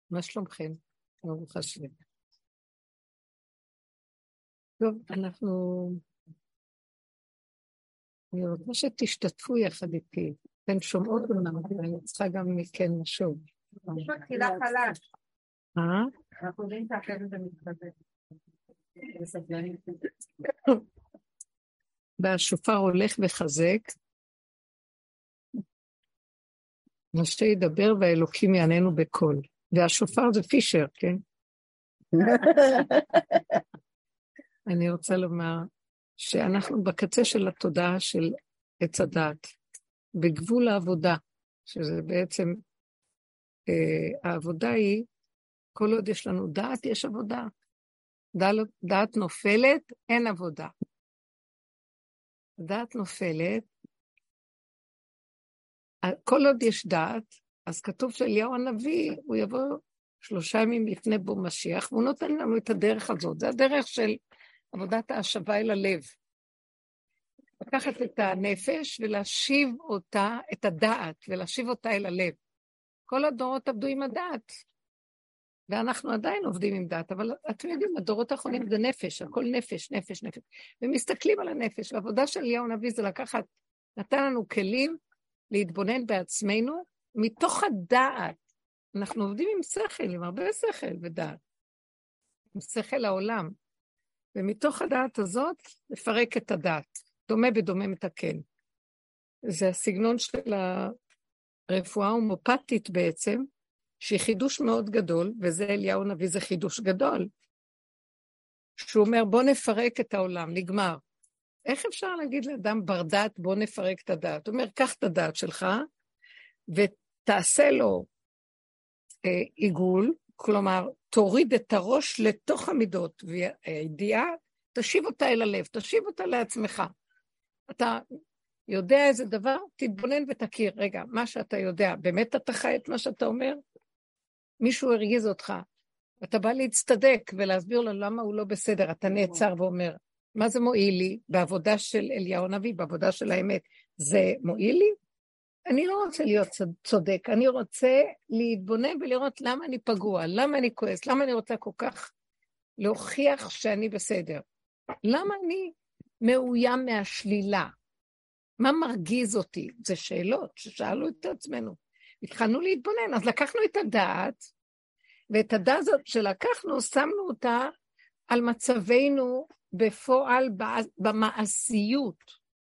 מה שלומכם? ברוך השם. טוב, אני רוצה שתשתתפו יחד איתי. אתן שומעות אומנם, אבל אני צריכה גם מכן משוב. יש מתחילה חלש. אה? אנחנו יודעים שהחלט זה מתחזק. והשופר הולך וחזק, משה ידבר והאלוקים יעננו בקול. והשופר זה פישר, כן? אני רוצה לומר שאנחנו בקצה של התודעה של עץ הדעת, בגבול העבודה, שזה בעצם, העבודה היא, כל עוד יש לנו דעת, יש עבודה. דעת נופלת, אין עבודה. דעת נופלת, כל עוד יש דעת, אז כתוב שאליהו הנביא, הוא יבוא 3 ימים לפני בו משיח, והוא נותן לנו את הדרך הזאת, זה הדרך של עבודת ההשבה אל הלב. לקחת את הנפש ולהשיב אותה, את הדעת, ולהשיב אותה אל הלב. כל הדורות עבדו עם הדעת, ואנחנו עדיין עובדים עם דעת, אבל אתם יודעים, הדורות האחרונים זה נפש, הכל נפש, נפש, נפש. ומסתכלים על הנפש, והעבודה של אליהו הנביא זה לקחת, נתן לנו כלים להתבונן בעצמנו, מתוך הדעת. אנחנו עובדים עם שכל, עם הרבה שכל ודעת. עם שכל העולם. ומתוך הדעת הזאת, לפרק את הדעת. דומה בדומה מתקן. זה הסגנון של הרפואה ההומופתית בעצם, שהיא חידוש מאוד גדול, וזה אליהו הנביא, זה חידוש גדול. שהוא אומר, בוא נפרק את העולם, נגמר. איך אפשר להגיד לאדם בר דעת, בוא נפרק את הדעת? הוא אומר, קח את הדעת שלך, ותעשה לו עיגול, כלומר, תוריד את הראש לתוך המידות, והידיעה, תשיב אותה אל הלב, תשיב אותה לעצמך. אתה יודע איזה דבר? תתבונן ותכיר. רגע, מה שאתה יודע, באמת אתה חי את מה שאתה אומר? מישהו הרגיז אותך, אתה בא להצטדק ולהסביר לו למה הוא לא בסדר, אתה נעצר ואומר, מה זה מועיל לי בעבודה של אליהו הנביא, בעבודה של האמת? זה מועיל לי? אני לא רוצה להיות צודק, אני רוצה להתבונן ולראות למה אני פגוע, למה אני כועס, למה אני רוצה כל כך להוכיח שאני בסדר. למה אני מאוים מהשלילה? מה מרגיז אותי? זה שאלות ששאלו את עצמנו. התחלנו להתבונן, אז לקחנו את הדעת, ואת הדעת הזאת שלקחנו, שמנו אותה על מצבנו בפועל במעשיות.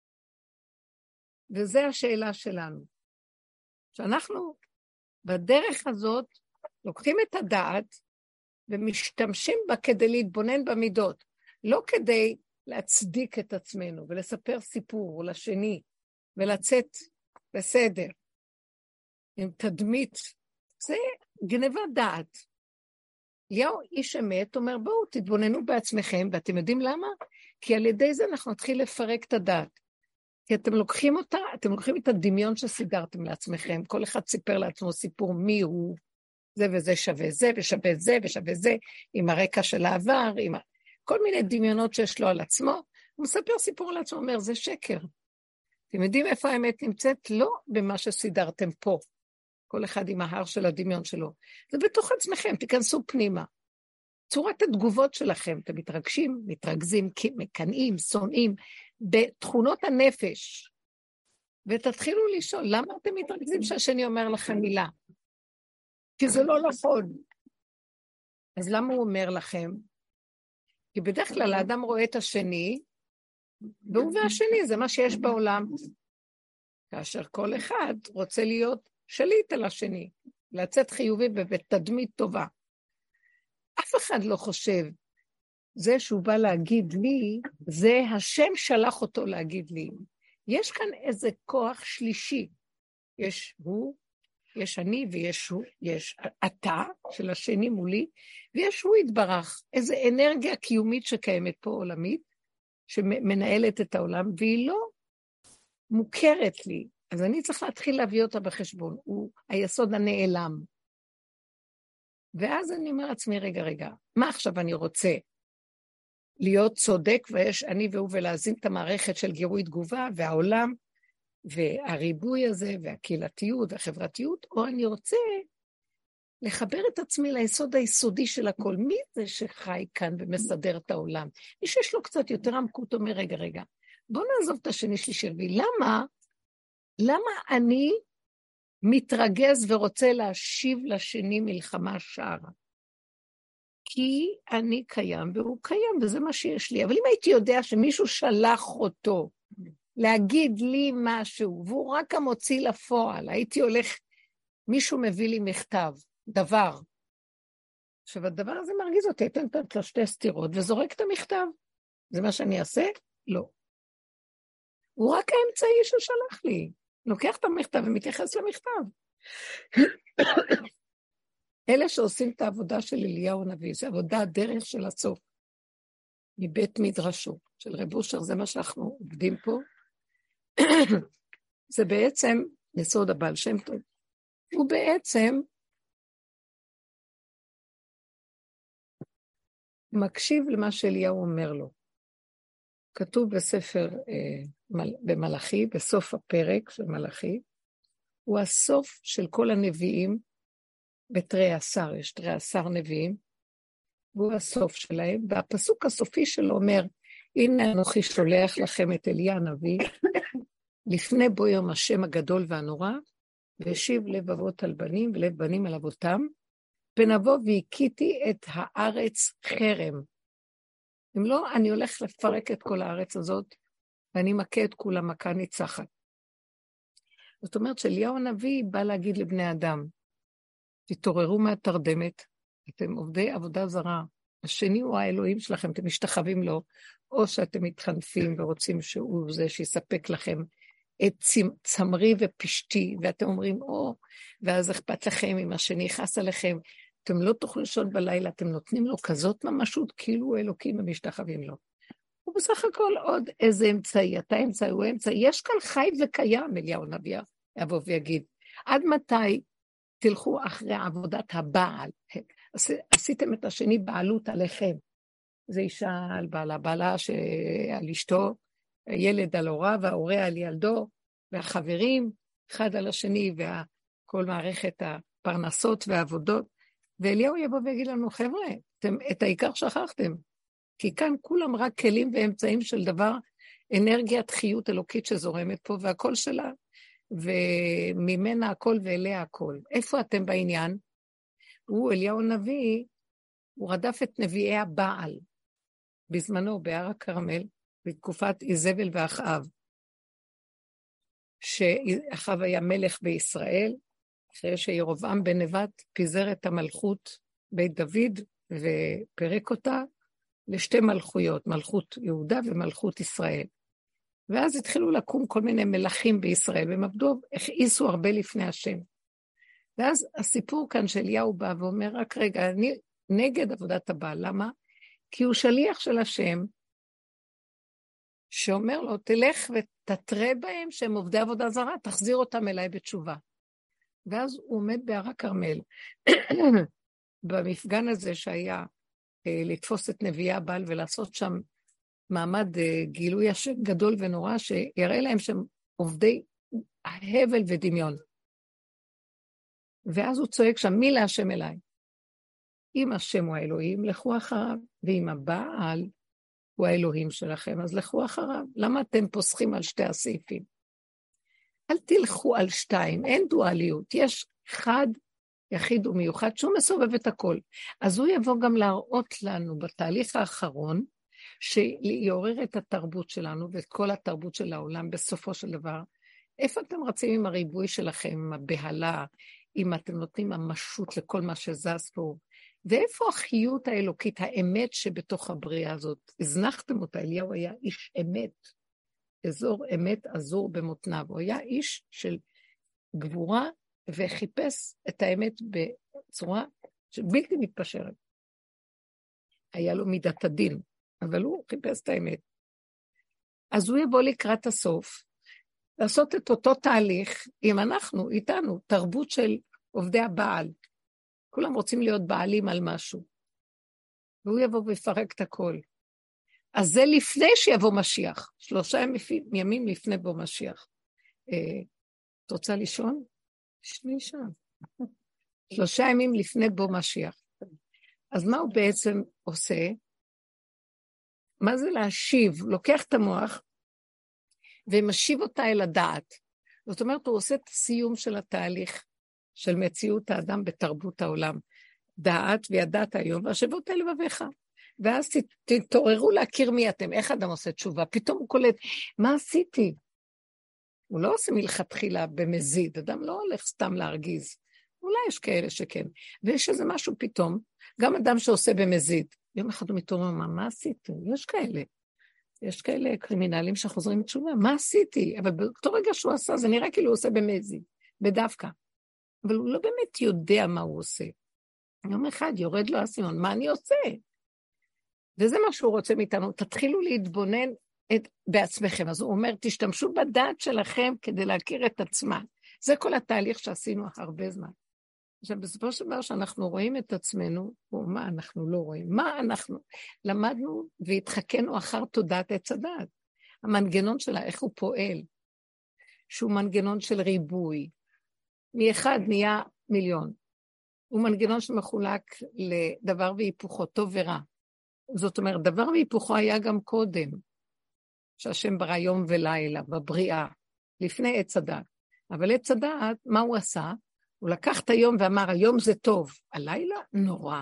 וזו השאלה שלנו. שאנחנו בדרך הזאת לוקחים את הדעת ומשתמשים בה כדי להתבונן במידות, לא כדי להצדיק את עצמנו ולספר סיפור לשני ולצאת בסדר עם תדמית. זה גנבת דעת. אליהו איש אמת אומר, בואו תתבוננו בעצמכם, ואתם יודעים למה? כי על ידי זה אנחנו נתחיל לפרק את הדעת. כי אתם לוקחים אותה, אתם לוקחים את הדמיון שסידרתם לעצמכם, כל אחד סיפר לעצמו סיפור מי הוא, זה וזה שווה זה ושווה זה ושווה זה, עם הרקע של העבר, עם כל מיני דמיונות שיש לו על עצמו, הוא מספר סיפור על עצמו, אומר, זה שקר. אתם יודעים איפה האמת נמצאת? לא במה שסידרתם פה, כל אחד עם ההר של הדמיון שלו, זה בתוך עצמכם, תיכנסו פנימה. צורת התגובות שלכם, אתם מתרגשים, מתרגזים, מקנאים, שונאים, בתכונות הנפש, ותתחילו לשאול, למה אתם מתרגזים שהשני אומר לכם מילה? כי זה לא נכון. אז למה הוא אומר לכם? כי בדרך כלל האדם רואה את השני, והוא והשני זה מה שיש בעולם. כאשר כל אחד רוצה להיות שליט על השני, לצאת חיובי בתדמית טובה. אף אחד לא חושב, זה שהוא בא להגיד לי, זה השם שלח אותו להגיד לי. יש כאן איזה כוח שלישי. יש הוא, יש אני ויש הוא, יש אתה של השני מולי, ויש הוא יתברך, איזו אנרגיה קיומית שקיימת פה עולמית, שמנהלת את העולם, והיא לא מוכרת לי. אז אני צריך להתחיל להביא אותה בחשבון, הוא היסוד הנעלם. ואז אני אומר לעצמי, רגע, מה עכשיו אני רוצה? להיות צודק ויש אני והוא ולהזין את המערכת של גירוי תגובה והעולם והריבוי הזה והקהילתיות והחברתיות, או אני רוצה לחבר את עצמי ליסוד היסודי של הכל. מי זה שחי כאן ומסדר את העולם? מי שיש לו קצת יותר עמקות אומר, רגע, בוא נעזוב את השני שלישי רביעי. למה אני מתרגז ורוצה להשיב לשני מלחמה שערה? כי אני קיים והוא קיים, וזה מה שיש לי. אבל אם הייתי יודע שמישהו שלח אותו להגיד לי משהו, והוא רק המוציא לפועל, הייתי הולך, מישהו מביא לי מכתב, דבר. עכשיו, הדבר הזה מרגיז אותי, אתן לו שתי סתירות, וזורק את המכתב. זה מה שאני אעשה? לא. הוא רק האמצעי ששלח לי. לוקח את המכתב ומתייחס למכתב. אלה שעושים את העבודה של אליהו הנביא, זה עבודה דרך של הסוף, מבית מדרשו, של רב אושר, זה מה שאנחנו עובדים פה. זה בעצם יסוד הבעל שם טוב. הוא בעצם מקשיב למה שאליהו אומר לו. כתוב בספר במלאכי, בסוף הפרק של מלאכי, הוא הסוף של כל הנביאים, בתרי עשר, יש תרי עשר נביאים, והוא הסוף שלהם, והפסוק הסופי שלו אומר, הנה אנוכי שולח לכם את אליה הנביא, לפני בוא יום השם הגדול והנורא, והשיב לב אבות על בנים ולב בנים על אבותם, ונבוא והקיתי את הארץ חרם. אם לא, אני הולך לפרק את כל הארץ הזאת, ואני מכה את כולם מכה ניצחת. זאת אומרת שאליהו הנביא בא להגיד לבני אדם, תתעוררו מהתרדמת, אתם עובדי עבודה זרה, השני הוא האלוהים שלכם, אתם משתחווים לו, או שאתם מתחנפים ורוצים שהוא זה שיספק לכם את צמרי ופשתי, ואתם אומרים, ואז אכפת לכם אם השני יכעס עליכם, אתם לא תוכלו לישון בלילה, אתם נותנים לו כזאת ממשות, כאילו אלוקים ומשתחווים לו. הוא בסך הכל עוד איזה אמצעי, אתה אמצעי, הוא אמצעי, יש כאן חי וקיים, אליהו הנביא יבוא ויגיד, עד מתי תלכו אחרי עבודת הבעל, עשיתם את השני בעלות עליכם, זה אישה על בעלה, בעלה על אשתו, ילד על הוריו, וההורה על ילדו, והחברים, אחד על השני, וכל מערכת הפרנסות והעבודות, ואליהו יבוא ויגיד לנו, חבר'ה, את העיקר שכחתם, כי כאן כולם רק כלים ואמצעים של דבר, אנרגיית חיות אלוקית שזורמת פה, והכל שלה, וממנה הכל ואליה הכל. איפה אתם בעניין? הוא, אליהו הנביא, הוא רדף את נביאי הבעל, בזמנו, בהר הכרמל, בתקופת איזבל ואחאב, שאחאב היה מלך בישראל, אחרי שירובעם בן נבט פיזר את המלכות בית דוד, ופרק אותה לשתי מלכויות, מלכות יהודה ומלכות ישראל. ואז התחילו לקום כל מיני מלכים בישראל, והם עבדו, הכעיסו הרבה לפני השם. ואז הסיפור כאן של אליהו בא ואומר, רק רגע, אני נגד עבודת הבעל, למה? כי הוא שליח של השם, שאומר לו, תלך ותתרה בהם שהם עובדי עבודה זרה, תחזיר אותם אליי בתשובה. ואז הוא עומד בהר הכרמל, במפגן הזה שהיה לתפוס את נביאי הבעל ולעשות שם מעמד גילוי השם גדול ונורא, שיראה להם שהם עובדי הבל ודמיון. ואז הוא צועק שם, מי להשם אליי? אם השם הוא האלוהים, לכו אחריו, ואם הבעל הוא האלוהים שלכם, אז לכו אחריו. למה אתם פוסחים על שתי הסעיפים? אל תלכו על שתיים, אין דואליות, יש אחד, יחיד ומיוחד, שהוא מסובב את הכל. אז הוא יבוא גם להראות לנו בתהליך האחרון, שיעורר את התרבות שלנו, ואת כל התרבות של העולם בסופו של דבר. איפה אתם רצים עם הריבוי שלכם, עם הבהלה, אם אתם נותנים ממשות לכל מה שזז פה, ואיפה החיות האלוקית, האמת שבתוך הבריאה הזאת? הזנחתם אותה, אליהו היה איש אמת, אזור אמת עזור במותניו, הוא היה איש של גבורה, וחיפש את האמת בצורה בלתי מתפשרת. היה לו מידת הדין, אבל הוא חיפש את האמת. אז הוא יבוא לקראת הסוף, לעשות את אותו תהליך, אם אנחנו, איתנו, תרבות של עובדי הבעל, כולם רוצים להיות בעלים על משהו, והוא יבוא ויפרק את הכל. אז זה לפני שיבוא משיח, 3 ימים לפני בוא משיח. את רוצה לישון? שני שם. 3 ימים לפני בוא משיח. אז מה הוא בעצם עושה? מה זה להשיב? לוקח את המוח ומשיב אותה אל הדעת. זאת אומרת, הוא עושה את הסיום של התהליך של מציאות האדם בתרבות העולם. דעת וידעת היום, והשבות אל לבביך. ואז תתעוררו להכיר מי אתם, איך אדם עושה תשובה. פתאום הוא קולט, מה עשיתי? הוא לא עושה מלכתחילה במזיד, אדם לא הולך סתם להרגיז. אולי יש כאלה שכן. ויש איזה משהו פתאום, גם אדם שעושה במזיד. יום אחד הוא מתעורר, מה עשיתי? יש כאלה קרימינלים שחוזרים בתשובה, מה עשיתי? אבל באותו רגע שהוא עשה, זה נראה כאילו הוא עושה במזיד, בדווקא. אבל הוא לא באמת יודע מה הוא עושה. יום אחד יורד לו הסימון, מה אני עושה? וזה מה שהוא רוצה מאיתנו, תתחילו להתבונן בעצמכם. אז הוא אומר, תשתמשו בדעת שלכם כדי להכיר את עצמה. זה כל התהליך שעשינו הרבה זמן. עכשיו, בסופו של דבר שאנחנו רואים את עצמנו, או מה אנחנו לא רואים? מה אנחנו למדנו והתחכנו אחר תודעת עץ הדעת. המנגנון שלה, איך הוא פועל, שהוא מנגנון של ריבוי. מאחד נהיה מיליון. הוא מנגנון שמחולק לדבר והיפוכו, טוב ורע. זאת אומרת, דבר והיפוכו היה גם קודם, שהשם ברא יום ולילה, בבריאה, לפני עץ הדעת. אבל עץ הדעת, מה הוא עשה? הוא לקח את היום ואמר, היום זה טוב, הלילה נורא.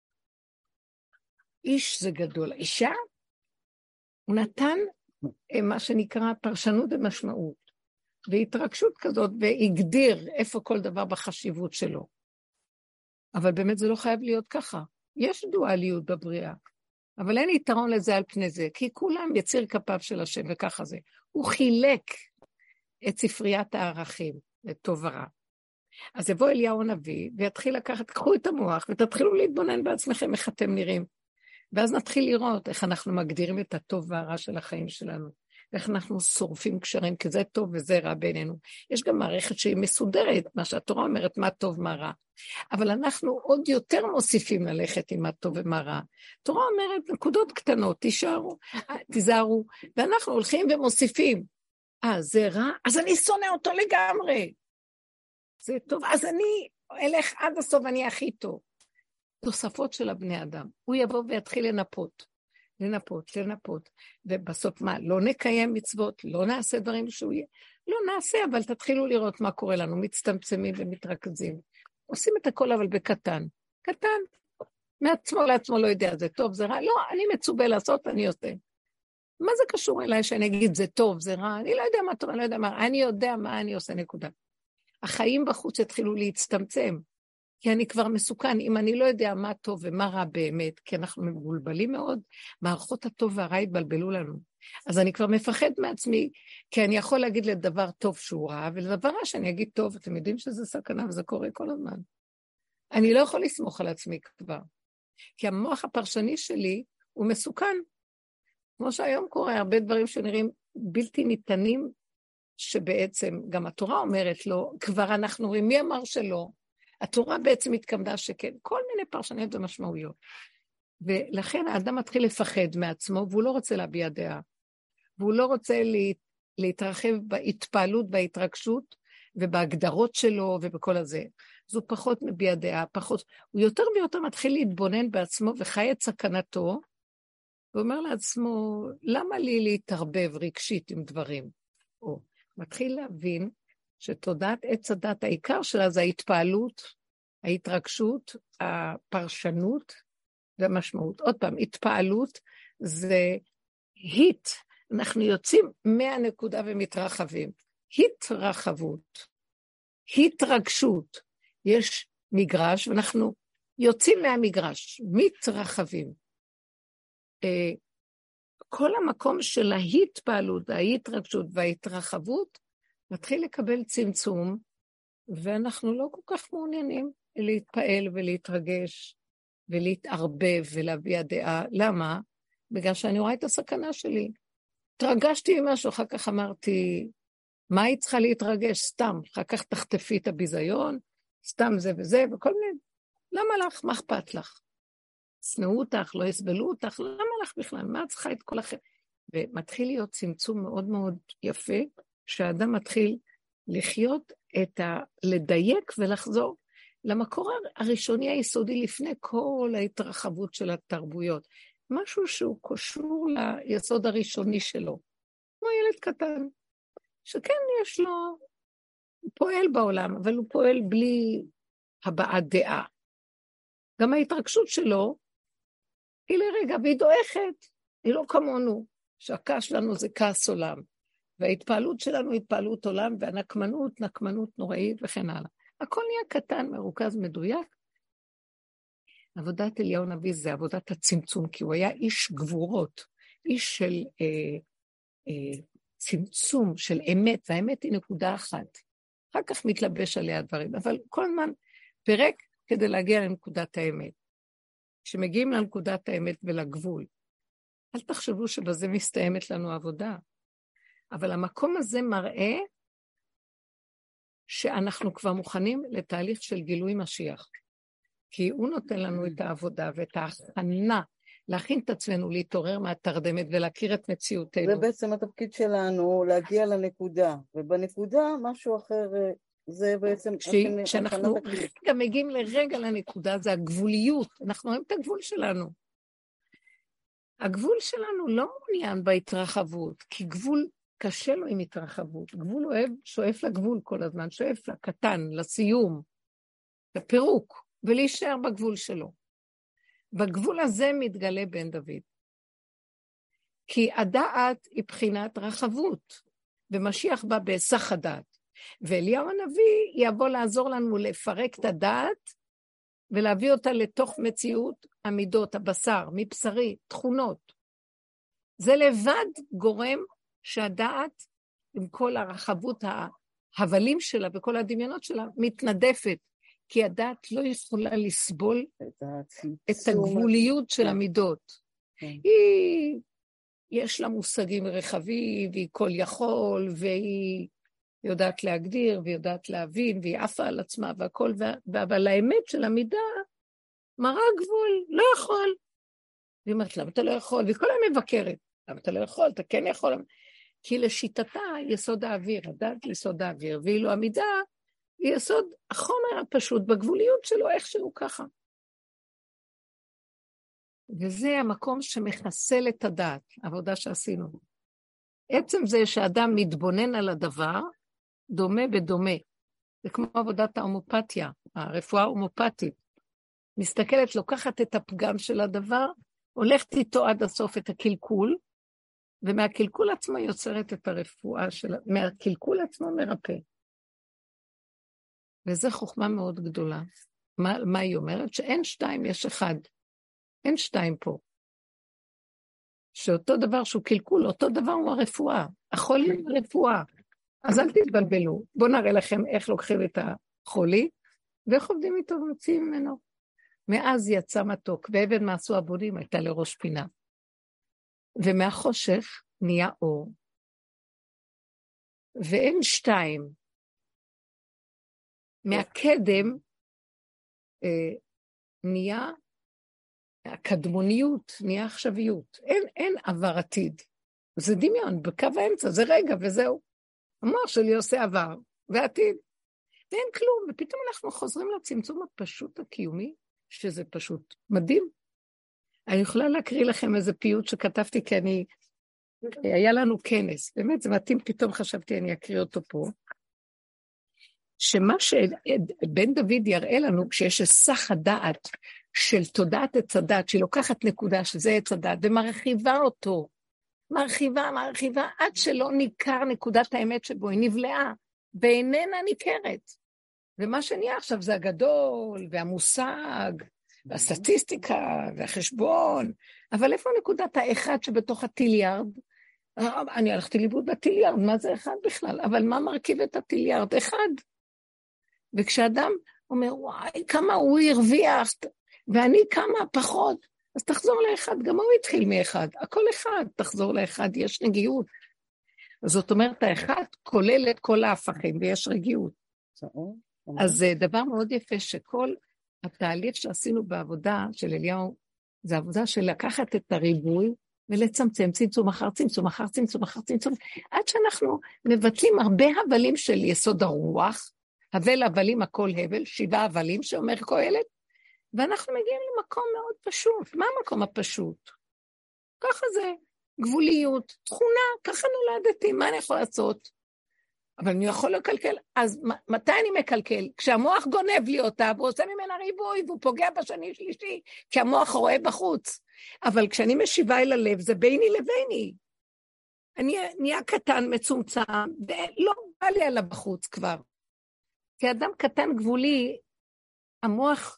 איש זה גדול. אישה, הוא נתן מה שנקרא פרשנות ומשמעות, והתרגשות כזאת, והגדיר איפה כל דבר בחשיבות שלו. אבל באמת זה לא חייב להיות ככה. יש דואליות בבריאה, אבל אין יתרון לזה על פני זה, כי כולם יציר כפיו של השם, וככה זה. הוא חילק את ספריית הערכים, לטוב ורע. אז יבוא אליהו הנביא, ויתחיל לקחת, קחו את המוח, ותתחילו להתבונן בעצמכם איך אתם נראים. ואז נתחיל לראות איך אנחנו מגדירים את הטוב והרע של החיים שלנו, ואיך אנחנו שורפים קשרים, כי זה טוב וזה רע בינינו. יש גם מערכת שהיא מסודרת, מה שהתורה אומרת, מה טוב, מה רע. אבל אנחנו עוד יותר מוסיפים ללכת עם מה טוב ומה רע. התורה אומרת, נקודות קטנות, תיזהרו, ואנחנו הולכים ומוסיפים. זה רע? אז אני שונא אותו לגמרי. זה טוב, אז אני אלך עד הסוף, אני הכי טוב. תוספות של הבני אדם. הוא יבוא ויתחיל לנפות, ובסוף מה? לא נקיים מצוות, לא נעשה דברים שהוא יהיה. לא נעשה, אבל תתחילו לראות מה קורה לנו, מצטמצמים ומתרכזים. עושים את הכל אבל בקטן. קטן. מעצמו לעצמו לא יודע, זה טוב, זה רע. לא, אני מצווה לעשות, אני עושה. מה זה קשור אליי שאני אגיד זה טוב, זה רע? אני לא יודע מה טוב, אני לא יודע מה. אני יודע מה אני עושה, נקודה. החיים בחוץ התחילו להצטמצם, כי אני כבר מסוכן, אם אני לא יודע מה טוב ומה רע באמת, כי אנחנו מבולבלים מאוד, מערכות הטוב והרע התבלבלו לנו. אז אני כבר מפחד מעצמי, כי אני יכול להגיד לדבר טוב שהוא רע, ולדבר רע שאני אגיד טוב, אתם יודעים שזה סכנה וזה קורה כל הזמן. אני לא יכול לסמוך על עצמי כבר, כי המוח הפרשני שלי הוא מסוכן. כמו שהיום קורה, הרבה דברים שנראים בלתי ניתנים, שבעצם גם התורה אומרת לו, כבר אנחנו רואים, מי אמר שלא? התורה בעצם התכוונה שכן, כל מיני פרשניות ומשמעויות. ולכן האדם מתחיל לפחד מעצמו, והוא לא רוצה להביע דעה. והוא לא רוצה להתרחב בהתפעלות, בהתרגשות, ובהגדרות שלו, ובכל הזה. אז הוא פחות מביע דעה, פחות. הוא יותר ויותר מתחיל להתבונן בעצמו, וחי את סכנתו, ואומר לעצמו, למה לי להתערבב רגשית עם דברים? או מתחיל להבין, שתודעת עץ הדת, העיקר שלה זה ההתפעלות, ההתרגשות, הפרשנות והמשמעות. עוד פעם, התפעלות זה היט, אנחנו יוצאים מהנקודה ומתרחבים. התרחבות, התרגשות, יש מגרש ואנחנו יוצאים מהמגרש, מתרחבים. כל המקום של ההתפעלות, ההתרגשות וההתרחבות, מתחיל לקבל צמצום, ואנחנו לא כל כך מעוניינים להתפעל ולהתרגש, ולהתערבב ולהביע דעה. למה? בגלל שאני רואה את הסכנה שלי. התרגשתי עם משהו, אחר כך אמרתי, מה היא צריכה להתרגש? סתם, אחר כך תחטפי את הביזיון, סתם זה וזה, וכל מיני, למה לך? מה אכפת לך? שנאו אותך, לא יסבלו אותך, למה לך בכלל? מה צריכה את כל אחר? ומתחיל להיות צמצום מאוד מאוד יפה, שהאדם מתחיל לחיות לדייק ולחזור למקור הראשוני היסודי לפני כל ההתרחבות של התרבויות. משהו שהוא קשור ליסוד הראשוני שלו. כמו ילד קטן, שכן יש לו, הוא פועל בעולם, אבל הוא פועל בלי הבעת דעה. גם ההתרגשות שלו היא לרגע, והיא דועכת, היא לא כמונו, שהכעס שלנו זה כעס עולם, וההתפעלות שלנו היא התפעלות עולם, והנקמנות, נקמנות נוראית וכן הלאה. הכל נהיה קטן, מרוכז, מדויק. עבודת אליהו הנביא זה עבודת הצמצום, כי הוא היה איש גבורות, איש של צמצום, של אמת, והאמת היא נקודה אחת. אחר כך מתלבש עליה הדברים, אבל כל הזמן פרק כדי להגיע לנקודת האמת. כשמגיעים לנקודת האמת ולגבול, אל תחשבו שבזה מסתיימת לנו עבודה, אבל המקום הזה מראה שאנחנו כבר מוכנים לתהליך של גילוי משיח, כי הוא נותן לנו את העבודה ואת ההכנה, להכין את עצמנו להתעורר מהתרדמת ולהכיר את מציאותנו. זה בעצם התפקיד שלנו, להגיע לנקודה, ובנקודה משהו אחר, זה בעצם... כשאנחנו גם מגיעים לרגע לנקודה, זה הגבוליות, אנחנו רואים את הגבול שלנו. הגבול שלנו לא מעוניין בהתרחבות, כי גבול קשה לו עם התרחבות, גבול אוהב, שואף לגבול כל הזמן, שואף לקטן, לסיום, לפירוק, ולהישאר בגבול שלו. בגבול הזה מתגלה בן דוד. כי הדעת היא בחינת רחבות, ומשיח בא בהיסח הדעת. ואליהו הנביא יבוא לעזור לנו לפרק את הדעת, ולהביא אותה לתוך מציאות המידות, הבשר, מבשרי, תכונות. זה לבד גורם שהדעת, עם כל הרחבות ההבלים שלה וכל הדמיונות שלה, מתנדפת. כי הדעת לא יכולה לסבול את הגבוליות של המידות. יש לה מושגים רחבים, והיא כל יכול, והיא יודעת להגדיר, והיא יודעת להבין, והיא עפה על עצמה והכל, אבל האמת של המידה מראה גבול, לא יכול. והיא אומרת, למה אתה לא יכול? וכל המבקרת, למה אתה לא יכול? אתה כן יכול. כי לשיטתה יסוד האוויר, הדעת יסוד האוויר, ואילו המידה, היא יסוד החומר הפשוט בגבוליות שלו, איכשהו ככה. וזה המקום שמחסל את הדעת, העבודה שעשינו. עצם זה שאדם מתבונן על הדבר, דומה בדומה. זה כמו עבודת ההומופתיה, הרפואה ההומופתית. מסתכלת, לוקחת את הפגם של הדבר, הולכת איתו עד הסוף את הקלקול, ומהקלקול עצמו יוצרת את הרפואה שלה, מהקלקול עצמו מרפא. וזו חוכמה מאוד גדולה. מה היא אומרת? שאין שתיים, יש אחד. אין שתיים פה. שאותו דבר שהוא קלקול, אותו דבר הוא הרפואה. החולי הוא רפואה. אז אל תתבלבלו. בואו נראה לכם איך לוקחים את החולי, ואיך עובדים איתו ומציעים ממנו. מאז יצא מתוק, ואבן מעשו הבונים הייתה לראש פינה. ומהחושך נהיה אור. ואין שתיים. מהקדם נהיה הקדמוניות, נהיה עכשוויות. אין עבר עתיד. זה דמיון, בקו האמצע, זה רגע וזהו. המוח שלי עושה עבר ועתיד. ואין כלום, ופתאום אנחנו חוזרים לצמצום הפשוט הקיומי, שזה פשוט מדהים. אני יכולה להקריא לכם איזה פיוט שכתבתי, כי היה לנו כנס, באמת זה מתאים, פתאום חשבתי אני אקריא אותו פה. שמה שבן דוד יראה לנו, כשיש היסח הדעת של תודעת עץ הדעת, שהיא לוקחת נקודה שזה עץ הדעת, ומרחיבה אותו, מרחיבה, עד שלא ניכר נקודת האמת שבו, היא נבלעה, ואיננה ניכרת. ומה שנהיה עכשיו זה הגדול, והמושג, והסטטיסטיקה, והחשבון, אבל איפה נקודת האחד שבתוך הטיליארד? אני הלכתי לאיבוד בטיליארד, מה זה אחד בכלל? אבל מה מרכיב את הטיליארד? אחד. וכשאדם אומר, וואי, כמה הוא הרוויח, ואני כמה פחות, אז תחזור לאחד, גם הוא התחיל מאחד, הכל אחד, תחזור לאחד, יש רגיעות. זאת אומרת, האחד כולל את כל ההפכים, ויש רגיעות. אז זה דבר מאוד יפה, שכל התהליך שעשינו בעבודה של אליהו, זה עבודה של לקחת את הריבוי, ולצמצם צמצום אחר צמצום, אחר צמצום, אחר צמצום, עד שאנחנו מבטלים הרבה הבלים של יסוד הרוח, הבל הבלים הכל הבל, 7 הבלים שאומר קהלת, ואנחנו מגיעים למקום מאוד פשוט. מה המקום הפשוט? ככה זה, גבוליות, תכונה, ככה נולדתי, מה אני יכול לעשות? אבל אני יכול לקלקל, אז מתי אני מקלקל? כשהמוח גונב לי אותה, והוא עושה ממנה ריבוי, והוא פוגע בשני שלישי, כי המוח רואה בחוץ. אבל כשאני משיבה אל הלב, זה ביני לביני. אני נהיה קטן, מצומצם, ולא בא לי עליו בחוץ כבר. כי אדם קטן גבולי, המוח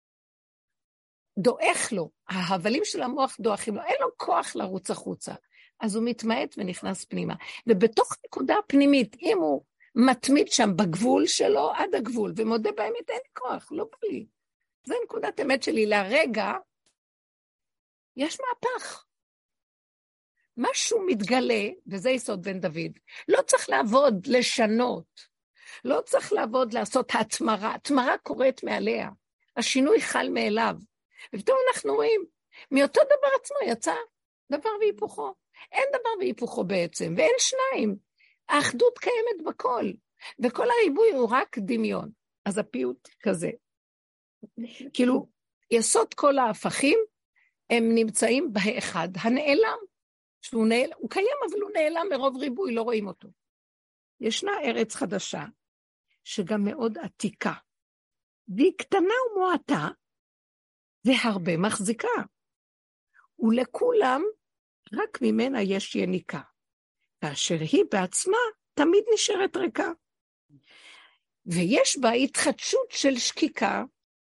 דואך לו, ההבלים של המוח דואחים לו, אין לו כוח לרוץ החוצה. אז הוא מתמעט ונכנס פנימה. ובתוך נקודה פנימית, אם הוא מתמיד שם בגבול שלו, עד הגבול, ומודה באמת אין לי כוח, לא בא לי. זה נקודת אמת שלי, לרגע, יש מהפך. משהו מתגלה, וזה יסוד בן דוד, לא צריך לעבוד, לשנות, לא צריך לעבוד, לעשות התמרה, התמרה קורית מעליה, השינוי חל מאליו, ופתאום אנחנו רואים, מאותו דבר עצמו יצא דבר והיפוכו, אין דבר והיפוכו בעצם, ואין שניים, האחדות קיימת בכל, וכל הריבוי הוא רק דמיון, אז הפיוט כזה, כאילו, יסוד כל ההפכים, הם נמצאים באחד, הנעלם, הוא קיים אבל הוא נעלם מרוב ריבוי, לא רואים אותו. ישנה ארץ חדשה, שגם מאוד עתיקה, והיא קטנה ומועטה, והרבה מחזיקה, ולכולם רק ממנה יש יניקה, כאשר היא בעצמה תמיד נשארת ריקה, ויש בה התחדשות של שקיקה,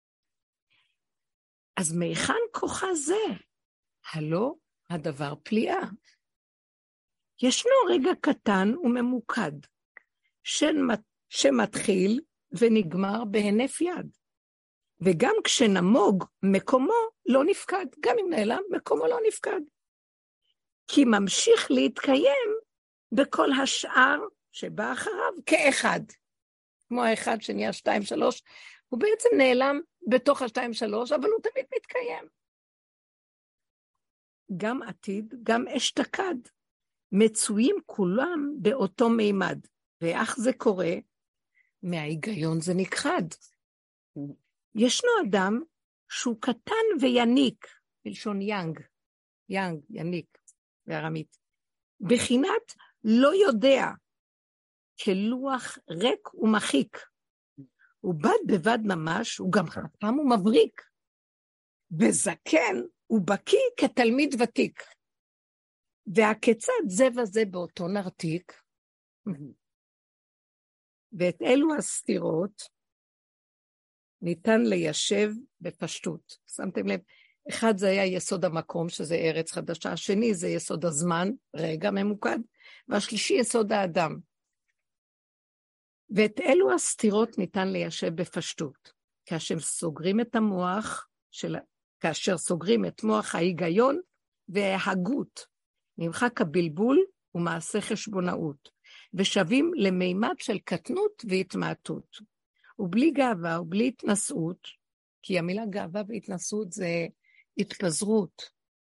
אז מהיכן כוחה זה? הלא הדבר פליאה. ישנו רגע קטן וממוקד, שמתחיל ונגמר בהינף יד, וגם כשנמוג מקומו לא נפקד, גם אם נעלם מקומו לא נפקד, כי ממשיך להתקיים בכל השאר שבא אחריו כאחד, כמו האחד שנהיה 2-3, הוא בעצם נעלם בתוך 2-3, אבל הוא תמיד מתקיים. גם עתיד, גם אשתקד, מצויים כולם באותו מימד, ואך זה קורה, מההיגיון זה נכחד. ישנו אדם שהוא קטן ויניק, בלשון יאנג, יניק, בארמית, בחינת לא יודע, כלוח ריק ומחיק, הוא בד בבד ממש, הוא גם חכם ומבריק, וזקן ובקי כתלמיד ותיק, והכיצד זה וזה באותו נרתיק, ואת אלו הסתירות ניתן ליישב בפשטות. שמתם לב, אחד זה היה יסוד המקום, שזה ארץ חדשה, השני זה יסוד הזמן, רגע ממוקד, והשלישי יסוד האדם. ואת אלו הסתירות ניתן ליישב בפשטות, כאשר סוגרים את המוח, כאשר סוגרים את מוח ההיגיון וההגות, נמחק הבלבול ומעשה חשבונאות, ושווים למימד של קטנות והתמעטות. ובלי גאווה ובלי התנסות, כי המילה גאווה והתנסות זה התפזרות,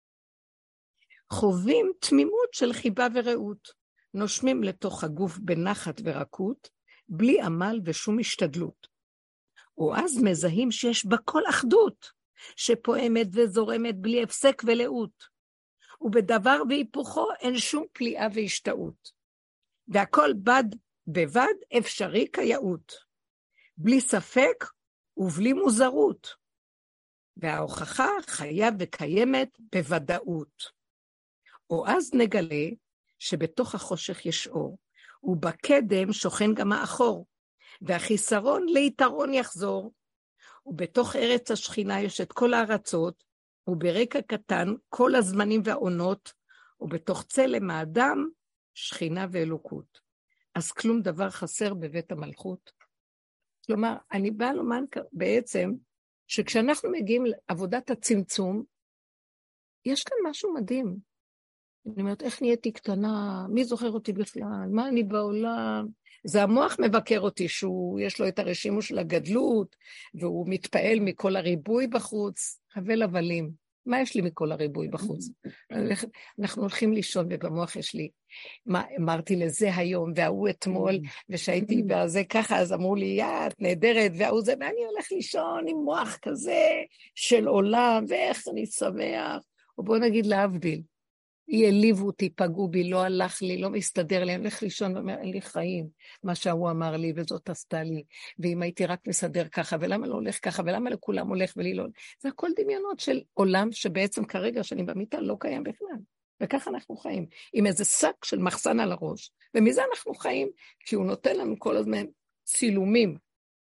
חווים תמימות של חיבה ורעות, נושמים לתוך הגוף בנחת ורקות, בלי עמל ושום השתדלות. ואז מזהים שיש בכל אחדות, שפועמת וזורמת בלי הפסק ולאות, ובדבר והיפוכו אין שום פליאה והשתאות. והכל בד בבד אפשרי כיאות, בלי ספק ובלי מוזרות, וההוכחה חיה וקיימת בוודאות. או אז נגלה שבתוך החושך יש אור, ובקדם שוכן גם האחור, והחיסרון ליתרון יחזור, ובתוך ארץ השכינה יש את כל הארצות, וברקע קטן כל הזמנים והעונות, ובתוך צלם האדם שכינה ואלוקות. אז כלום דבר חסר בבית המלכות. כלומר, אני באה לומר בעצם, שכשאנחנו מגיעים לעבודת הצמצום, יש כאן משהו מדהים. אני אומרת, איך נהייתי קטנה? מי זוכר אותי בכלל? מה אני בעולם? זה המוח מבקר אותי, שהוא יש לו את הרשימו של הגדלות, והוא מתפעל מכל הריבוי בחוץ, הבל הבלים. מה יש לי מכל הריבוי בחוץ? אנחנו הולכים לישון, ובמוח יש לי, מה אמרתי לזה היום, והוא אתמול, ושהייתי בזה ככה, אז אמרו לי, את נהדרת, והוא זה, ואני הולך לישון עם מוח כזה של עולם, ואיך אני שמח. ובוא נגיד להבדיל, העליבו אותי, פגעו בי, לא הלך לי, לא מסתדר לי, אני הולך לישון ואומר, אין לי חיים, מה שהוא אמר לי, וזאת עשתה לי, ואם הייתי רק מסדר ככה, ולמה לא הולך ככה, ולמה לכולם הולך ולי לא, זה הכל דמיונות של עולם, שבעצם כרגע שאני במיטה לא קיים בכלל, וככה אנחנו חיים, עם איזה שק של מחסן על הראש, ומזה אנחנו חיים, כי הוא נותן לנו כל הזמן צילומים,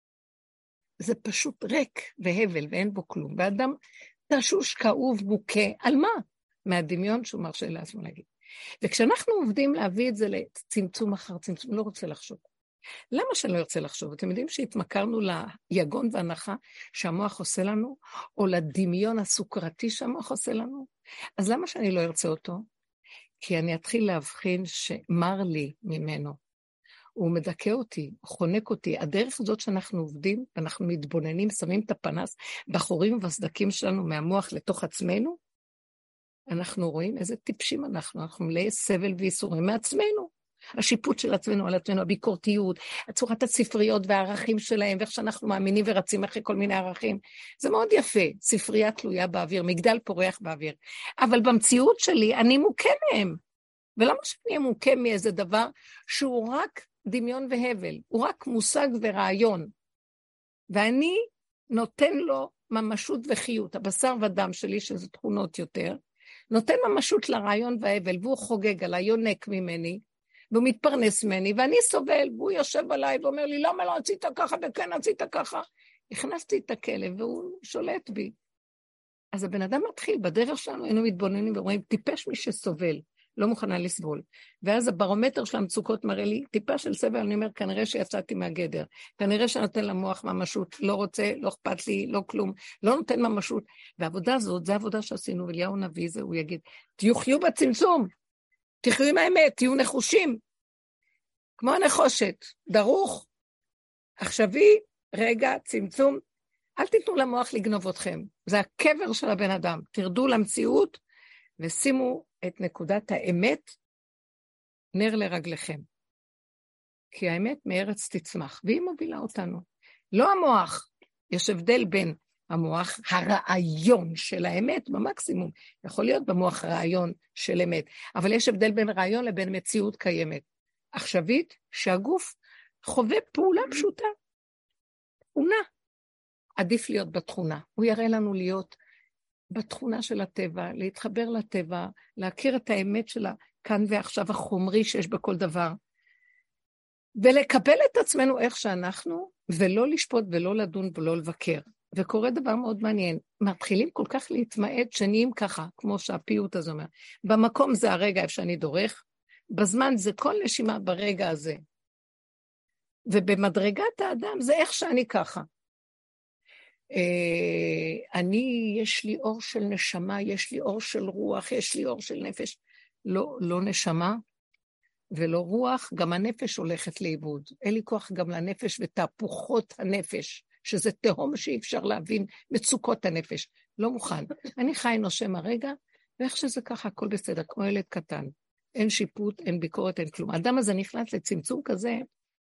זה פשוט ריק והבל, ואין בו כלום, ואדם תשוש, כאוב, מוכה, על מה? מהדמיון שהוא מרשה לעצמו להגיד. וכשאנחנו עובדים להביא את זה לצמצום אחר צמצום, לא רוצה לחשוב. למה שאני לא ארצה לחשוב? אתם יודעים שהתמכרנו ליגון והנחה שהמוח עושה לנו, או לדמיון הסוכרתי שהמוח עושה לנו? אז למה שאני לא ארצה אותו? כי אני אתחיל להבחין שמר לי ממנו. הוא מדכא אותי, הוא חונק אותי. הדרך הזאת שאנחנו עובדים, אנחנו מתבוננים, שמים את הפנס בחורים ובסדקים שלנו מהמוח לתוך עצמנו, אנחנו רואים איזה טיפשים אנחנו מלאי סבל וייסורים מעצמנו. השיפוט של עצמנו על עצמנו, הביקורתיות, הצורת הספריות והערכים שלהם, ואיך שאנחנו מאמינים ורצים אחרי כל מיני ערכים. זה מאוד יפה, ספרייה תלויה באוויר, מגדל פורח באוויר. אבל במציאות שלי אני מוכה מהם. ולמה שאני אהיה מוכה מאיזה דבר שהוא רק דמיון והבל, הוא רק מושג ורעיון. ואני נותן לו ממשות וחיות, הבשר ודם שלי, שזה תכונות יותר, נותן ממשות לרעיון וההבל, והוא חוגג עליי, יונק ממני, והוא מתפרנס ממני, ואני סובל, והוא יושב עליי ואומר לי, למה לא עשית ככה וכן עשית ככה? הכנסתי את הכלב והוא שולט בי. אז הבן אדם מתחיל, בדרך שלנו היינו מתבוננים ורואים, טיפש מי שסובל, לא מוכנה לסבול. ואז הברומטר של המצוקות מראה לי, טיפה של סבל, אני אומר, כנראה שיצאתי מהגדר, כנראה שנותן למוח ממשות, לא רוצה, לא אכפת לי, לא כלום, לא נותן ממשות. והעבודה הזאת, זו העבודה שעשינו, אליהו נביא זה, הוא יגיד, תחיו בצמצום, תחיו עם האמת, תהיו נחושים, כמו הנחושת, דרוך, עכשווי, רגע, צמצום, אל תיתנו למוח לגנוב אתכם, זה הקבר של הבן אדם, תרדו למציאות, ושימו את נקודת האמת נר לרגליכם. כי האמת מארץ תצמח, והיא מובילה אותנו. לא המוח, יש הבדל בין המוח, הרעיון של האמת במקסימום, יכול להיות במוח רעיון של אמת, אבל יש הבדל בין רעיון לבין מציאות קיימת. עכשווית שהגוף חווה פעולה פשוטה, תכונה. עדיף להיות בתכונה, הוא יראה לנו להיות בתכונה של הטבע, להתחבר לטבע, להכיר את האמת של כאן ועכשיו החומרי שיש בכל דבר, ולקבל את עצמנו איך שאנחנו, ולא לשפוט ולא לדון ולא לבקר. וקורה דבר מאוד מעניין, מתחילים כל כך להתמעט שניים ככה, כמו שהפיוט הזה אומר, במקום זה הרגע איפה שאני דורך, בזמן זה כל נשימה ברגע הזה, ובמדרגת האדם זה איך שאני ככה. יש לי אור של נשמה, יש לי אור של רוח, יש לי אור של נפש, לא נשמה ולא רוח, גם הנפש הולכת לאיבוד, אין לי כוח גם לנפש ותהפוכות הנפש, שזה תהום שאי אפשר להבין מצוקות הנפש, לא מוכן, אני חי נושם הרגע, ואיך שזה ככה הכל בסדר, כמו ילד קטן, אין שיפוט, אין ביקורת, אין כלום, האדם הזה נכנס לצמצום כזה,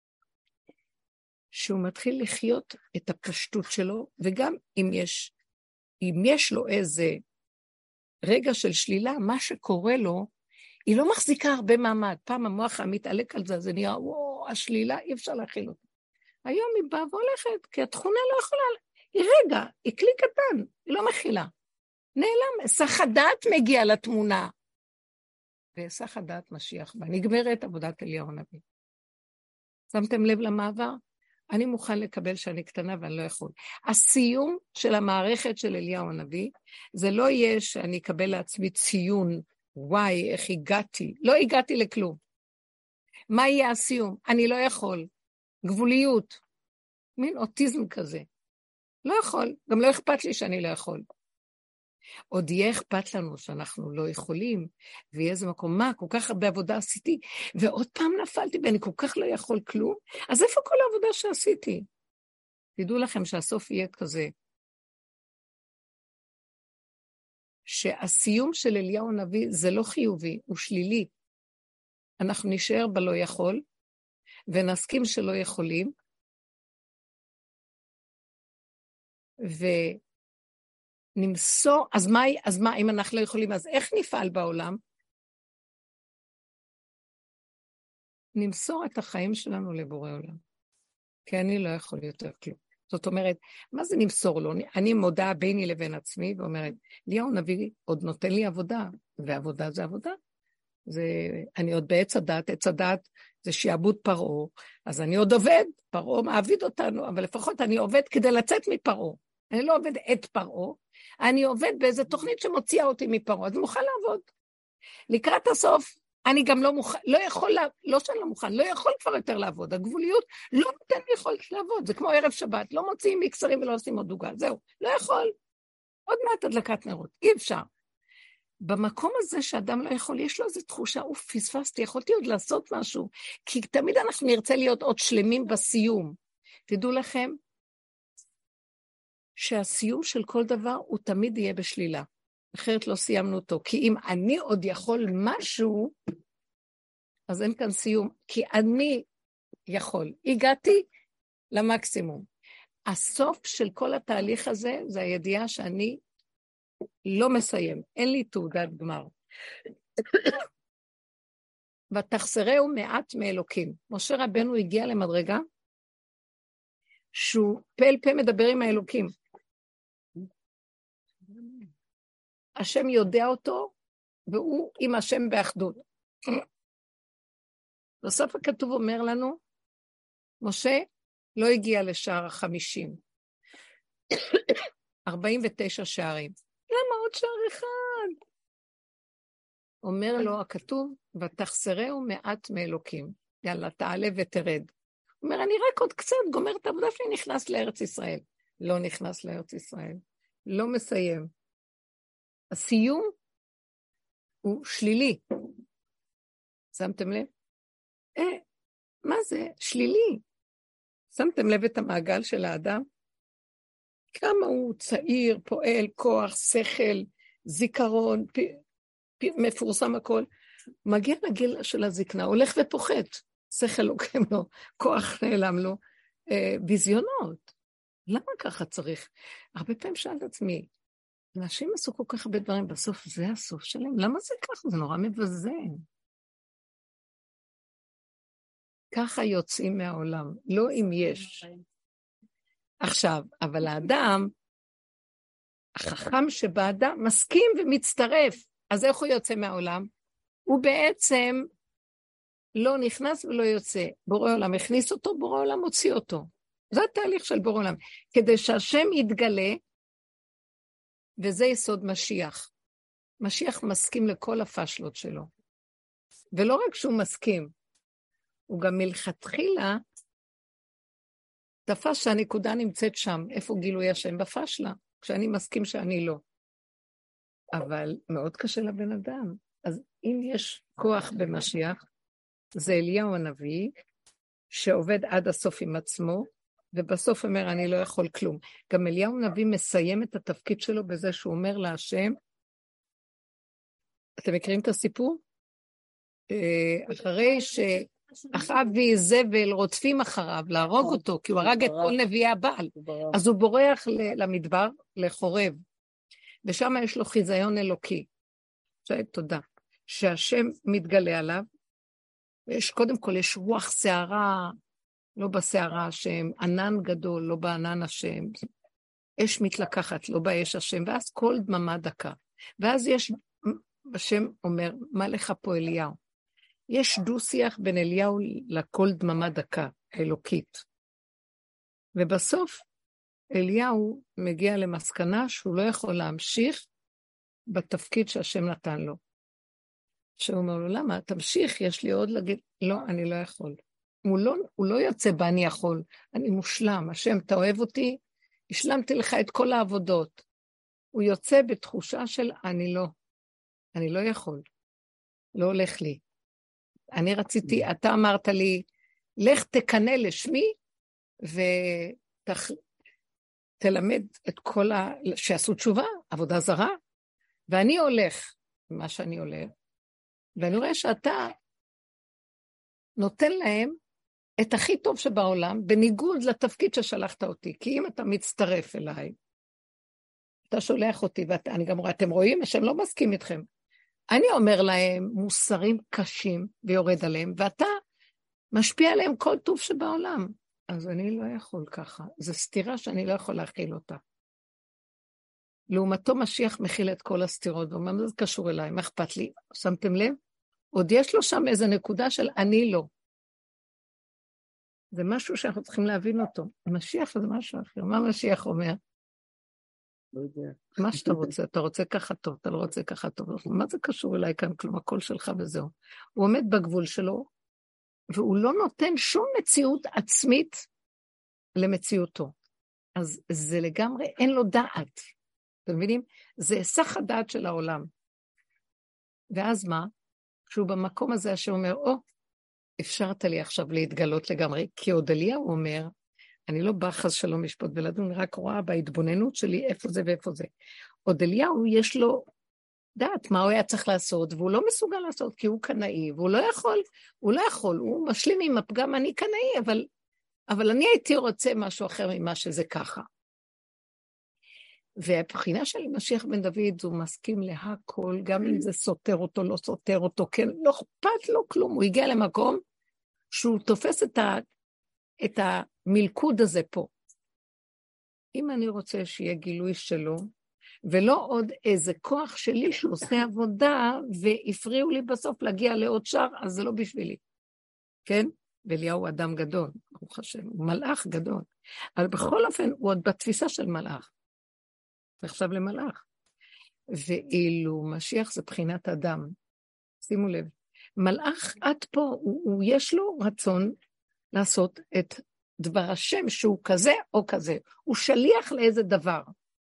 שהוא מתחיל לחיות את הפשטות שלו, וגם אם יש לו איזה רגע של שלילה, מה שקורה לו, היא לא מחזיקה הרבה מעמד. פעם המוח המתעלק על זה, זה נראה, השלילה, אי אפשר להכיל אותה. היום היא באה והולכת, כי התכונה לא יכולה, היא רגע, היא כלי קטן, היא לא מכילה. נעלם, סך הדעת מגיע לתמונה. וסך הדעת משיח, ונגמרת עבודת אליהו הנביא. שמתם לב למעבר? אני מוכן לקבל שאני קטנה ואני לא יכול. הסיום של המערכת של אליהו הנביא, זה לא יהיה שאני אקבל לעצמי ציון, וואי, איך הגעתי. לא הגעתי לכלום. מה יהיה הסיום? אני לא יכול. גבוליות. מין אוטיזם כזה. לא יכול. גם לא אכפת לי שאני לא יכול. עוד יהיה אכפת לנו שאנחנו לא יכולים, ויהיה איזה מקום, מה, כל כך הרבה עבודה עשיתי, ועוד פעם נפלתי, ואני כל כך לא יכול כלום, אז איפה כל העבודה שעשיתי? תדעו לכם שהסוף יהיה כזה, שהסיום של אליהו הנביא זה לא חיובי, הוא שלילי. אנחנו נשאר בלא יכול, ונסכים שלא יכולים, ונמסור, אז מה, אם אנחנו לא יכולים, אז איך נפעל בעולם? נמסור את החיים שלנו לבורא עולם, כי אני לא יכול יותר כלום. זאת אומרת, מה זה נמסור לו? אני מודה ביני לבין עצמי, ואומרת, אליהו הנביא עוד נותן לי עבודה, ועבודה זה עבודה. אני עוד בעץ הדת, עץ הדת זה שיעבוד פרעה, אז אני עוד עובד, פרעה מעביד אותנו, אבל לפחות אני עובד כדי לצאת מפרעה. אני לא עובד את פרעה, אני עובד באיזו תוכנית שמוציאה אותי מפרעה, אז מוכן לעבוד. לקראת הסוף, אני גם לא מוכן, לא יכול, לא שאני לא מוכן, לא יכול כבר יותר לעבוד, הגבוליות לא נותן לי יכולת לעבוד, זה כמו ערב שבת, לא מוציאים מיקסרים ולא עושים עוד דוגה, זהו, לא יכול, עוד מעט הדלקת נרות, אי אפשר. במקום הזה שאדם לא יכול, יש לו איזו תחושה, פספסתי, יכולתי עוד לעשות משהו, כי תמיד אנחנו נרצה להיות עוד שלמים בסיום. תדעו לכם, שהסיום של כל דבר הוא תמיד יהיה בשלילה, אחרת לא סיימנו אותו, כי אם אני עוד יכול משהו, אז אין כאן סיום, כי אני יכול, הגעתי למקסימום. הסוף של כל התהליך הזה, זה הידיעה שאני לא מסיים, אין לי תעודת גמר. ותחסרהו מעט מאלוקים. משה רבנו הגיע למדרגה, שהוא פה אל פה מדבר עם האלוקים. השם יודע אותו, והוא עם השם באחדות. בסוף הכתוב אומר לנו, משה לא הגיע לשער 50. 49 שערים. למה עוד שער אחד? אומר לו הכתוב, ותחסרהו מעט מאלוקים. יאללה, תעלה ותרד. הוא אומר, אני רק עוד קצת גומר את העבודה שלי, נכנס לארץ ישראל. לא נכנס לארץ ישראל. לא מסיים. הסיום הוא שלילי. שמתם לב? מה זה? שלילי. שמתם לב את המעגל של האדם? כמה הוא צעיר, פועל, כוח, שכל, זיכרון, מפורסם הכל. מגיע לגיל של הזקנה, הולך ופוחת. שכל לוקם לו, כוח נעלם לו, ביזיונות. למה ככה צריך? הרבה פעמים שאלת עצמי, אנשים עשו כל כך הרבה דברים, בסוף זה הסוף שלהם, למה זה ככה? זה נורא מבזה. ככה יוצאים מהעולם, לא אם יש. עכשיו, אבל האדם, החכם שבאדם, מסכים ומצטרף, אז איך הוא יוצא מהעולם? הוא בעצם לא נכנס ולא יוצא. בורא עולם הכניס אותו, בורא עולם הוציא אותו. זה התהליך של בורא עולם. כדי שהשם יתגלה, וזה יסוד משיח. משיח מסכים לכל הפשלות שלו. ולא רק שהוא מסכים, הוא גם מלכתחילה תפס שהנקודה נמצאת שם, איפה גילוי השם בפשלה, כשאני מסכים שאני לא. אבל מאוד קשה לבן אדם. אז אם יש כוח במשיח, זה אליהו הנביא, שעובד עד הסוף עם עצמו, ובסוף אומר, אני לא יכול כלום. גם אליהו הנביא מסיים את התפקיד שלו בזה שהוא אומר להשם, אתם מכירים את הסיפור? אחרי שאחיו ואיזבל רודפים אחריו, להרוג אותו, כי הוא הרג את כל נביאי הבעל, אז הוא בורח למדבר, לחורב, ושם יש לו חיזיון אלוקי. תודה. שהשם מתגלה עליו, קודם כל יש רוח שערה, לא בשערה השם, ענן גדול, לא בענן השם, אש מתלקחת, לא באש השם, ואז כל דממה דקה. ואז יש, השם אומר, מה לך פה אליהו? יש דו-שיח בין אליהו לכל דממה דקה, אלוקית. ובסוף אליהו מגיע למסקנה שהוא לא יכול להמשיך בתפקיד שהשם נתן לו. שהוא אומר לו, למה? תמשיך, יש לי עוד להגיד, לא, אני לא יכול. הוא לא יוצא בה, אני יכול, אני מושלם, השם, אתה אוהב אותי, השלמתי לך את כל העבודות. הוא יוצא בתחושה של, אני לא יכול, לא הולך לי. אני רציתי, אתה אמרת לי, לך תקנה לשמי, ותלמד את כל שעשו תשובה, עבודה זרה, ואני הולך, מה שאני הולך, ואני רואה שאתה נותן להם את הכי טוב שבעולם, בניגוד לתפקיד ששלחת אותי, כי אם אתה מצטרף אליי, אתה שולח אותי, ואני גם רואה, אתם רואים שהם לא מסכים איתכם. אני אומר להם מוסרים קשים ויורד עליהם, ואתה משפיע עליהם כל טוב שבעולם. אז אני לא יכול ככה. זו סתירה שאני לא יכול להכיל אותה. לעומתו משיח מכיל את כל הסתירות, ואומר, מה זה קשור אליי? מה אכפת לי? שמתם לב? עוד יש לו שם איזו נקודה של אני לא. זה משהו שאנחנו צריכים להבין אותו. משיח זה משהו אחר. מה משיח אומר? לא יודע. מה שאתה רוצה, אתה רוצה ככה טוב, אתה לא רוצה ככה טוב. מה זה קשור אליי כאן? כלום, הכל שלך וזהו. הוא עומד בגבול שלו, והוא לא נותן שום מציאות עצמית למציאותו. אז זה לגמרי, אין לו דעת. אתם מבינים? זה היסח הדעת של העולם. ואז מה? כשהוא במקום הזה שאומר, אפשרת לי עכשיו להתגלות לגמרי, כי עוד אליהו אומר, אני לא בא חס שלום לשפוט ולדון, רק רואה בהתבוננות שלי איפה זה ואיפה זה. עוד אליהו יש לו דעת מה הוא היה צריך לעשות, והוא לא מסוגל לעשות כי הוא קנאי, והוא לא יכול, הוא משלים עם הפגם, אני קנאי, אבל אני הייתי רוצה משהו אחר ממה שזה ככה. והבחינה של משיח בן דוד, הוא מסכים להכל, גם אם זה סותר אותו, לא סותר אותו, כן, לא אכפת לו כלום, הוא הגיע למקום שהוא תופס את המלכוד הזה פה. אם אני רוצה שיהיה גילוי שלו, ולא עוד איזה כוח שלי שעושה עבודה, והפריעו לי בסוף להגיע לעוד שער, אז זה לא בשבילי. כן? ואליהו אדם גדול, ברוך השם, הוא מלאך גדול. אבל בכל אופן, הוא עוד בתפיסה של מלאך. ועכשיו למלאך. ואילו משיח זה בחינת אדם. שימו לב. מלאך עד פה, יש לו רצון לעשות את דבר השם שהוא כזה או כזה. הוא שליח לאיזה דבר.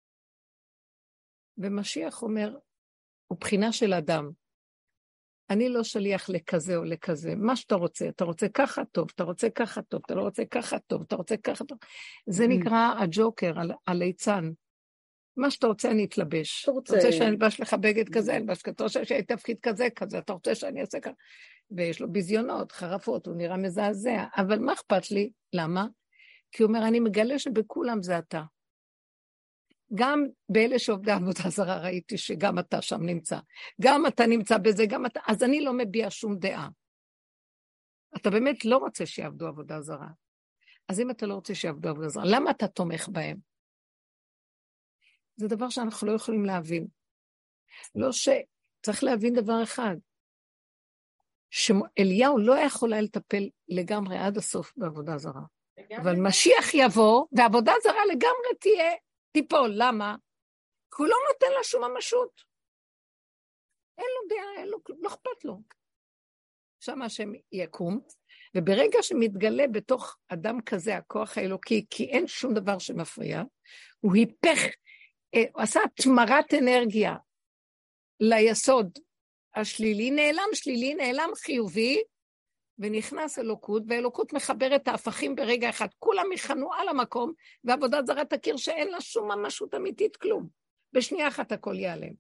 ומשיח אומר, הוא בחינה של אדם. אני לא שליח לכזה או לכזה. מה שאתה רוצה, אתה רוצה ככה טוב, אתה רוצה ככה טוב, אתה לא רוצה ככה טוב, אתה רוצה ככה טוב. זה נקרא הג'וקר, הליצן. מה שאתה רוצה אני אתלבש. אתה רוצה שאני אלבש לך בגד כזה, אתה רוצה שאני תפקיד כזה, אתה רוצה שאני אעשה ככה. ויש לו ביזיונות, חרפות, הוא נראה מזעזע. אבל מה אכפת לי? למה? כי הוא אומר, אני מגלה שבכולם זה אתה. גם באלה שעובדי עבודה זרה ראיתי שגם אתה שם נמצא. גם אתה נמצא בזה, גם אתה. אז אני לא מביע שום דעה. אתה באמת לא רוצה שיעבדו עבודה זרה. אז אם אתה לא רוצה שיעבדו עבודה זרה, למה אתה תומך בהם? זה דבר שאנחנו לא יכולים להבין. לא שצריך להבין דבר אחד, שאליהו לא יכול היה לטפל לגמרי עד הסוף בעבודה זרה. אבל משיח יבוא, ועבודה זרה לגמרי תיפול. למה? כי הוא לא נותן לה שום ממשות. אין לו דעה, אין לו כלום, לא אכפת לו. שם השם יקום, וברגע שמתגלה בתוך אדם כזה, הכוח האלוקי, כי אין שום דבר שמפריע, הוא היפך, הוא עשה תמרת אנרגיה ליסוד השלילי, נעלם חיובי, ונכנס אלוקות, והאלוקות מחברת את ההפכים ברגע אחד, כולם יכנו על המקום, ועבודת זרה תכיר שאין לה שום ממשות אמיתית כלום. בשנייה אחת הכל ייעלם.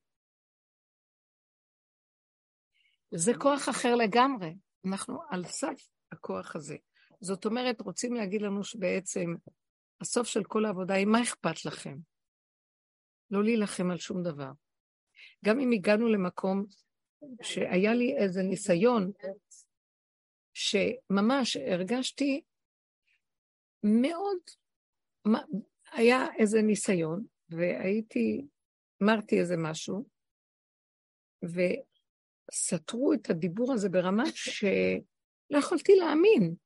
זה כוח אחר לגמרי, אנחנו על סף הכוח הזה. זאת אומרת, רוצים להגיד לנו שבעצם הסוף של כל העבודה היא מה אכפת לכם? לא להילחם על שום דבר. גם אם הגענו למקום שהיה לי איזה ניסיון, שממש הרגשתי מאוד, היה איזה ניסיון, אמרתי איזה משהו, וסתרו את הדיבור הזה ברמה שלא יכולתי להאמין.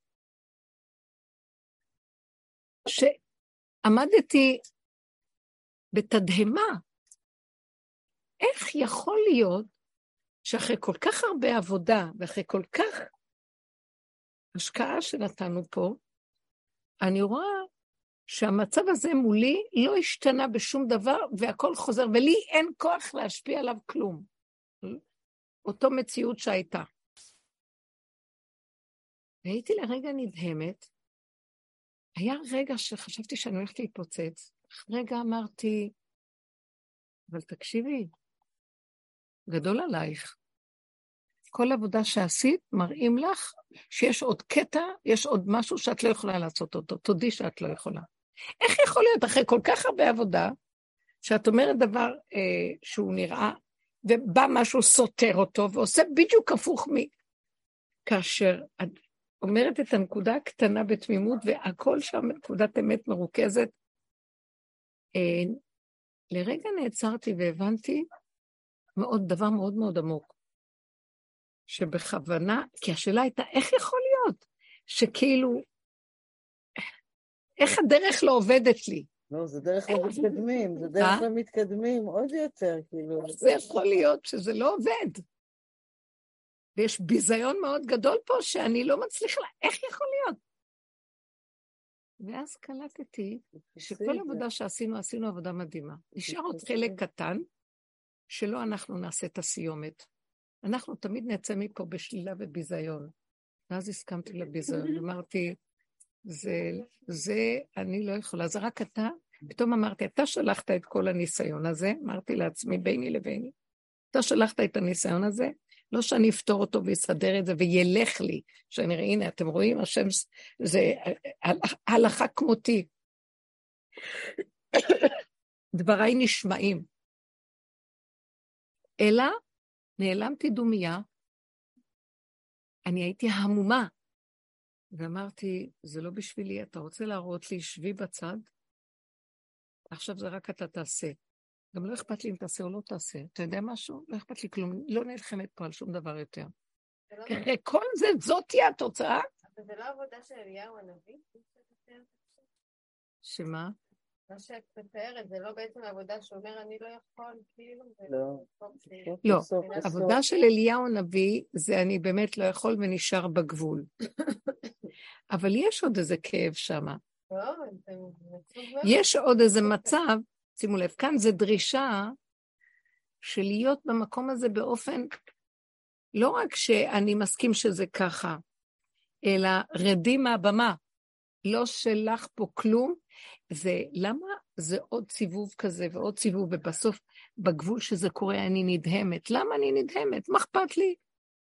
שעמדתי בתדהמה, איך יכול להיות שאחרי כל כך הרבה עבודה, ואחרי כל כך השקעה שנתנו פה, אני רואה שהמצב הזה מולי לא השתנה בשום דבר, והכל חוזר, ולי אין כוח להשפיע עליו כלום. אותו מציאות שהייתה. והייתי לרגע נדהמת, היה רגע שחשבתי שאני הולכת להתפוצץ, רגע אמרתי, אבל תקשיבי, גדול עלייך. כל עבודה שעשית מראים לך שיש עוד קטע, יש עוד משהו שאת לא יכולה לעשות אותו. תודי שאת לא יכולה. איך יכול להיות אחרי כל כך הרבה עבודה, שאת אומרת דבר שהוא נראה, ובא משהו סותר אותו, ועושה בדיוק הפוך כאשר את אומרת את הנקודה הקטנה בתמימות, והכל שם נקודת אמת מרוכזת. לרגע נעצרתי והבנתי דבר מאוד מאוד עמוק, שבכוונה, כי השאלה הייתה, איך יכול להיות שכאילו, איך הדרך לא עובדת לי? לא, זה דרך למתקדמים, זה דרך למתקדמים עוד יותר, כאילו. זה יכול להיות שזה לא עובד. ויש ביזיון מאוד גדול פה שאני לא מצליחה, איך יכול להיות? ואז קלטתי שכל עבודה שעשינו, עשינו עבודה מדהימה. נשאר עוד חלק קטן, שלא אנחנו נעשה את הסיומת. אנחנו תמיד נצא מפה בשלילה וביזיון. ואז הסכמתי לביזיון, אמרתי, זה אני לא יכולה, זה רק אתה. פתאום אמרתי, אתה שלחת את כל הניסיון הזה, אמרתי לעצמי ביני לביני, אתה שלחת את הניסיון הזה, לא שאני אפתור אותו ויסדר את זה וילך לי, שאני רואה, הנה, אתם רואים, השם, זה הלכה כמותי. דבריי נשמעים. אלא, נעלמתי דומיה, אני הייתי המומה, ואמרתי, זה לא בשבילי, אתה רוצה להראות לי, שבי בצד, עכשיו זה רק אתה תעשה. גם לא אכפת לי אם תעשה או לא תעשה. אתה יודע משהו? לא אכפת לי כלום, לא נלחמת פה על שום דבר יותר. אחרי כל זה, זאת תהיה התוצאה. אבל זה לא עבודה של אליהו הנביא? שמה? מה שאת מתארת, זה לא בעצם העבודה שאומר אני לא יכול, כאילו? לא, עבודה של אליהו הנביא, זה אני באמת לא יכול ונשאר בגבול. אבל יש עוד איזה כאב שם. יש עוד איזה מצב, שימו לב, כאן זה דרישה של להיות במקום הזה באופן, לא רק שאני מסכים שזה ככה, אלא רדי מהבמה, לא שלך פה כלום, זה למה זה עוד סיבוב כזה ועוד סיבוב, ובסוף בגבול שזה קורה אני נדהמת. למה אני נדהמת? מה אכפת לי?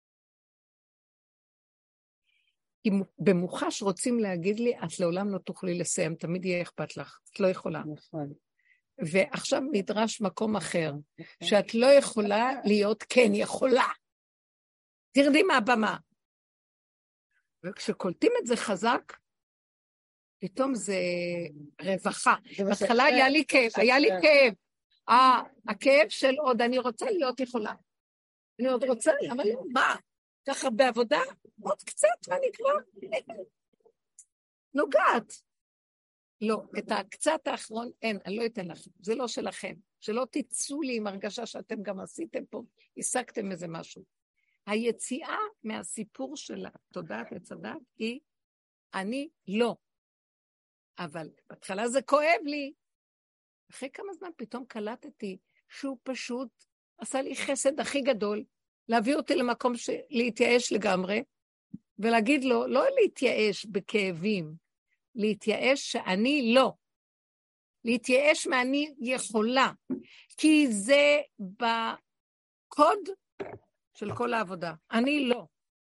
אם במוחש רוצים להגיד לי, את לעולם לא תוכלי לסיים, תמיד יהיה אכפת לך, את לא יכולה. נכון. ועכשיו נדרש מקום אחר, שאת לא יכולה להיות כן יכולה. תרדי מהבמה. וכשקולטים את זה חזק, פתאום זה רווחה. בהתחלה היה לי כאב, הכאב של עוד אני רוצה להיות יכולה. אני עוד רוצה, אבל מה? ככה בעבודה, עוד קצת ואני כבר נוגעת. לא, את הקצת האחרון אין, אני לא אתן לכם, זה לא שלכם. שלא תצאו לי עם הרגשה שאתם גם עשיתם פה, השגתם איזה משהו. היציאה מהסיפור של התודעת וצדת היא, אני לא. אבל בהתחלה זה כואב לי. אחרי כמה זמן פתאום קלטתי שהוא פשוט עשה לי חסד הכי גדול, להביא אותי למקום להתייאש לגמרי, ולהגיד לו, לא להתייאש בכאבים, להתייאש שאני לא. להתייאש מאני יכולה, כי זה בקוד של כל העבודה. אני לא.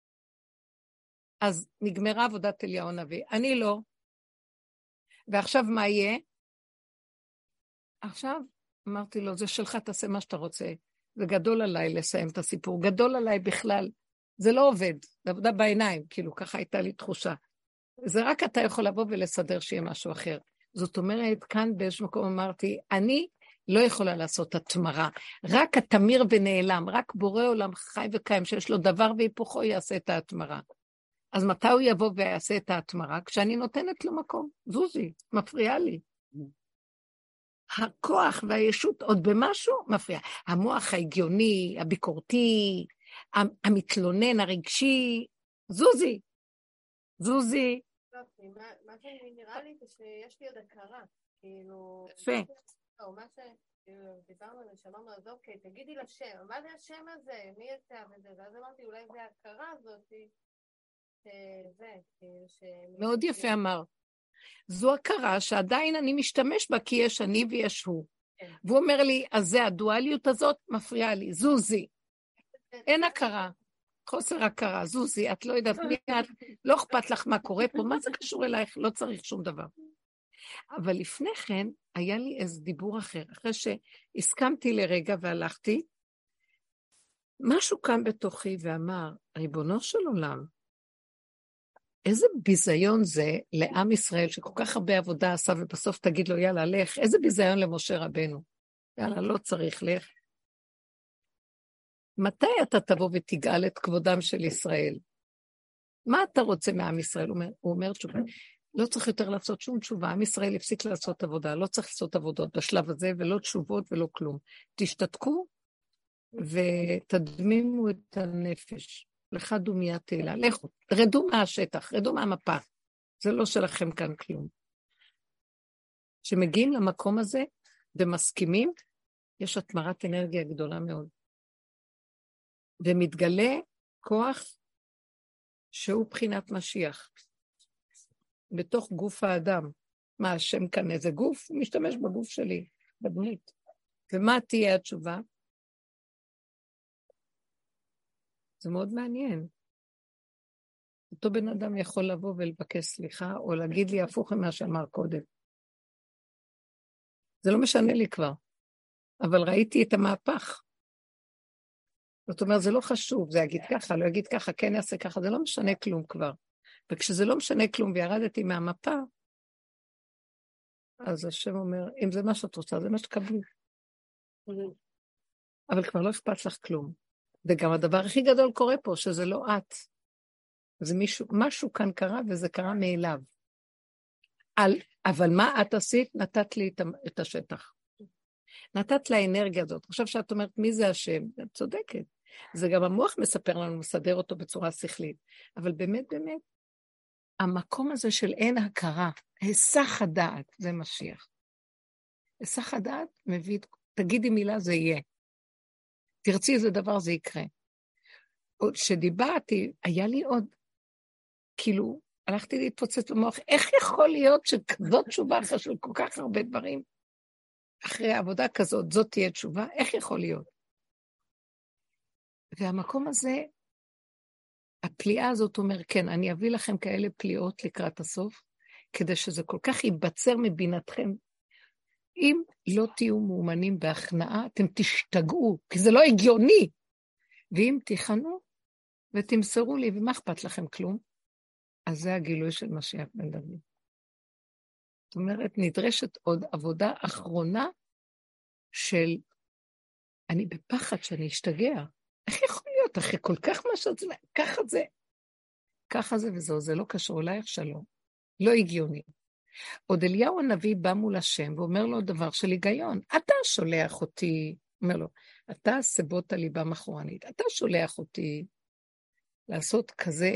אז נגמרה עבודת אליהו הנביא. אני לא. ועכשיו מה יהיה? עכשיו אמרתי לו, זה שלך, תעשה מה שאתה רוצה. זה גדול עליי לסיים את הסיפור. גדול עליי בכלל. זה לא עובד. זה עבודה בעיניים, כאילו, ככה הייתה לי תחושה. זה רק אתה יכול לבוא ולסדר שיהיה משהו אחר. זאת אומרת, כאן באיזשהו מקום אמרתי, אני לא יכולה לעשות התמרה. רק התמיר ונעלם, רק בורא עולם חי וקיים, שיש לו דבר והיפוכו יעשה את ההתמרה. אז מתי הוא יבוא ויעשה את ההתמרה? כשאני נותנת לו מקום. זוזי, מפריע לי. הכוח והישות עוד במשהו מפריע. המוח ההגיוני, הביקורתי, המתלונן, הרגשי, זוזי. זוזי. מה שנראה לי זה שיש לי עוד הכרה. כאילו... יפה. מה שדיברנו על שאמרנו, אז אוקיי, תגידי לשם, מה זה השם הזה? מי יצא וזה? ואז אמרתי, אולי זה ההכרה הזאת. מאוד יפה אמר. זו הכרה שעדיין אני משתמש בה, כי יש אני ויש הוא. והוא אומר לי, אז זה הדואליות הזאת מפריעה לי, זוזי. אין הכרה. חוסר הכרה. זוזי, את לא יודעת מי את, לא אכפת לך מה קורה פה, מה זה קשור אלייך? לא צריך שום דבר. אבל לפני כן, היה לי איזה דיבור אחר. אחרי שהסכמתי לרגע והלכתי, משהו קם בתוכי ואמר, ריבונו של עולם, איזה ביזיון זה לעם ישראל, שכל כך הרבה עבודה עשה, ובסוף תגיד לו, יאללה, לך. איזה ביזיון למשה רבנו. יאללה, לא צריך, לך. מתי אתה תבוא ותגאל את כבודם של ישראל? מה אתה רוצה מעם ישראל? הוא אומר תשובה. לא צריך יותר לעשות שום תשובה. עם ישראל הפסיק לעשות עבודה. לא צריך לעשות עבודות בשלב הזה, ולא תשובות ולא כלום. תשתתקו ותדמימו את הנפש. לך דומיה תהילה. לכו, רדו מהשטח, רדו מהמפה. זה לא שלכם כאן כלום. כשמגיעים למקום הזה ומסכימים, יש התמרת אנרגיה גדולה מאוד. ומתגלה כוח שהוא בחינת משיח. בתוך גוף האדם. מה, השם כאן איזה גוף? הוא משתמש בגוף שלי, בדמות. ומה תהיה התשובה? זה מאוד מעניין. אותו בן אדם יכול לבוא ולבקש סליחה, או להגיד לי הפוך ממה שאמר קודם. זה לא משנה לי כבר. אבל ראיתי את המהפך. זאת אומרת, זה לא חשוב, זה יגיד ככה, לא יגיד ככה, כן יעשה ככה, זה לא משנה כלום כבר. וכשזה לא משנה כלום וירדתי מהמפה, אז השם אומר, אם זה מה שאת רוצה, זה מה שתקבלי. אבל כבר לא אכפת לך כלום. וגם הדבר הכי גדול קורה פה, שזה לא את. זה משהו כאן קרה, וזה קרה מאליו. אבל מה את עשית? נתת לי את השטח. נתת לאנרגיה הזאת. עכשיו שאת אומרת, מי זה השם? את צודקת. זה גם המוח מספר לנו, מסדר אותו בצורה שכלית. אבל באמת, באמת, המקום הזה של אין הכרה, היסח הדעת, זה משיח. היסח הדעת מביא, תגידי מילה, זה יהיה. תרצי איזה דבר, זה יקרה. עוד שדיברתי, היה לי עוד, כאילו, הלכתי להתפוצץ במוח, איך יכול להיות שכזאת תשובה אחרי של כל כך הרבה דברים, אחרי עבודה כזאת, זאת תהיה תשובה, איך יכול להיות? והמקום הזה, הפליאה הזאת אומר, כן, אני אביא לכם כאלה פליאות לקראת הסוף, כדי שזה כל כך ייבצר מבינתכם. אם לא תהיו מאומנים בהכנעה, אתם תשתגעו, כי זה לא הגיוני. ואם תיכנו ותמסרו לי, ומה אכפת לכם כלום? אז זה הגילוי של משיח בן דוד. זאת אומרת, נדרשת עוד עבודה אחרונה של, אני בפחד שאני אשתגע. איך יכול להיות? אחרי כל כך מה שזה, ככה זה וזהו, זה לא קשור אלייך שלום. לא הגיוני. עוד אליהו הנביא בא מול השם ואומר לו דבר של היגיון. אתה שולח אותי, אומר לו, אתה סבות הליבה מחורנית, אתה שולח אותי לעשות כזה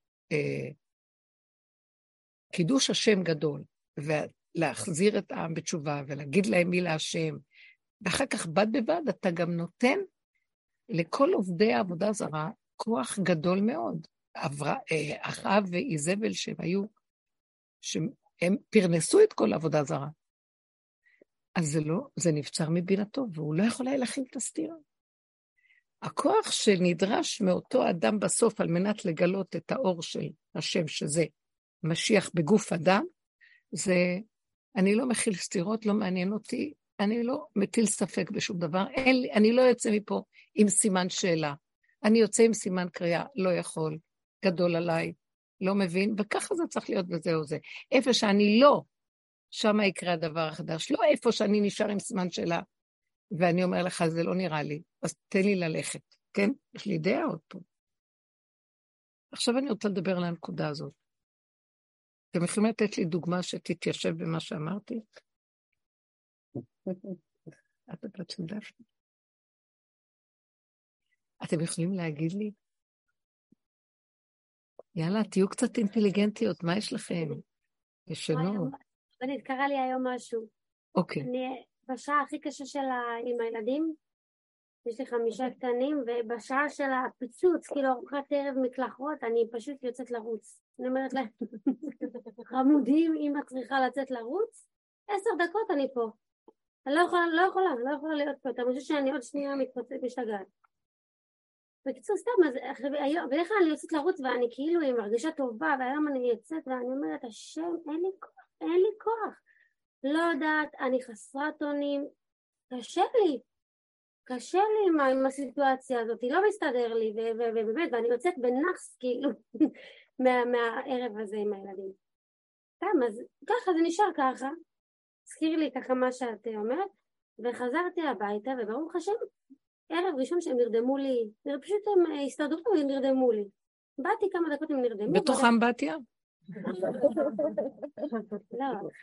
קידוש השם גדול, ולהחזיר את העם בתשובה, ולהגיד להם מי להשם, ואחר כך בד בבד אתה גם נותן לכל עובדי העבודה זרה כוח גדול מאוד. אחאב ואיזבל שהם פרנסו את כל העבודה זרה. אז זה נבצר מבינתו, והוא לא יכול היה להכיל את הסתירה. הכוח שנדרש מאותו אדם בסוף על מנת לגלות את האור של השם, שזה משיח בגוף אדם, זה, אני לא מכיל סתירות, לא מעניין אותי, אני לא מטיל ספק בשום דבר, אני לא יוצא מפה עם סימן שאלה, אני יוצא עם סימן קריאה, לא יכול, גדול עליי, לא מבין, וככה זה צריך להיות וזהו זה. איפה שאני לא, שם יקרה הדבר החדש, לא איפה שאני נשאר עם סימן שאלה, ואני אומר לך, זה לא נראה לי, אז תן לי ללכת, כן? יש לי דעה עוד פה. עכשיו אני רוצה לדבר על הנקודה הזאת. אתם יכולים לתת לי דוגמה שתתיישב במה שאמרתי? את הבת של דפני. אתם יכולים להגיד לי? יאללה, תהיו קצת אינטליגנטיות, מה יש לכם? ישנו. בנית, קרה לי היום משהו. אוקיי. אני בשעה הכי קשה עם הילדים, יש לי 5 קטנים, ובשעה של הפיצוץ, כאילו ארוחת ערב מקלחות, אני פשוט יוצאת לרוץ. אני אומרת להם, חמודים, אמא צריכה לצאת לרוץ, 10 דקות אני פה. אני לא יכולה להיות פה, אתה חושב שאני עוד שנייה משתגעת. בקיצור, סתם, אז בדרך כלל אני יוצאת לרוץ ואני כאילו עם מרגישה טובה, והיום אני יוצאת ואני אומרת, השם, אין לי כוח. לא יודעת, אני חסרת אונים, קשה לי עם הסיטואציה הזאת, היא לא מסתדר לי, ובאמת, ואני יוצאת בנחס כאילו מהערב הזה עם הילדים. סתם, אז ככה, זה נשאר ככה, הזכיר לי ככה מה שאת אומרת, וחזרתי הביתה, וברוך השם, ערב ראשון שהם נרדמו לי, פשוט הם הסתדרו ונרדמו לי. באתי כמה דקות הם נרדמו. בתוך אמבטיה? לא.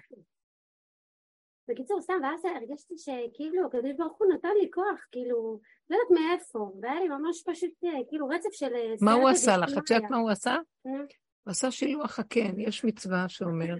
בקיצור, סתם, ואז הרגשתי שכאילו, הקדוש ברוך הוא נתן לי כוח, כאילו, לא יודעת מאיפה, והיה לי ממש פשוט, כאילו, רצף של... מה הוא עשה לך? את יודעת מה הוא עשה? הוא עשה שילוח הקן. יש מצווה שאומר,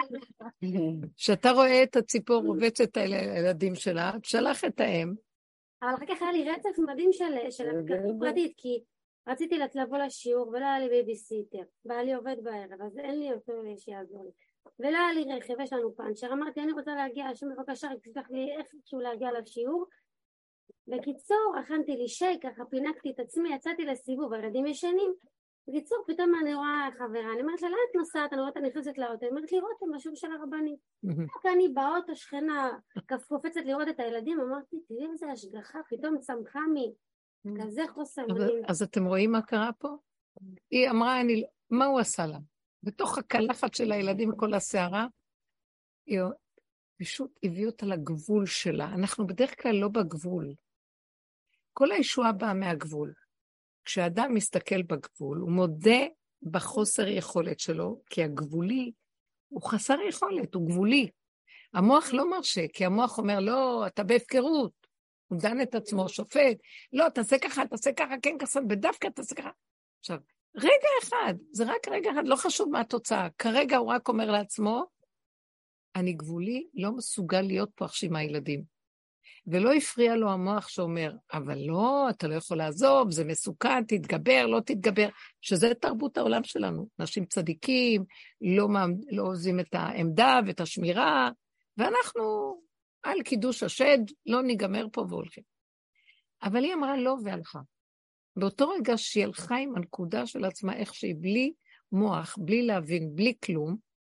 שאתה רואה את הציפור רובצת על הילדים שלה, שלח את האם. אבל אחר כך היה לי רצף מדהים של הפקדות פרטית, כי רציתי לבוא לשיעור ולא היה לי בייביסיטר, בעלי עובד בערב, אז אין לי אותו שיעזור לי. ולא היה לי רכב, יש לנו פאנצ'ר, אמרתי אני רוצה להגיע, השם בבקשה, רק תשלח לי איכשהו להגיע לשיעור. בקיצור, הכנתי לי שייק, ככה פינקתי את עצמי, יצאתי לסיבוב, הילדים ישנים. בקיצור, פתאום אני רואה חברה, אני אומרת לה, לאן את נוסעת? אני רואה, אני נכנסת לאוטו, אני אומרת לי, רותם, בשיעור של הרבנית. רק אני באוטו, שכנה, קופצת לראות את הילדים, אמרתי, תראי איזה השגחה, פתאום צמחה כזה חוסר מדהים. אז אתם רואים מה קרה פה? היא אמרה, מה הוא עשה לה? בתוך הקלחת של הילדים, כל הסערה, היא פשוט הביא אותה לגבול שלה. אנחנו בדרך כלל לא בגבול. כל הישועה באה מהגבול. כשאדם מסתכל בגבול, הוא מודה בחוסר יכולת שלו, כי הגבולי הוא חסר יכולת, הוא גבולי. המוח לא מרשה, כי המוח אומר, לא, אתה בהפקרות. הוא דן את עצמו, שופט, לא, תעשה ככה, כן כסן, בדווקא תעשה ככה. עכשיו, רגע אחד, זה רק רגע אחד, לא חשוב מה התוצאה. כרגע הוא רק אומר לעצמו, אני גבולי, לא מסוגל להיות פה עכשיו עם הילדים. ולא הפריע לו המוח שאומר, אבל לא, אתה לא יכול לעזוב, זה מסוכן, תתגבר, לא תתגבר, שזה תרבות העולם שלנו. נשים צדיקים, לא עוזים את העמדה ואת השמירה, ואנחנו על קידוש השד, לא ניגמר פה והולכים. אבל היא אמרה לא והלכה. באותו רגע שהיא הלכה עם הנקודה של עצמה, איך שהיא בלי מוח, בלי להבין, בלי כלום,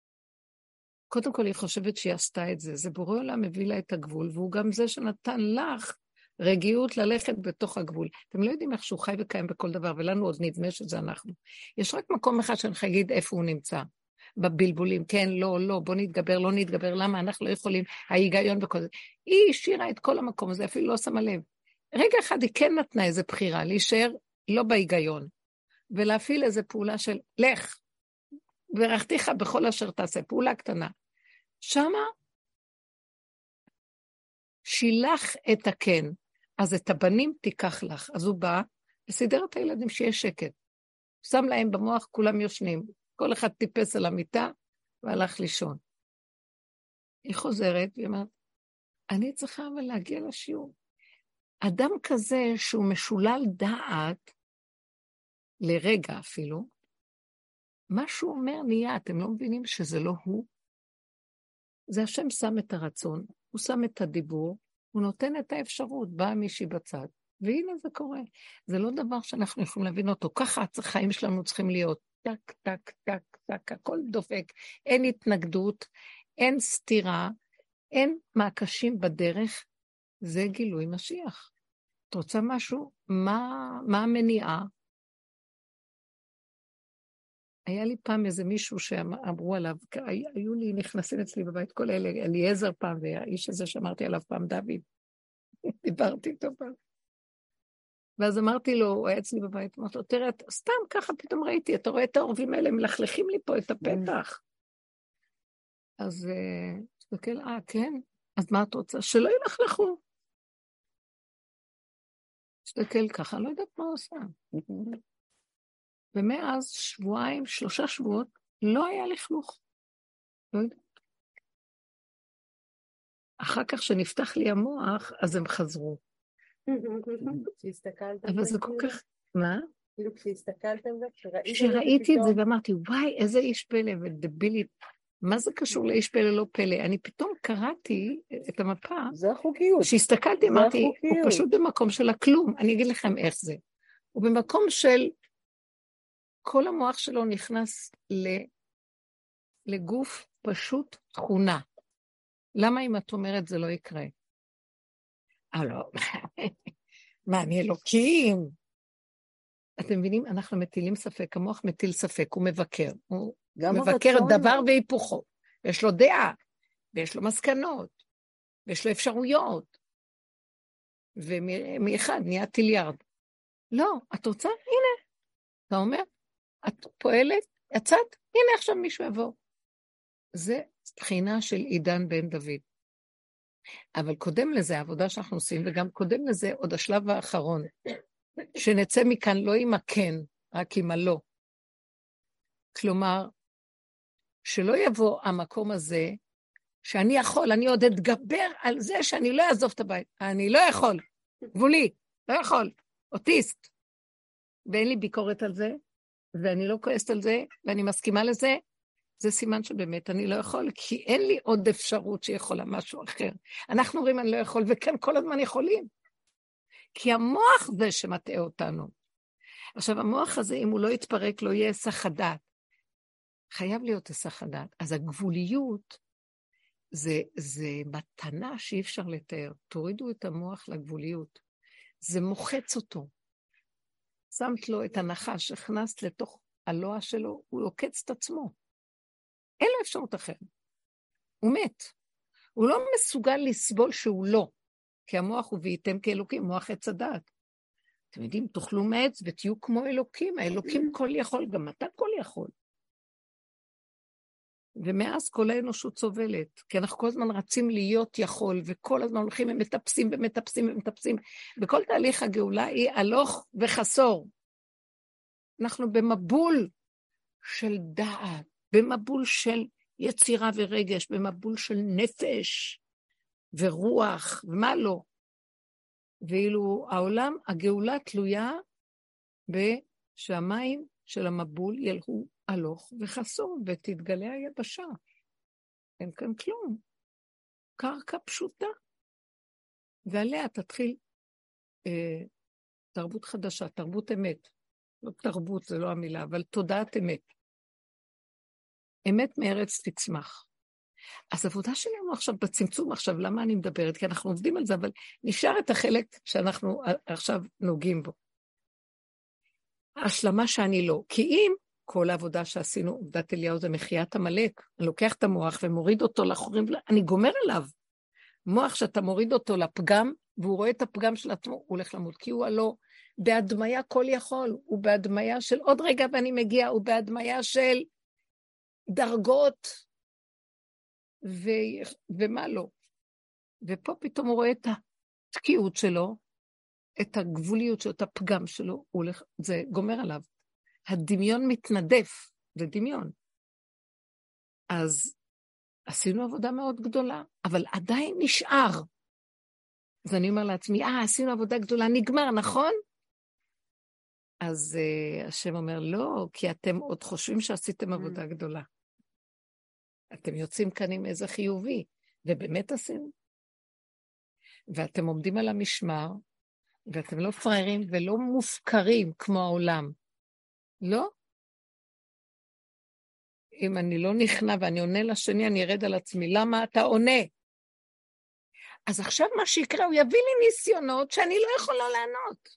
קודם כל היא חושבת שהיא עשתה את זה, זה בורא עולם מביא לה את הגבול, והוא גם זה שנתן לך רגיעות ללכת בתוך הגבול. אתם לא יודעים איך שהוא חי וקיים בכל דבר, ולנו עוד נדמה שזה אנחנו. יש רק מקום אחד שאני יכולה להגיד איפה הוא נמצא, בבלבולים, כן, לא, בוא נתגבר, לא נתגבר, למה אנחנו לא יכולים, ההיגיון וכל זה. היא השאירה את כל המקום הזה, אפילו לא שמה לב. רגע אחד היא כן נתנה איזו בחירה, להישאר לא בהיגיון, ולהפעיל איזו פעולה של לך, ורחתיך בכל אשר תעשה, פעולה קטנה. שמה שילח את הכן, אז את הבנים תיקח לך. אז הוא בא וסידר את הילדים שיש שקט. שם להם במוח, כולם יושנים. כל אחד טיפס על המיטה והלך לישון. היא חוזרת והיא אומרת, אני צריכה אבל להגיע לשיעור. אדם כזה שהוא משולל דעת, לרגע אפילו, מה שהוא אומר נהיה, אתם לא מבינים שזה לא הוא? זה השם שם את הרצון, הוא שם את הדיבור, הוא נותן את האפשרות, באה מישהי בצד, והנה זה קורה. זה לא דבר שאנחנו יכולים להבין אותו, ככה החיים שלנו צריכים להיות, טק, טק, טק, טק, הכל דופק, אין התנגדות, אין סתירה, אין מעקשים בדרך, זה גילוי משיח. את רוצה משהו? מה המניעה? היה לי פעם איזה מישהו שאמרו עליו, היו לי נכנסים אצלי בבית כל אלה, אליעזר פעם, והאיש הזה שאמרתי עליו פעם, דוד, דיברתי איתו פעם. ואז אמרתי לו, הוא היה אצלי בבית, אמרתי לו, תראה, סתם ככה פתאום ראיתי, אתה רואה את העורבים האלה, מלכלכים לי פה את הפתח. אז תסתכל, כן, אז מה את רוצה? שלא ילכלכו. תסתכל ככה, לא יודעת מה הוא עושה. ומאז שבועיים, 3 שבועות, לא היה לכלוך. לא יודעת. אחר כך שנפתח לי המוח, אז הם חזרו. אבל זה כל כך... מה? כאילו כשהסתכלתם זה, כשראיתי את זה ואמרתי, וואי, איזה איש פלא ודבילית. מה זה קשור לאיש פלא לא פלא? אני פתאום קראתי את המפה. זה החוקיות. כשהסתכלתי, אמרתי, הוא פשוט במקום של הכלום. אני אגיד לכם איך זה. הוא במקום של כל המוח שלו נכנס לגוף פשוט תכונה. למה אם את אומרת זה לא יקרה? לא, מה, אני אלוקים? אתם מבינים? אנחנו מטילים ספק, המוח מטיל ספק, הוא מבקר. הוא מבקר דבר והיפוכו. יש לו דעה, ויש לו מסקנות, ויש לו אפשרויות. ומאחד נהיה טיליארד. לא, את רוצה? הנה. אתה אומר, את פועלת, יצאת, הנה עכשיו מישהו יבוא. זה בחינה של עידן בן דוד. אבל קודם לזה, העבודה שאנחנו עושים, וגם קודם לזה, עוד השלב האחרון, שנצא מכאן לא עם הכן, רק עם הלא. כלומר, שלא יבוא המקום הזה, שאני יכול, אני עוד אתגבר על זה שאני לא אעזוב את הבית. אני לא יכול, גבולי, לא יכול, אוטיסט. ואין לי ביקורת על זה, ואני לא כועסת על זה, ואני מסכימה לזה, זה סימן שבאמת אני לא יכול, כי אין לי עוד אפשרות שיכולה משהו אחר. אנחנו אומרים אני לא יכול, וכן כל הזמן יכולים. כי המוח זה שמטעה אותנו. עכשיו המוח הזה, אם הוא לא יתפרק, לא יהיה היסח הדעת. חייב להיות היסח הדעת. אז הגבוליות, זה מתנה שאי אפשר לתאר. תורידו את המוח לגבוליות. זה מוחץ אותו. שמת לו את הנחש, הכנסת לתוך הלוע שלו, הוא לוקץ את עצמו. אין לו אפשרות אחרת. הוא מת. הוא לא מסוגל לסבול שהוא לא. כי המוח הוא והייתם כאלוקים, מוח עץ הדעת. אתם יודעים, תאכלו מעץ ותהיו כמו אלוקים. האלוקים כל יכול, גם אתה כל יכול. ומאז כל האנושות סובלת, כי אנחנו כל הזמן רצים להיות יכול, וכל הזמן הולכים ומטפסים ומטפסים ומטפסים. בכל תהליך הגאולה היא הלוך וחסור. אנחנו במבול של דעת, במבול של יצירה ורגש, במבול של נפש ורוח, ומה לא. ואילו העולם, הגאולה תלויה בשהמים של המבול ילכו הלוך וחסור, ותתגלה היבשה. אין כאן כלום. קרקע פשוטה. ועליה תתחיל תרבות חדשה, תרבות אמת. לא תרבות, זה לא המילה, אבל תודעת אמת. אמת מארץ תצמח. אז עבודה שלנו עכשיו בצמצום, עכשיו למה אני מדברת? כי אנחנו עובדים על זה, אבל נשאר את החלק שאנחנו עכשיו נוגעים בו. השלמה שאני לא. כי אם כל העבודה שעשינו, עובדת אליהו זה מחיית המלאק, אני לוקח את המוח ומוריד אותו לחורים, אני גומר עליו. מוח שאתה מוריד אותו לפגם, והוא רואה את הפגם של עצמו, הוא הולך למות, כי הוא הלא בהדמיה כל יכול, הוא בהדמיה של עוד רגע ואני מגיע, הוא בהדמיה של דרגות, ומה לא. ופה פתאום הוא רואה את התקיעות שלו, את הגבוליות שלו, את הפגם שלו, זה גומר עליו. הדמיון מתנדף, זה דמיון. אז עשינו עבודה מאוד גדולה, אבל עדיין נשאר. אז אני אומר לעצמי, עשינו עבודה גדולה, נגמר, נכון? אז השם אומר, לא, כי אתם עוד חושבים שעשיתם עבודה גדולה. אתם יוצאים כאן עם איזה חיובי, ובאמת עשינו. ואתם עומדים על המשמר, ואתם לא פריירים ולא מופקרים כמו העולם. לא? אם אני לא נכנע ואני עונה לשני, אני ארד על עצמי. למה אתה עונה? אז עכשיו מה שיקרה, הוא יביא לי ניסיונות שאני לא יכולה לענות.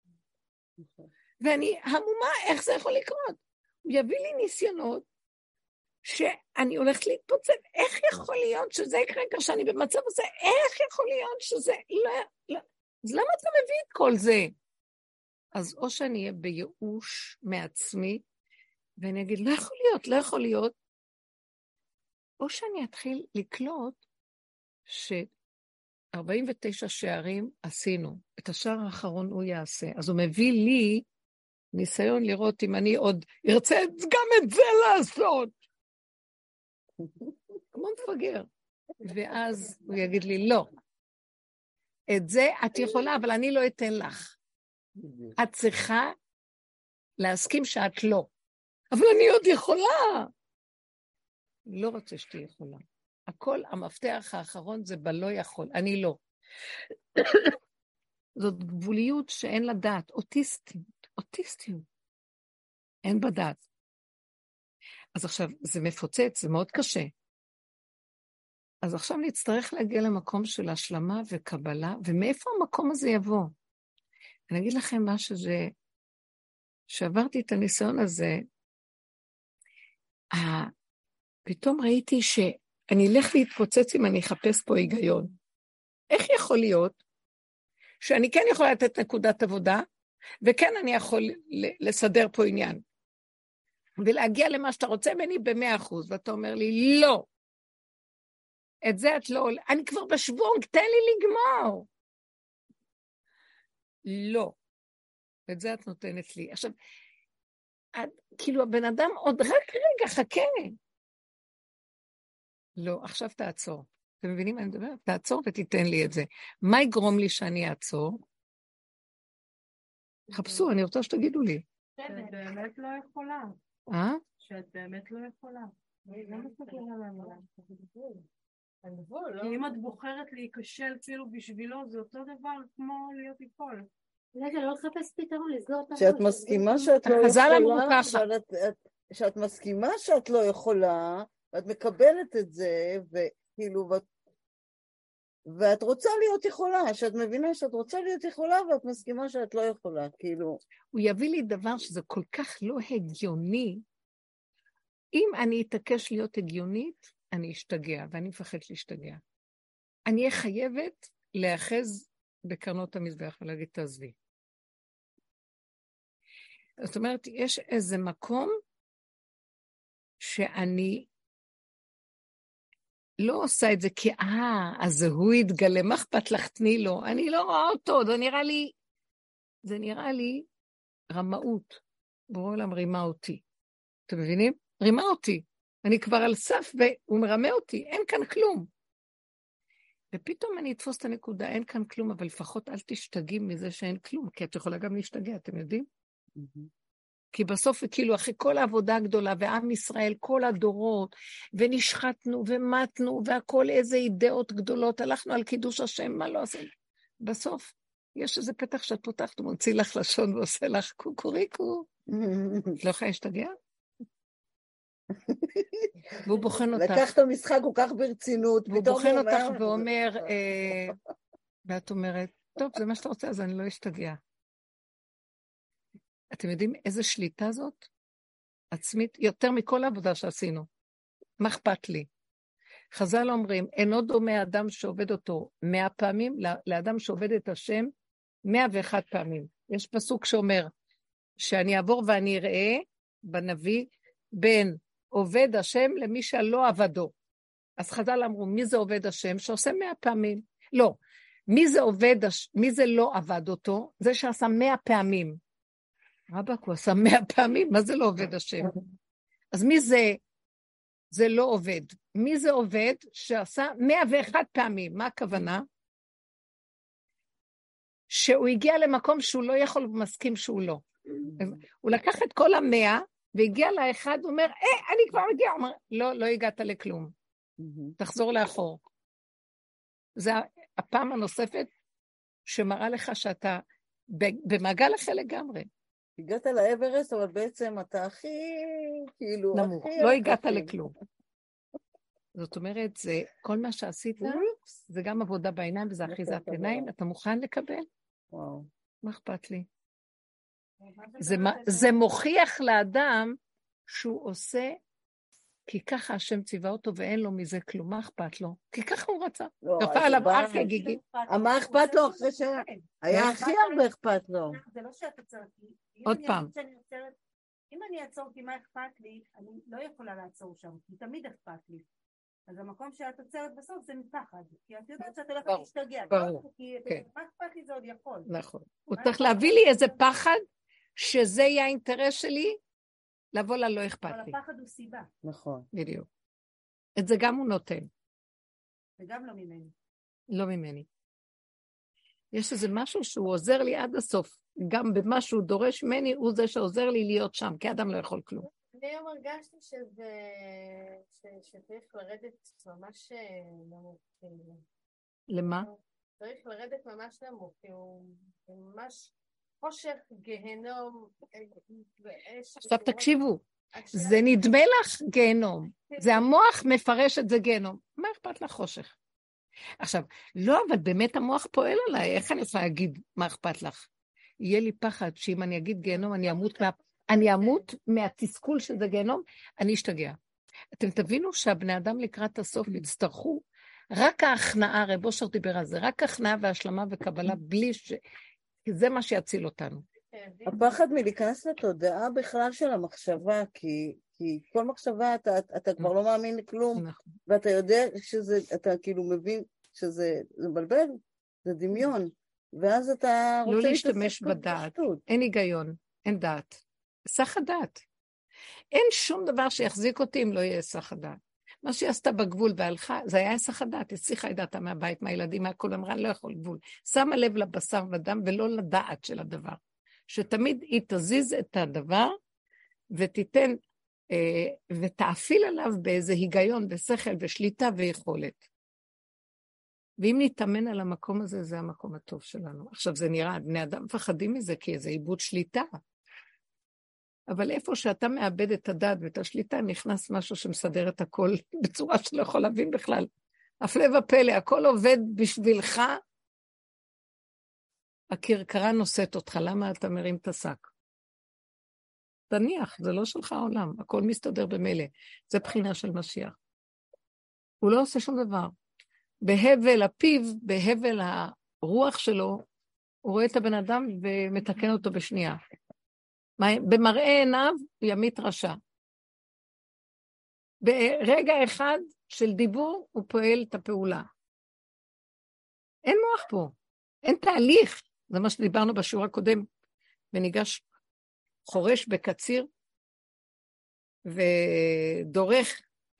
ואני המומה, איך זה יכול לקרות? הוא יביא לי ניסיונות שאני הולכת להתפוצץ. איך יכול להיות שזה יקרה כשאני במצב הזה? איך יכול להיות שזה לא... אז למה אתה מביא את כל זה? אז או שאני אהיה בייאוש מעצמי, ואני אגיד, לא יכול להיות, לא יכול להיות, או שאני אתחיל לקלוט ש49 שערים עשינו, את השער האחרון הוא יעשה, אז הוא מביא לי ניסיון לראות אם אני עוד ארצה גם את זה לעשות. כמו מפגר. ואז הוא יגיד לי, לא, את זה את יכולה, אבל אני לא אתן לך. את צריכה להסכים שאת לא. אבל אני עוד יכולה. לא רוצה שתהיה יכולה. הכל, המפתח האחרון זה בלא יכול. אני לא. זאת גבוליות שאין לה דעת. אוטיסטיות. אין בדעת. אז עכשיו, זה מפוצץ, זה מאוד קשה. אז עכשיו נצטרך להגיע למקום של השלמה וקבלה, ומאיפה המקום הזה יבוא? אני אגיד לכם מה שזה, שעברתי את הניסיון הזה, פתאום ראיתי שאני אלך להתפוצץ אם אני אחפש פה היגיון. איך יכול להיות שאני כן יכולה לתת נקודת עבודה, וכן אני יכול לסדר פה עניין, ולהגיע למה שאתה רוצה ממני ב100%, ואתה אומר לי, לא, את זה את לא, אני כבר בשוונג, תן לי לגמור. לא, את זה את נותנת לי. עכשיו, כאילו הבן אדם עוד רק רגע, חכה. לא, עכשיו תעצור. אתם מבינים מה אני מדבר? תעצור ותיתן לי את זה. מה יגרום לי שאני אעצור? חפשו, אני רוצה שתגידו לי. שאת באמת לא יכולה. שאת באמת לא יכולה. לא מסתכל על העולם. כי אם את בוחרת להיכשל כאילו בשבילו, זה אותו דבר כמו להיות ליפול. רגע, לא לחפש פתרון, לסגור את הראש. שאת מסכימה שאת לא יכולה, שאת מסכימה שאת לא יכולה, ואת מקבלת את זה, וכאילו, ואת רוצה להיות יכולה, שאת מבינה שאת רוצה להיות יכולה, ואת מסכימה שאת לא יכולה, כאילו. הוא יביא לי דבר שזה כל כך לא הגיוני. אם אני אתעקש להיות הגיונית, אני אשתגע, ואני מפחדת להשתגע. אני אהיה חייבת להאחז בקרנות המזבח ולהגיד תעזבי. זאת אומרת, יש איזה מקום שאני לא עושה את זה כי, אז הוא יתגלה, מה אכפת לך תני לו? אני לא רואה אותו, זה נראה לי רמאות. בורא עולם רימה אותי. אתם מבינים? רימה אותי. אני כבר על סף והוא מרמה אותי, אין כאן כלום. ופתאום אני אתפוס את הנקודה, אין כאן כלום, אבל לפחות אל תשתגעים מזה שאין כלום, כי את יכולה גם להשתגע, אתם יודעים? כי בסוף, כאילו, אחרי כל העבודה הגדולה, ועם ישראל, כל הדורות, ונשחטנו ומתנו, והכל איזה אידאות גדולות, הלכנו על קידוש השם, מה לא עשינו? בסוף, יש איזה פתח שאת פותחת, הוא מוציא לך לשון ועושה לך קוקוריקו. את לא יכולה להשתגע? והוא בוחן אותך. לקח את המשחק כל כך ברצינות. והוא בוחן אותך ואומר, ואת אומרת, טוב, זה מה שאתה רוצה, אז אני לא אשתגע. אתם יודעים איזה שליטה זאת? עצמית, יותר מכל העבודה שעשינו. מה אכפת לי? חז"ל אומרים, אינו דומה אדם שעובד אותו 100 פעמים, לאדם שעובד את השם 101 פעמים. יש פסוק שאומר, שאני אעבור ואני אראה בנביא, בין עובד השם למי שלא עבדו. אז חז"ל אמרו, מי זה עובד השם? שעושה 100 פעמים. לא, מי זה לא עבד אותו? זה שעשה 100 פעמים. רבק, הוא עשה 100 פעמים, מה זה לא עובד השם? אז מי זה לא עובד? מי זה עובד שעשה 101 פעמים? מה הכוונה? שהוא הגיע למקום שהוא לא יכול ומסכים שהוא לא. הוא לקח את כל 100 והגיע לאחד, הוא אומר, אני כבר מגיע. הוא אומר, לא הגעת לכלום. תחזור לאחור. זה הפעם הנוספת שמראה לך שאתה במעגל אחר לגמרי. הגעת לאברסט, אבל בעצם אתה הכי, כאילו, נמוך, לא הגעת לכלום. זאת אומרת, זה כל מה שעשית, זה גם עבודה בעיניים, וזה אחיזת עיניים, אתה מוכן לקבל? וואו. מה אכפת לי? זה מוכיח לאדם שהוא עושה, כי ככה השם ציווה אותו ואין לו מזה כלום, מה אכפת לו? כי ככה הוא רצה. כפה עליו אף יגיגי. מה אכפת לו אחרי שהיה הכי הרבה אכפת לו? זה לא שאת עצרת לי. עוד פעם. אם אני אעצור כי מה אכפת לי, אני לא יכולה לעצור שם, כי תמיד אכפת לי. אז המקום שאת עצרת בסוף זה מפחד, כי את יודעת שאת הולכת להשתגע. ברור. כי מה אכפת לי זה עוד יכול. נכון. הוא צריך להביא לי איזה פחד, שזה יהיה האינטרס שלי, לבוא לה לא אכפת לי. אבל הפחד הוא סיבה. נכון. בדיוק. את זה גם הוא נותן. וגם לא ממני. לא ממני. יש איזה משהו שהוא עוזר לי עד הסוף. גם במה שהוא דורש ממני, הוא זה שעוזר לי להיות שם, כי אדם לא יכול כלום. אני היום הרגשתי שצריך לרדת ממש נמוך. למה? צריך לרדת ממש נמוך, כי הוא ממש חושך, גיהנום, ואש. עכשיו תקשיבו, זה נדמה לך גיהנום, זה המוח מפרש את זה גיהנום, מה אכפת לך חושך? עכשיו, לא, אבל באמת המוח פועל עליי, איך אני יכולה להגיד מה אכפת לך? יהיה לי פחד שאם אני אגיד גיהנום, אני אמות מהתסכול שזה גיהנום, אני אשתגע. אתם תבינו שהבני אדם לקראת הסוף יצטרכו, רק ההכנעה, רב אושר דיבר על זה, רק הכנעה והשלמה וקבלה, בלי כי זה מה שיציל אותנו. הפחד מלהיכנס לתודעה בכלל של המחשבה, כי כל מחשבה אתה כבר לא מאמין לכלום, ואתה יודע שזה, אתה כאילו מבין שזה מבלבל, זה דמיון, ואז אתה רוצה לא להשתמש בדעת, אין היגיון, אין דעת. סך הדעת. אין שום דבר שיחזיק אותי אם לא יהיה סך הדעת. מה שהיא עשתה בגבול והלכה, זה היה סך הדעת, הצליחה את דעתה מהבית, מהילדים, מהכל, אמרה, לא יכול גבול. שמה לב לבשר ודם ולא לדעת של הדבר. שתמיד היא תזיז את הדבר ותיתן, ותאפיל עליו באיזה היגיון ושכל ושליטה ויכולת. ואם נתאמן על המקום הזה, זה המקום הטוב שלנו. עכשיו זה נראה, בני אדם מפחדים מזה, כי זה איבוד שליטה. אבל איפה שאתה מאבד את הדעת ואת השליטה, נכנס משהו שמסדר את הכל בצורה שלא יכול להבין בכלל. הפלא ופלא, הכל עובד בשבילך, הקרקרה נושאת אותך, למה אתה מרים את השק? תניח, זה לא שלך העולם, הכל מסתדר במילא. זה בחינה של משיח. הוא לא עושה שום דבר. בהבל הפיו, בהבל הרוח שלו, הוא רואה את הבן אדם ומתקן אותו בשנייה. במראה עיניו ימית רשע. ברגע אחד של דיבור הוא פועל את הפעולה. אין מוח פה, אין תהליך. זה מה שדיברנו בשיעור הקודם. וניגש חורש בקציר ודורך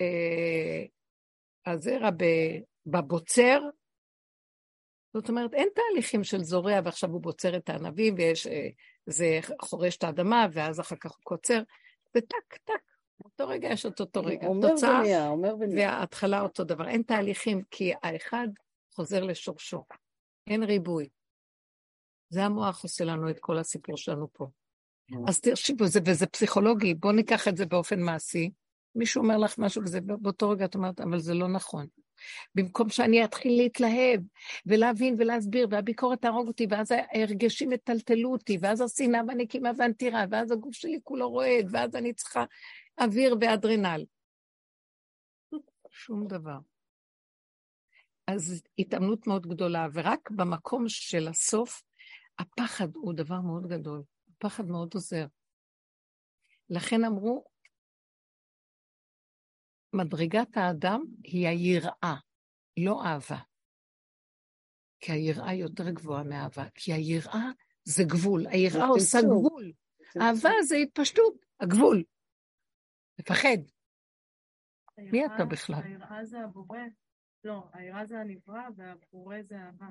הזרע בבוצר. זאת אומרת, אין תהליכים של זורע, ועכשיו הוא בוצר את הענבים, ויש, זה חורש את האדמה, ואז אחר כך הוא קוצר, וטק, טק, אותו רגע יש אותו רגע. תוצאה, וההתחלה אותו דבר. אין תהליכים, כי האחד חוזר לשורשו. אין ריבוי. זה המוח עושה לנו את כל הסיפור שלנו פה. אז תרשיבו, וזה פסיכולוגי, בואו ניקח את זה באופן מעשי. מישהו אומר לך משהו, וזה באותו רגע את אומרת, אבל זה לא נכון. במקום שאני אתחיל להתלהב, ולהבין ולהסביר, והביקורת תהרוג אותי, ואז ההרגשים מטלטלו אותי, ואז השנאה והנקימה והנטירה, ואז הגוף שלי כולו רועד, ואז אני צריכה אוויר ואדרנל. שום דבר. אז התאמנות מאוד גדולה, ורק במקום של הסוף, הפחד הוא דבר מאוד גדול. הפחד מאוד עוזר. לכן אמרו, מדרגת האדם היא היראה, לא אהבה. כי היראה יותר גבוהה מאהבה. כי היראה זה גבול. היראה עושה גבול. אהבה זה התפשטות, הגבול. לפחד. מי אתה בכלל? היראה זה הבורא. לא, היראה זה הנברא והבורא זה אהבה.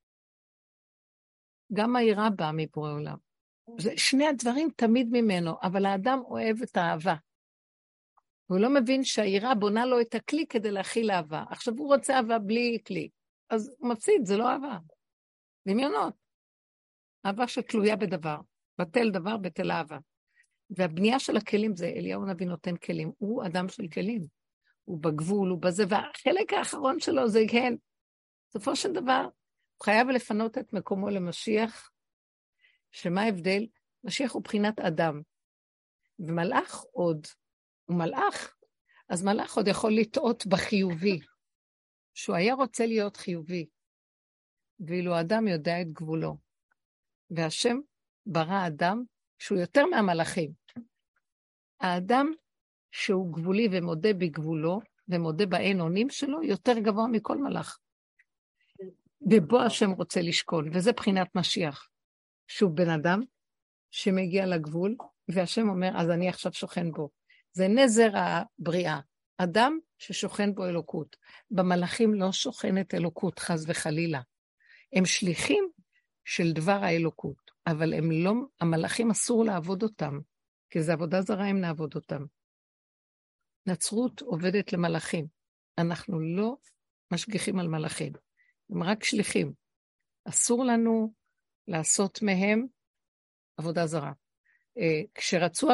גם היראה באה מבורא עולם. שני הדברים תמיד ממנו, אבל האדם אוהב את האהבה. הוא לא מבין שהיראה בונה לו את הכלי כדי להכיל אהבה. עכשיו הוא רוצה אהבה בלי כלי. אז הוא מפסיד, זה לא אהבה. דמיונות. אהבה שתלויה בדבר. בטל דבר, בטל אהבה. והבנייה של הכלים זה, אליהו הנביא נותן כלים. הוא אדם של כלים. הוא בגבול, הוא בזה, והחלק האחרון שלו זה כן. בסופו של דבר, הוא חייב לפנות את מקומו למשיח, שמה ההבדל? משיח הוא בחינת אדם. ומלאך עוד. הוא מלאך, אז מלאך עוד יכול לטעות בחיובי, שהוא היה רוצה להיות חיובי, ואילו האדם יודע את גבולו. והשם ברא אדם שהוא יותר מהמלאכים. האדם שהוא גבולי ומודה בגבולו, ומודה באין אונים שלו, יותר גבוה מכל מלאך. ובו השם רוצה לשכון, וזה בחינת משיח, שהוא בן אדם שמגיע לגבול, והשם אומר, אז אני עכשיו שוכן בו. זה נזר הבריאה, אדם ששוכן בו אלוקות. במלאכים לא שוכנת אלוקות, חס וחלילה. הם שליחים של דבר האלוקות, אבל הם לא, המלאכים אסור לעבוד אותם, כי זה עבודה זרה אם נעבוד אותם. נצרות עובדת למלאכים. אנחנו לא משגיחים על מלאכים, הם רק שליחים. אסור לנו לעשות מהם עבודה זרה. כשחזרו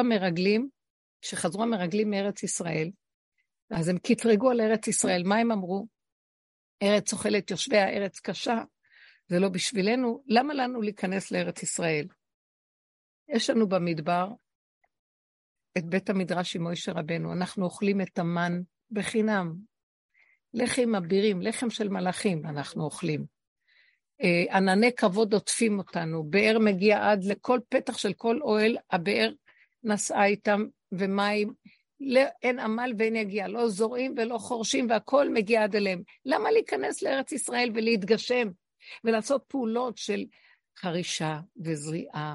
המרגלים מארץ ישראל, אז הם קטרגו על ארץ ישראל. מה הם אמרו? ארץ אוכלת יושביה, ארץ קשה, זה לא בשבילנו. למה לנו להיכנס לארץ ישראל? יש לנו במדבר את בית המדרש עם מוישה רבנו, אנחנו אוכלים את המן בחינם. לחם אבירים, לחם של מלאכים אנחנו אוכלים. ענני כבוד עוטפים אותנו, באר מגיע עד לכל פתח של כל אוהל, הבאר נסעה איתם ומים, אין עמל ואין יגיע, לא זורעים ולא חורשים והכל מגיע עד אליהם. למה להיכנס לארץ ישראל ולהתגשם ולעשות פעולות של חרישה וזריעה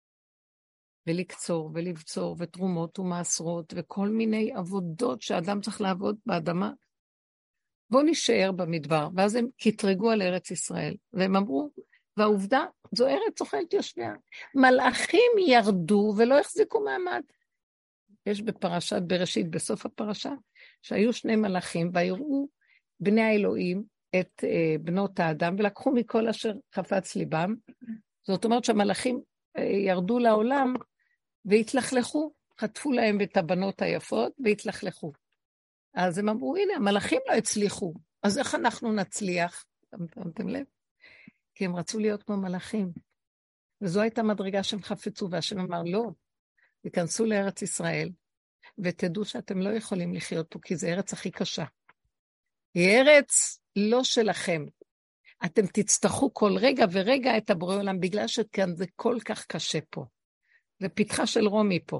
ולקצור ולבצור ותרומות ומעשרות וכל מיני עבודות שאדם צריך לעבוד באדמה? בואו נשאר במדבר. ואז הם קטרגו על ארץ ישראל והם אמרו, והעובדה זו ארץ אוכלת יושביה. מלאכים ירדו ולא החזיקו מעמד. יש בפרשת בראשית, בסוף הפרשה, שהיו שני מלאכים ויראו בני האלוהים את בנות האדם ולקחו מכל אשר חפץ ליבם. זאת אומרת שהמלאכים ירדו לעולם והתלכלכו, חטפו להם את הבנות היפות והתלכלכו. אז הם אמרו, הנה, המלאכים לא הצליחו, אז איך אנחנו נצליח? שמתם לב? כי הם רצו להיות כמו מלאכים. וזו הייתה מדרגה שהם חפצו, והשם אמר, לא, תיכנסו לארץ ישראל, ותדעו שאתם לא יכולים לחיות פה, כי זה ארץ הכי קשה. היא ארץ לא שלכם. אתם תצטרכו כל רגע ורגע את הבורא עולם, בגלל שכאן זה כל כך קשה פה. זה פתחה של רומי פה.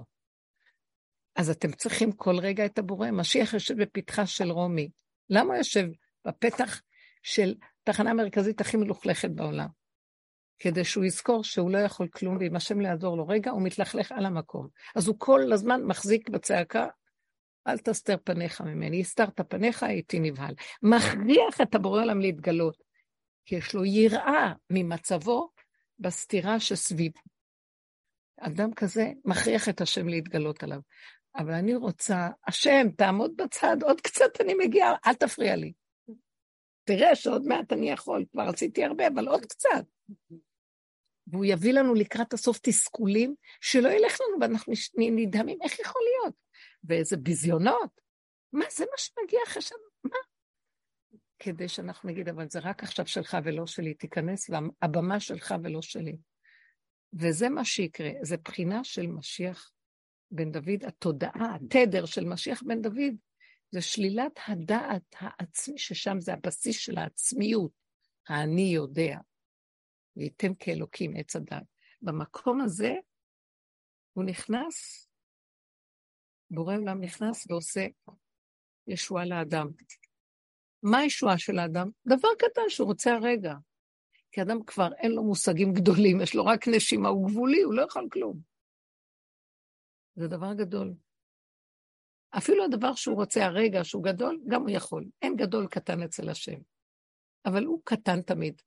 אז אתם צריכים כל רגע את הבורא. משיח יושב בפתחה של רומי. למה יושב בפתח של תחנה מרכזית הכי מלוכלכת בעולם? כדי שהוא יזכור שהוא לא יכול כלום, ואם השם לא יעזור לו רגע, הוא מתלכלך על המקום. אז הוא כל הזמן מחזיק בצעקה, אל תסתר פניך ממני, הסתרת פניך, הייתי נבהל. מכריח את הבורא עולם להתגלות, כי יש לו יראה ממצבו בסתירה שסביב. אדם כזה מכריח את השם להתגלות עליו. אבל אני רוצה, השם, תעמוד בצד, עוד קצת אני מגיעה, אל תפריע לי. תראה שעוד מעט אני יכול, כבר עשיתי הרבה, אבל עוד קצת. והוא יביא לנו לקראת הסוף תסכולים, שלא ילך לנו, ואנחנו נדהמים, איך יכול להיות? ואיזה ביזיונות. מה, זה מה שמגיע אחרי שם? מה? כדי שאנחנו נגיד, אבל זה רק עכשיו שלך ולא שלי, תיכנס, והבמה שלך ולא שלי. וזה מה שיקרה, זה בחינה של משיח בן דוד, התודעה, התדר של משיח בן דוד, זה שלילת הדעת העצמי, ששם זה הבסיס של העצמיות, האני יודע, וייתם כאלוקים עץ הדעת. במקום הזה, הוא נכנס, בורא עולם נכנס ועושה ישועה לאדם. מה הישועה של האדם? דבר קטן שהוא רוצה הרגע. כי אדם כבר אין לו מושגים גדולים, יש לו רק נשימה, הוא גבולי, הוא לא יכול כלום. זה דבר גדול. אפילו הדבר שהוא רוצה הרגע, שהוא גדול, גם הוא יכול. אין גדול קטן אצל השם. אבל הוא קטן תמיד.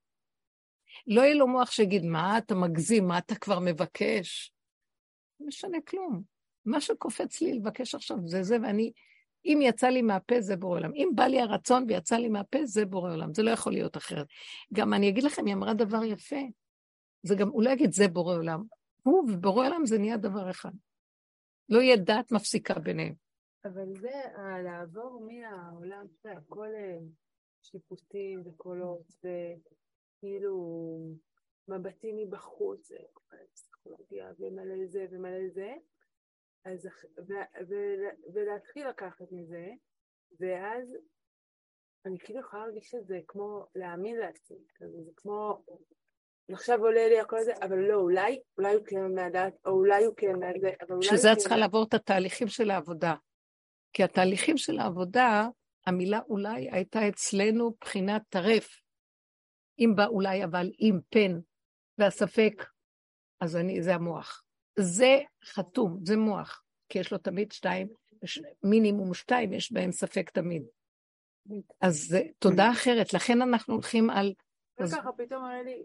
לא יהיה לו מוח שיגיד, מה אתה מגזים, מה אתה כבר מבקש? לא משנה כלום. מה שקופץ לי לבקש עכשיו זה זה, ואני, אם יצא לי מהפה זה בורא עולם. אם בא לי הרצון ויצא לי מהפה זה בורא עולם. זה לא יכול להיות אחרת. גם אני אגיד לכם, היא אמרה דבר יפה. זה גם, הוא לא יגיד זה בורא עולם. הוא ובורא עולם זה נהיה דבר אחד. לא יהיה דעת מפסיקה ביניהם. אבל זה לעבור מהעולם, הכל שיפוטים וקולות, וכאילו מבטים מבחוץ, זה פסיכולוגיה ומלא זה ומלא זה, אז, ולהתחיל לקחת מזה, ואז אני כאילו יכולה להרגיש שזה כמו להאמין לעצמי, זה כמו, עכשיו עולה לי הכל הזה, אבל לא, אולי הוא כן מהדעת, או אולי הוא כן מהדעת, אבל אולי שזה צריכה לעבור את התהליכים של העבודה. כי התהליכים של העבודה, המילה אולי הייתה אצלנו בחינת טרף. אם בא אולי, אבל אם פן, והספק, אז זה המוח. זה חתום, זה מוח. כי יש לו תמיד שתיים, מינימום שתיים, יש בהם ספק תמיד. אז זה תודה אחרת, לכן אנחנו הולכים על... וככה פתאום היה לי...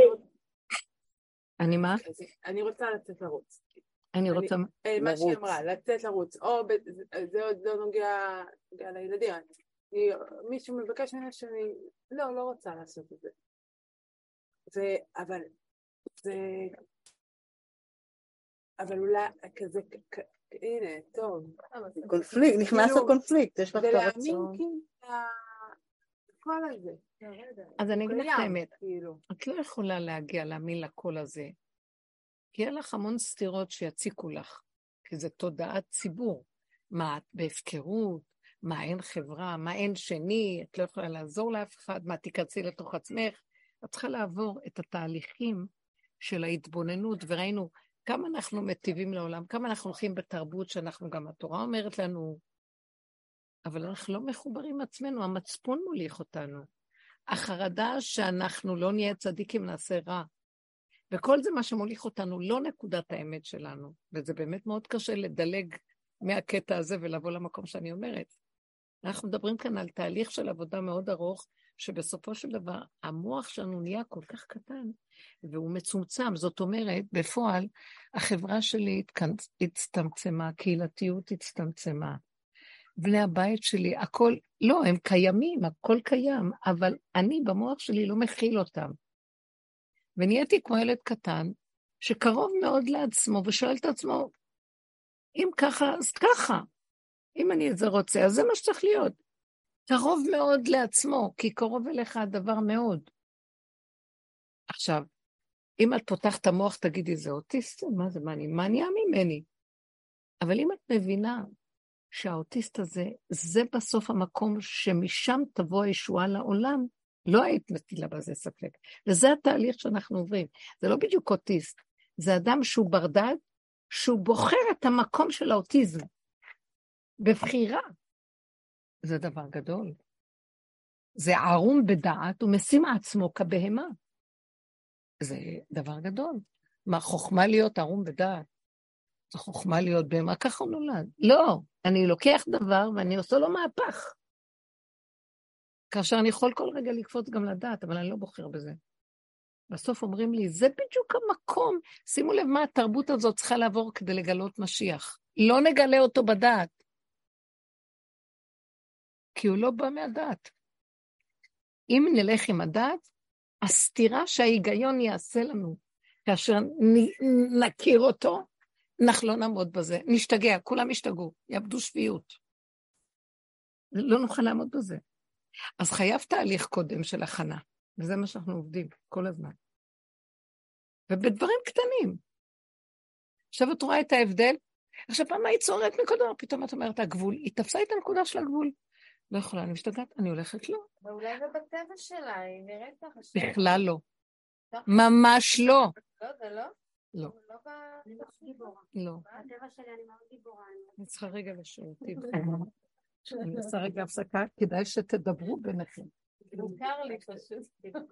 אני מה? אני רוצה לצאת לרוץ. אני רוצה... מה שהיא אמרה, לצאת לרוץ. או זה עוד לא נוגע לילדים. מישהו מבקש ממנו שאני לא רוצה לעשות את זה. אבל זה אבל אולי כזה, הנה, טוב. קונפליקט, נכנס לקונפליקט, יש לך את ולהאמין הרצון. כאילו, הקול הזה. אז אני אגיד לך את האמת, כאילו. את לא יכולה להגיע להאמין לקול הזה, כי יהיה לך המון סתירות שיציקו לך, כי זה תודעת ציבור. מה, את בהפקרות? מה, אין חברה? מה, אין שני? את לא יכולה לעזור לאף אחד? מה, תיכנסי לתוך עצמך? את צריכה לעבור את התהליכים של ההתבוננות, וראינו כמה אנחנו מטיבים לעולם, כמה אנחנו הולכים בתרבות שאנחנו גם, התורה אומרת לנו, אבל אנחנו לא מחוברים עצמנו, המצפון מוליך אותנו. החרדה שאנחנו לא נהיה צדיקים, נעשה רע. וכל זה מה שמוליך אותנו, לא נקודת האמת שלנו. וזה באמת מאוד קשה לדלג מהקטע הזה ולבוא למקום שאני אומרת. אנחנו מדברים כאן על תהליך של עבודה מאוד ארוך, שבסופו של דבר המוח שלנו נהיה כל כך קטן, והוא מצומצם. זאת אומרת, בפועל, החברה שלי הצטמצמה, הקהילתיות הצטמצמה. בני הבית שלי, הכל, לא, הם קיימים, הכל קיים, אבל אני במוח שלי לא מכיל אותם. ונהייתי כמו ילד קטן, שקרוב מאוד לעצמו, ושואל את עצמו, אם ככה, אז ככה. אם אני את זה רוצה, אז זה מה שצריך להיות. קרוב מאוד לעצמו, כי קרוב אליך הדבר מאוד. עכשיו, אם את פותחת את המוח, תגידי, זה אוטיסט? מה זה, מה נהיה ממני? אבל אם את מבינה שהאוטיסט הזה, זה בסוף המקום שמשם תבוא הישועה לעולם, לא היית מטילה בזה ספק. וזה התהליך שאנחנו עוברים. זה לא בדיוק אוטיסט, זה אדם שהוא ברדד, שהוא בוחר את המקום של האוטיזם. בבחירה. זה דבר גדול. זה ערום בדעת, הוא משים עצמו כבהמה. זה דבר גדול. מה, חוכמה להיות ערום בדעת? זה חוכמה להיות בהמה, ככה הוא נולד. לא, אני לוקח דבר ואני עושה לו מהפך. כאשר אני יכול כל רגע לקפוץ גם לדעת, אבל אני לא בוחר בזה. בסוף אומרים לי, זה בדיוק המקום. שימו לב מה התרבות הזאת צריכה לעבור כדי לגלות משיח. לא נגלה אותו בדעת. כי הוא לא בא מהדעת. אם נלך עם הדעת, הסתירה שההיגיון יעשה לנו, כאשר נכיר אותו, אנחנו לא נעמוד בזה. נשתגע, כולם ישתגעו, יאבדו שפיות. לא נוכל לעמוד בזה. אז חייב תהליך קודם של הכנה, וזה מה שאנחנו עובדים כל הזמן. ובדברים קטנים. עכשיו את רואה את ההבדל, עכשיו פעם היית צוררת מקודם, פתאום את אומרת, הגבול, היא תפסה את הנקודה של הגבול. לא יכולה, אני משתגעת, אני הולכת לא. ואולי זה בטבע שלה, היא נראית ככה. בכלל לא. ממש לא. לא, זה לא? לא. אני מאוד גיבורה. לא. בטבע שלי אני מאוד גיבורה. אני צריכה רגע לשירותים. אני עושה רגע הפסקה, כדאי שתדברו ביניכם. מוכר לי פשוט.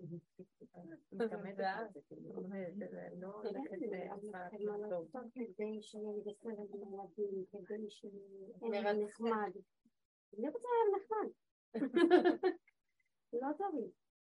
כדי שיהיה בסדר בילדים, כדי שיהיה נחמד. אני רוצה להיות נחמד. לא טוב לי.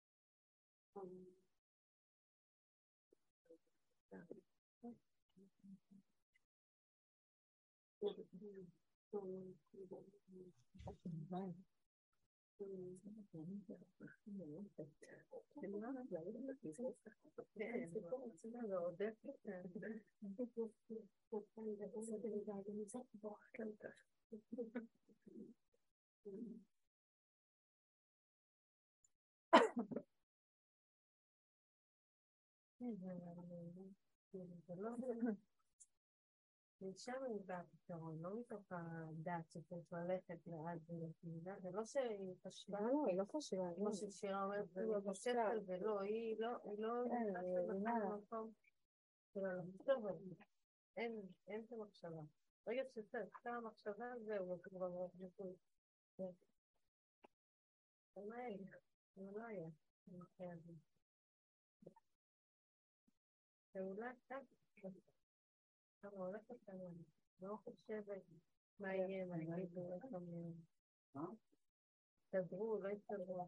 משם נבע הפתרון, לא מתוך הדעת שצריך ללכת לעד ולתמידה, זה לא שהיא חשבה, לא, היא לא חשבה, כמו ששירה אומרת, ולא חושבת על זה, לא, היא לא נכנסת למקום שלה לחשוב על זה, אין את המחשבה. רגע שצריך המחשבה, זהו, זה כבר לא חשוב. זה לא היה, זה אולי קצת, אני הולכת עליו, לא חושבת מה יהיה, מה יגידו, איך אומרים. תדברו, לא יתדברו.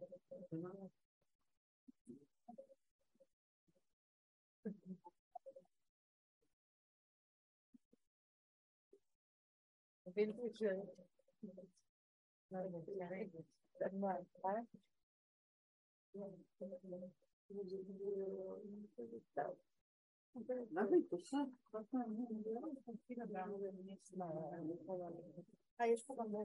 בלתי אפשרי. יש פה גם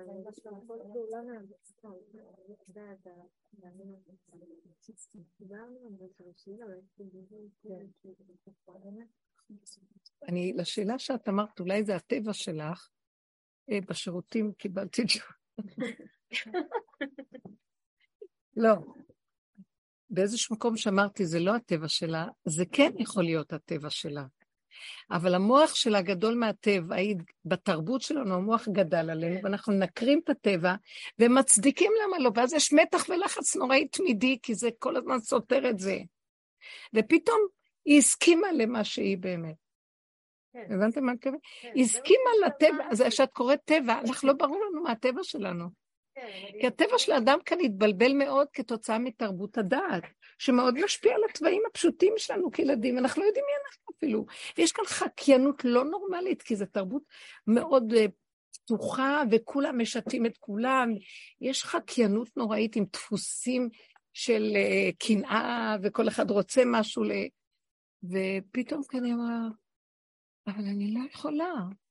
אני, לשאלה שאת אמרת, אולי זה הטבע שלך, בשירותים קיבלתי תשובה. לא. באיזשהו מקום שאמרתי, זה לא הטבע שלה, זה כן יכול להיות הטבע שלה. אבל המוח שלה גדול מהטבע, בתרבות שלנו המוח גדל עלינו, ואנחנו נקרים את הטבע, ומצדיקים למה לא, ואז יש מתח ולחץ נוראי תמידי, כי זה כל הזמן סותר את זה. ופתאום היא הסכימה למה שהיא באמת. הבנתם מה אני היא הסכימה לטבע, אז כשאת קוראת טבע, אנחנו לא ברור לנו מה הטבע שלנו. כי הטבע של האדם כאן התבלבל מאוד כתוצאה מתרבות הדעת, שמאוד משפיע על הטבעים הפשוטים שלנו כילדים, אנחנו לא יודעים מי אנחנו אפילו. ויש כאן חקיינות לא נורמלית, כי זו תרבות מאוד פתוחה, וכולם משתים את כולם. יש חקיינות נוראית עם דפוסים של קנאה, וכל אחד רוצה משהו ופתאום כאן היא אמרה, אבל אני לא יכולה.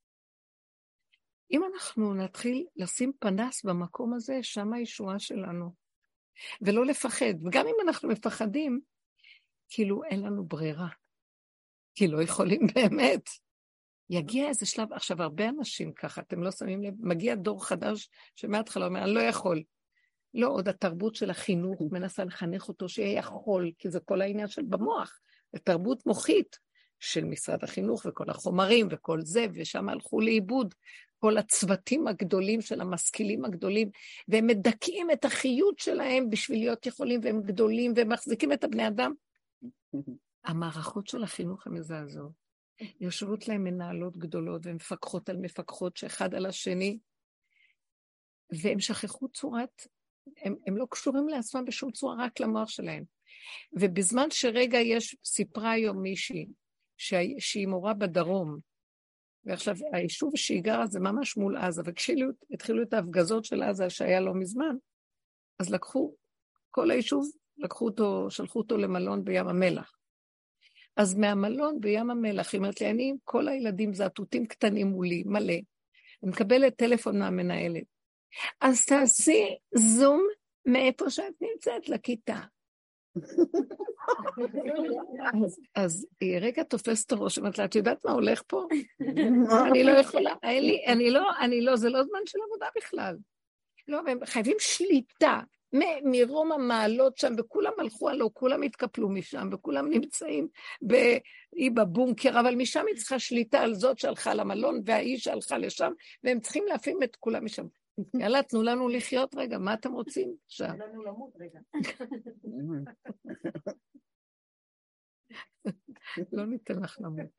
אם אנחנו נתחיל לשים פנס במקום הזה, שם הישועה שלנו. ולא לפחד. וגם אם אנחנו מפחדים, כאילו אין לנו ברירה. כי לא יכולים באמת. יגיע איזה שלב, עכשיו הרבה אנשים ככה, אתם לא שמים לב, מגיע דור חדש שמההתחלה אומר, אני לא יכול. לא, עוד התרבות של החינוך מנסה לחנך אותו שיהיה יכול, כי זה כל העניין של במוח. זה תרבות מוחית של משרד החינוך וכל החומרים וכל זה, ושם הלכו לאיבוד. כל הצוותים הגדולים של המשכילים הגדולים, והם מדכאים את החיות שלהם בשביל להיות יכולים, והם גדולים, והם מחזיקים את הבני אדם. המערכות של החינוך הם מזעזעות. יושבות להם מנהלות גדולות, והן מפקחות על מפקחות שאחד על השני, והם שכחו צורת, הם לא קשורים לעצמם בשום צורה, רק למוח שלהם. ובזמן שרגע סיפרה היום מישהי, שהיא מורה בדרום, ועכשיו, היישוב שהיא גרה זה ממש מול עזה, וכשהתחילו את ההפגזות של עזה שהיה לא מזמן, אז כל היישוב, שלחו אותו למלון בים המלח. אז מהמלון בים המלח, היא אומרת לי, כל הילדים זעתותים קטנים מולי, מלא, אני מקבלת טלפון מהמנהלת, אז תעשי זום מאיפה שאת נמצאת לכיתה. אז היא רגע תופסת הראש, אמרת לה, את יודעת מה הולך פה? אני לא יכולה, זה לא זמן של עבודה בכלל. לא, והם חייבים שליטה מרום המעלות שם, וכולם הלכו עלו, כולם התקפלו משם, וכולם נמצאים בבונקר, אבל משם היא צריכה שליטה על זאת שהלכה למלון, והאיש שהלכה לשם, והם צריכים להפים את כולם משם. יאללה, תנו לנו לחיות רגע, מה אתם רוצים עכשיו? תנו לנו למות רגע. לא ניתן לך למות.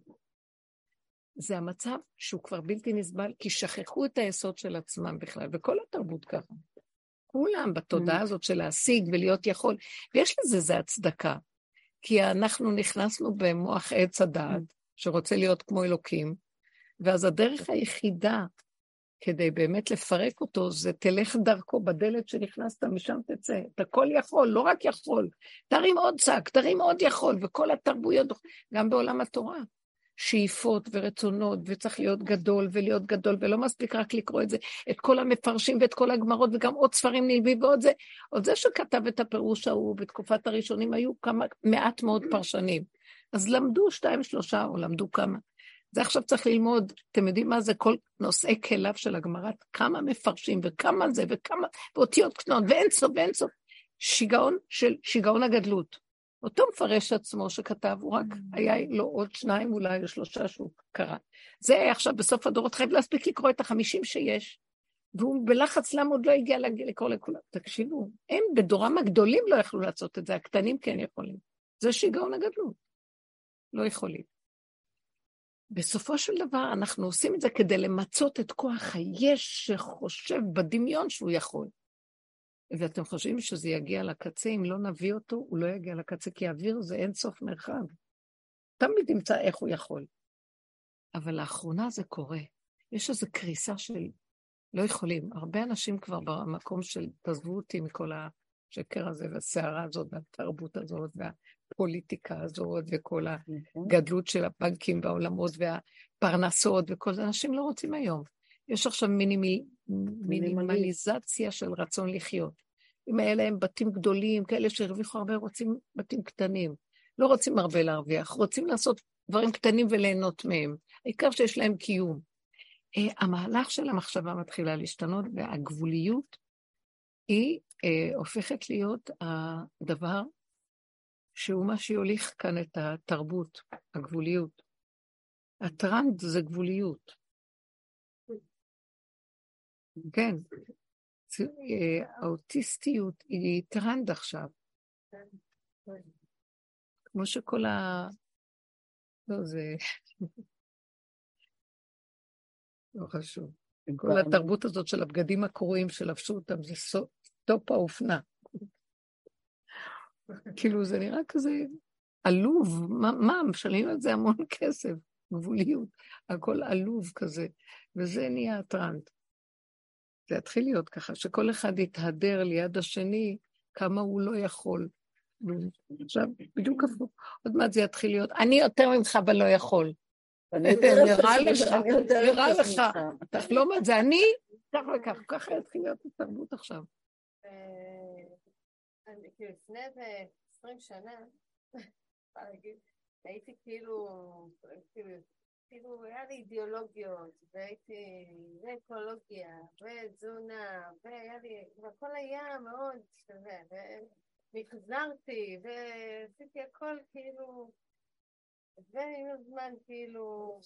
זה המצב שהוא כבר בלתי נסבל, כי שכחו את היסוד של עצמם בכלל, וכל התרבות ככה. כולם בתודעה הזאת של להשיג ולהיות יכול, ויש לזה זה הצדקה, כי אנחנו נכנסנו במוח עץ הדעת, שרוצה להיות כמו אלוקים, ואז הדרך היחידה, כדי באמת לפרק אותו, זה תלך דרכו בדלת שנכנסת, משם תצא. אתה הכל יכול, לא רק יכול. תרים עוד צק, תרים עוד יכול, וכל התרבויות, גם בעולם התורה, שאיפות ורצונות, וצריך להיות גדול ולהיות גדול, ולא מספיק רק לקרוא את זה, את כל המפרשים ואת כל הגמרות, וגם עוד ספרים נלווים, ועוד זה שכתב את הפירוש ההוא, בתקופת הראשונים היו מעט מאוד פרשנים. אז למדו 2-3, או למדו כמה. זה עכשיו צריך ללמוד, אתם יודעים מה זה כל נושאי כליו של הגמרא, כמה מפרשים וכמה זה וכמה, ואותיות קטנות ואינסוף, שיגעון הגדלות. אותו מפרש עצמו שכתב, הוא רק היה לו עוד 2 אולי או 3 שהוא קרא. זה עכשיו בסוף הדורות חייב להספיק לקרוא את 50 שיש, והוא בלחץ למה עוד לא הגיע לקרוא לכולם. תקשיבו, הם בדורם הגדולים לא יכלו לעשות את זה, הקטנים כן יכולים. זה שיגעון הגדלות. לא יכולים. בסופו של דבר אנחנו עושים את זה כדי למצות את כוח היש שחושב בדמיון שהוא יכול. ואתם חושבים שזה יגיע לקצה, אם לא נביא אותו, הוא לא יגיע לקצה, כי האוויר זה אין סוף מרחב. תמיד ימצא איך הוא יכול. אבל לאחרונה זה קורה. יש איזו קריסה של לא יכולים. הרבה אנשים כבר במקום של תעזבו אותי מכל השקר הזה והשערה הזאת והתרבות הזאת הפוליטיקה הזאת וכל הגדלות של הבנקים והעולמות והפרנסות וכל זה, אנשים לא רוצים היום. יש עכשיו מינימליזציה של רצון לחיות. אם היה להם בתים גדולים, כאלה שהרוויחו הרבה, רוצים בתים קטנים. לא רוצים הרבה להרוויח, רוצים לעשות דברים קטנים וליהנות מהם. העיקר שיש להם קיום. המהלך של המחשבה מתחילה להשתנות, והגבוליות היא הופכת להיות הדבר שהוא מה שיוליך כאן את התרבות, הגבוליות. הטרנד זה גבוליות. כן. האוטיסטיות היא טרנד עכשיו. כמו שכל לא, זה לא חשוב. כל התרבות הזאת של הבגדים הקרועים שלבשו אותם, זה סטופ האופנה. כאילו זה נראה כזה עלוב, מה, משלמים על זה המון כסף, גבוליות, הכל עלוב כזה, וזה נהיה הטרנד. זה התחיל להיות ככה, שכל אחד יתהדר ליד השני, כמה הוא לא יכול. עכשיו, בדיוק הפוך, עוד מעט זה יתחיל להיות, אני יותר ממך ולא יכול. נראה לך, תחלום את זה, אני, כך וכך, ככה יתחיל להיות התרבות עכשיו. כאילו לפני 20 שנה, הייתי כאילו היה לי אידיאולוגיות, והייתי אקולוגיה, ותזונה, והכל היה מאוד שווה, ומחזרתי, ועשיתי הכל כאילו, ועם הזמן כאילו,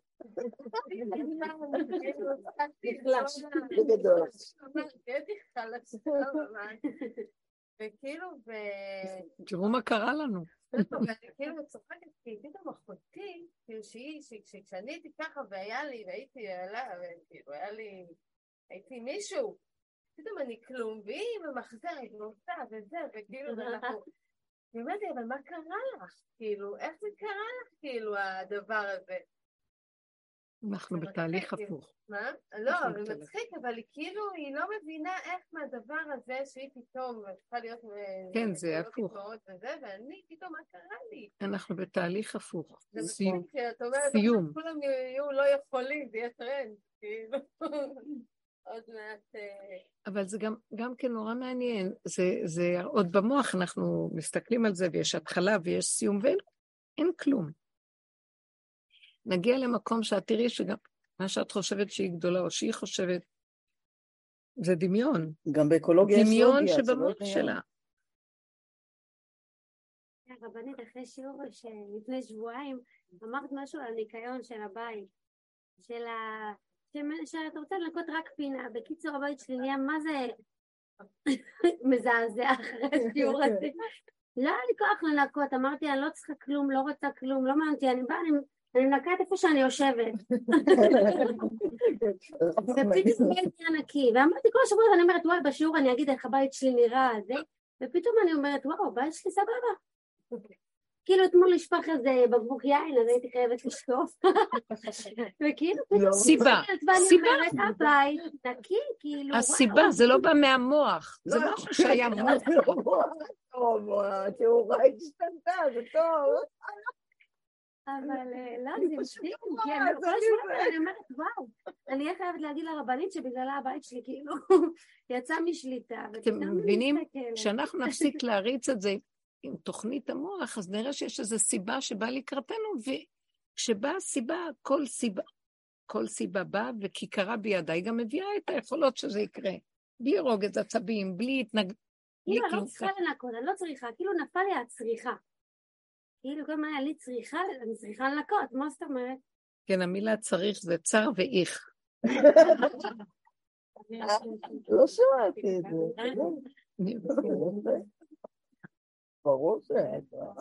נחלש, בגדול. הייתי חלשה ממש. וכאילו, תראו מה קרה לנו. ואני כאילו צוחקת, כי פתאום אחותי, כאילו כשאני הייתי ככה והיה לי, הייתי מישהו, פתאום אני כלום, והיא ממחזרת, ועושה, וזה, וכאילו, ואנחנו, אני אומרת לי, אבל מה קרה לך? כאילו, איך זה קרה לך, כאילו, הדבר הזה? אנחנו בתהליך הפוך. מה? לא, זה מצחיק, אבל היא לא מבינה איך מהדבר הזה שהיא פתאום צריכה להיות... כן, זה הפוך. ואני פתאום, מה קרה לי? אנחנו בתהליך הפוך. זה מצחיק, את אומרת, כולם יהיו לא יכולים, זה יהיה טרנד, כאילו. עוד מעט... אבל זה גם כן נורא מעניין. זה עוד במוח, אנחנו מסתכלים על זה, ויש התחלה ויש סיום, ואין כלום. נגיע למקום שאת תראי שגם מה שאת חושבת שהיא גדולה, או שהיא חושבת, זה דמיון. גם באקולוגיה יש לוגיה. דמיון שבמוח שלה. רבנית, אחרי שיעור שלפני שבועיים, אמרת משהו על הניקיון של הבית, שאת רוצה לנקות רק פינה. בקיצור, הבית שלי נהיה, מה זה מזעזע אחרי השיעור הזה? לא היה לי כוח לנקות, אמרתי, אני לא צריכה כלום, לא רוצה כלום, לא מעניין, אני באה, אני מנקה את איפה שאני יושבת. ופתאום הייתי ענקי, ואמרתי כל השבוע, אני אומרת, וואי, בשיעור אני אגיד איך הבית שלי נראה, ופתאום אני אומרת, וואו, הבית שלי סבבה. כאילו אתמול לשפך איזה בקבוק יין, אז הייתי חייבת לשטוף. וכאילו, סיבה. הבית נקי, כאילו... הסיבה, זה לא בא מהמוח, זה משהו שהיה מוח. טוב, התאורה השתנתה, זה טוב. אבל לא, זה משפיע, כי אני אומרת, וואו, אני אהיה חייבת להגיד לרבנית שבגללה הבית שלי כאילו יצא משליטה. אתם מבינים שאנחנו נפסיק להריץ את זה עם תוכנית המוח, אז נראה שיש איזו סיבה שבאה לקראתנו, וכשבאה סיבה, כל סיבה באה וכיכרה בידה, היא גם מביאה את היכולות שזה יקרה, בלי רוגז עצבים, בלי התנגד... כאילו, אני לא צריכה לנקות, אני לא צריכה, כאילו נפל לי הצריכה. כאילו כל מה היה לי צריכה, אני צריכה לנקות, מה זאת אומרת? כן, המילה צריך זה צר ואיך. לא שמעתי את זה. ברור זה.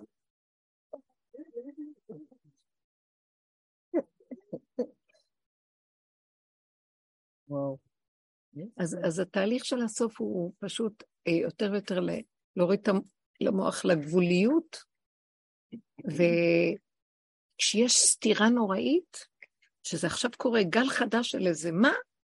אז התהליך של הסוף הוא פשוט יותר ויותר להוריד למוח לגבוליות, וכשיש סתירה נוראית, שזה עכשיו קורה גל חדש של איזה מה,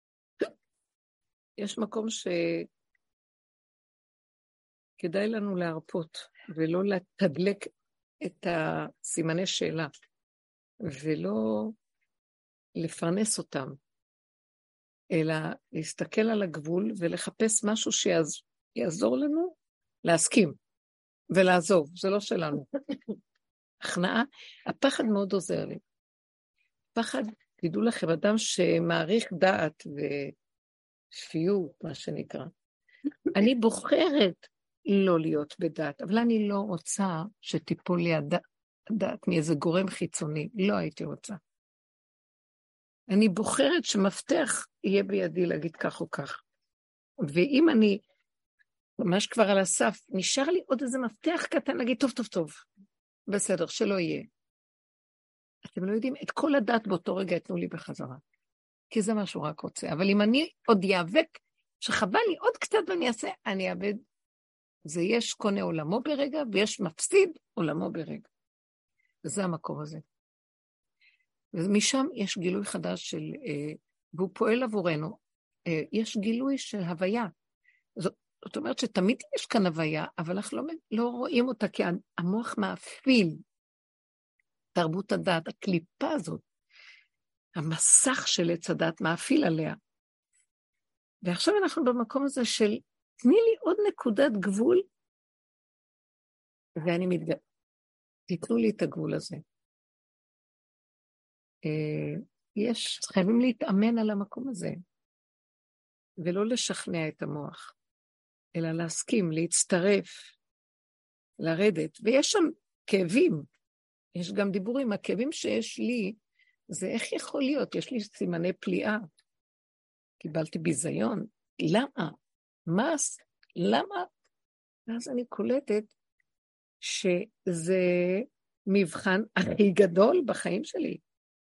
יש מקום שכדאי לנו להרפות, ולא לתדלק את הסימני שאלה, ולא לפרנס אותם, אלא להסתכל על הגבול ולחפש משהו שיעזור לנו להסכים ולעזוב, זה לא שלנו. הכנעה, הפחד מאוד עוזר לי. פחד, תדעו לכם, אדם שמעריך דעת ושפיות, מה שנקרא. אני בוחרת לא להיות בדעת, אבל אני לא רוצה שתיפול לי הדעת מאיזה גורם חיצוני, לא הייתי רוצה. אני בוחרת שמפתח יהיה בידי להגיד כך או כך. ואם אני ממש כבר על הסף, נשאר לי עוד איזה מפתח קטן להגיד טוב, טוב, טוב. בסדר, שלא יהיה. אתם לא יודעים, את כל הדעת באותו רגע יתנו לי בחזרה. כי זה מה שהוא רק רוצה. אבל אם אני עוד יאבק, שחבל לי עוד קצת ואני אעשה, אני אאבד. זה יש קונה עולמו ברגע, ויש מפסיד עולמו ברגע. וזה המקום הזה. ומשם יש גילוי חדש של, והוא פועל עבורנו, יש גילוי של הוויה. זאת אומרת שתמיד יש כאן הוויה, אבל אנחנו לא רואים אותה, כי המוח מאפיל, תרבות הדעת, הקליפה הזאת, המסך של עץ הדעת מאפיל עליה. ועכשיו אנחנו במקום הזה של, תני לי עוד נקודת גבול, ואני תיתנו לי את הגבול הזה. חייבים להתאמן על המקום הזה, ולא לשכנע את המוח, אלא להסכים, להצטרף, לרדת. ויש שם כאבים, יש גם דיבורים, הכאבים שיש לי, זה איך יכול להיות? יש לי סימני פליאה, קיבלתי ביזיון, למה? למה? ואז אני קולטת שזה מבחן הכי גדול בחיים שלי.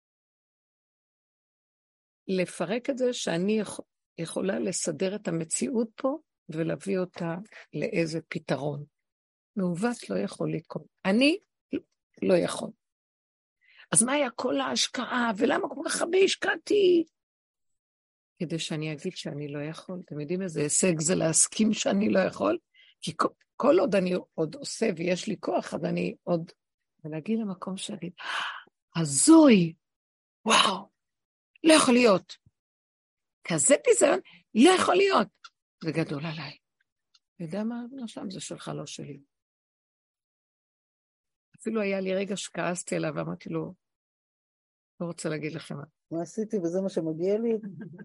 לפרק את זה שאני יכולה לסדר את המציאות פה, ולהביא אותה לאיזה פתרון. מעוות לא יכול לקרות. אני לא יכול. אז מה היה כל ההשקעה, ולמה כל כך הרבה השקעתי? כדי שאני אגיד שאני לא יכול. אתם יודעים איזה הישג זה להסכים שאני לא יכול? כי כל עוד אני עוד עושה ויש לי כוח, אז אני עוד... ולהגיד למקום שאני, הזוי, וואו, לא יכול להיות. כזה ביזיון, לא יכול להיות. זה גדול עליי. יודע מה? לא שם, זה שלך, לא שלי. אפילו היה לי רגע שכעסתי עליו, ואמרתי לו, לא רוצה להגיד לכם מה. מה עשיתי וזה מה שמגיע לי?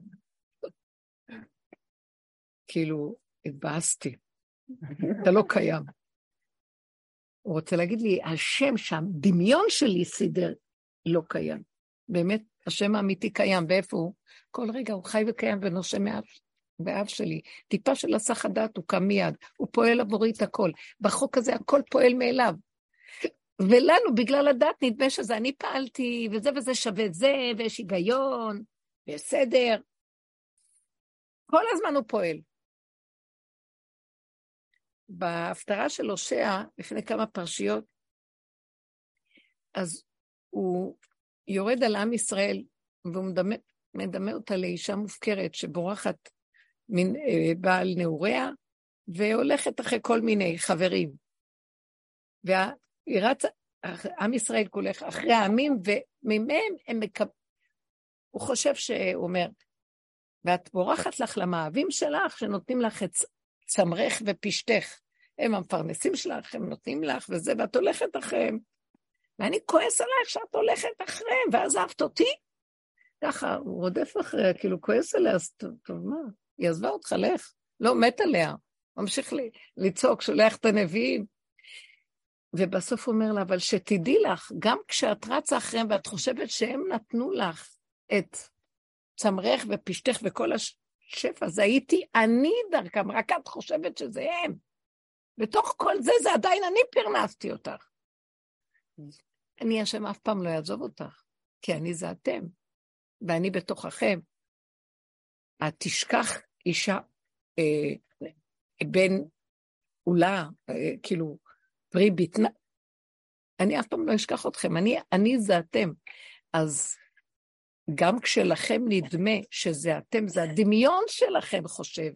כאילו, התבאסתי. אתה לא קיים. הוא רוצה להגיד לי, השם שם, דמיון שלי סידר, לא קיים. באמת, השם האמיתי קיים, ואיפה הוא? כל רגע הוא חי וקיים ונושם באב שלי. טיפה של הסח הדעת הוא קם מיד, הוא פועל עבורי את הכל. בחוק הזה הכל פועל מאליו. ולנו, בגלל הדעת, נדמה שזה אני פעלתי, וזה וזה שווה את זה, ויש היגיון, ויש סדר. כל הזמן הוא פועל. בהפטרה של הושע, לפני כמה פרשיות, אז הוא יורד על עם ישראל, והוא מדמה אותה לאישה מופקרת, שבורחת בעל נעוריה, והולכת אחרי כל מיני חברים. עם ישראל הולך אחרי העמים, וממהם הוא חושב שהוא אומר, ואת בורחת לך למאהבים שלך, שנותנים לך את צמרך ופשטך. הם המפרנסים שלך, הם נותנים לך וזה, ואת הולכת אחריהם. ואני כועס עלייך שאת הולכת אחריהם, ואז אהבת אותי. ככה, הוא רודף אחריה, כאילו כועס עליה, אז טוב מה? היא עזבה אותך, לך. לא, מת עליה. ממשיך לצעוק, שולח את הנביאים. ובסוף הוא אומר לה, אבל שתדעי לך, גם כשאת רצה אחריהם, ואת חושבת שהם נתנו לך את צמרך ופשטך וכל השפע, זה הייתי אני דרכם, רק את חושבת שזה הם. בתוך כל זה, זה עדיין אני פרנסתי אותך. אני השם אף פעם לא יעזוב אותך, כי אני זה אתם, ואני בתוככם. את תשכח אישה בין אולה, כאילו, פרי ביטנה, אני אף פעם לא אשכח אתכם, אני זה אתם. אז גם כשלכם נדמה שזה אתם, זה הדמיון שלכם חושב.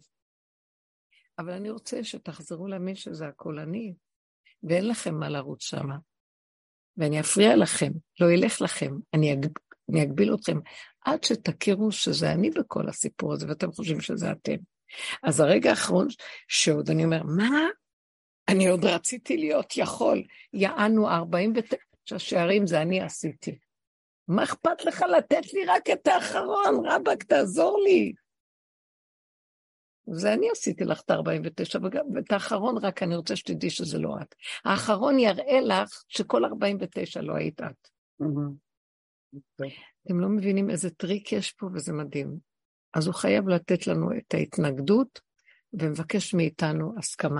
אבל אני רוצה שתחזרו להאמין שזה הכל אני, ואין לכם מה לרוץ שמה. ואני אפריע לכם, לא ילך לכם, אני אגביל אתכם, עד שתכירו שזה אני בכל הסיפור הזה, ואתם חושבים שזה אתם. אז הרגע האחרון שעוד אני אומר, מה? אני עוד רציתי להיות יכול, יענו 49 שערים, זה אני עשיתי. מה אכפת לך לתת לי רק את האחרון? רבק, תעזור לי. זה אני עשיתי לך את 49, ואת האחרון רק אני רוצה שתדעי שזה לא את. האחרון יראה לך שכל 49 לא היית את. אתם לא מבינים איזה טריק יש פה, וזה מדהים. אז הוא חייב לתת לנו את ההתנגדות, ומבקש מאיתנו הסכמה.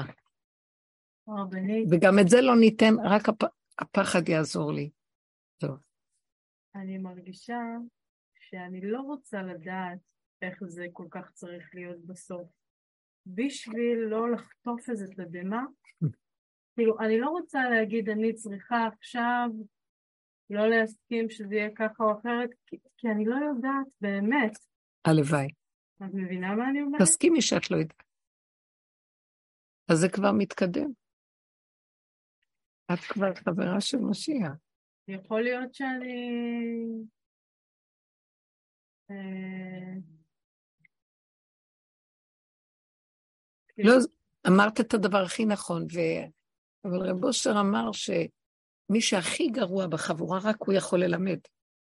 וגם את זה לא ניתן, רק הפחד יעזור לי. טוב. אני מרגישה שאני לא רוצה לדעת איך זה כל כך צריך להיות בסוף. בשביל לא לחטוף איזה תדמה, כאילו, אני לא רוצה להגיד, אני צריכה עכשיו לא להסכים שזה יהיה ככה או אחרת, כי אני לא יודעת באמת. הלוואי. את מבינה מה אני אומרת? תסכימי שאת לא יודעת. אז זה כבר מתקדם. את כבר חברה של משיח. יכול להיות שאני... לא, אמרת את הדבר הכי נכון, אבל רב אושר אמר שמי שהכי גרוע בחבורה, רק הוא יכול ללמד.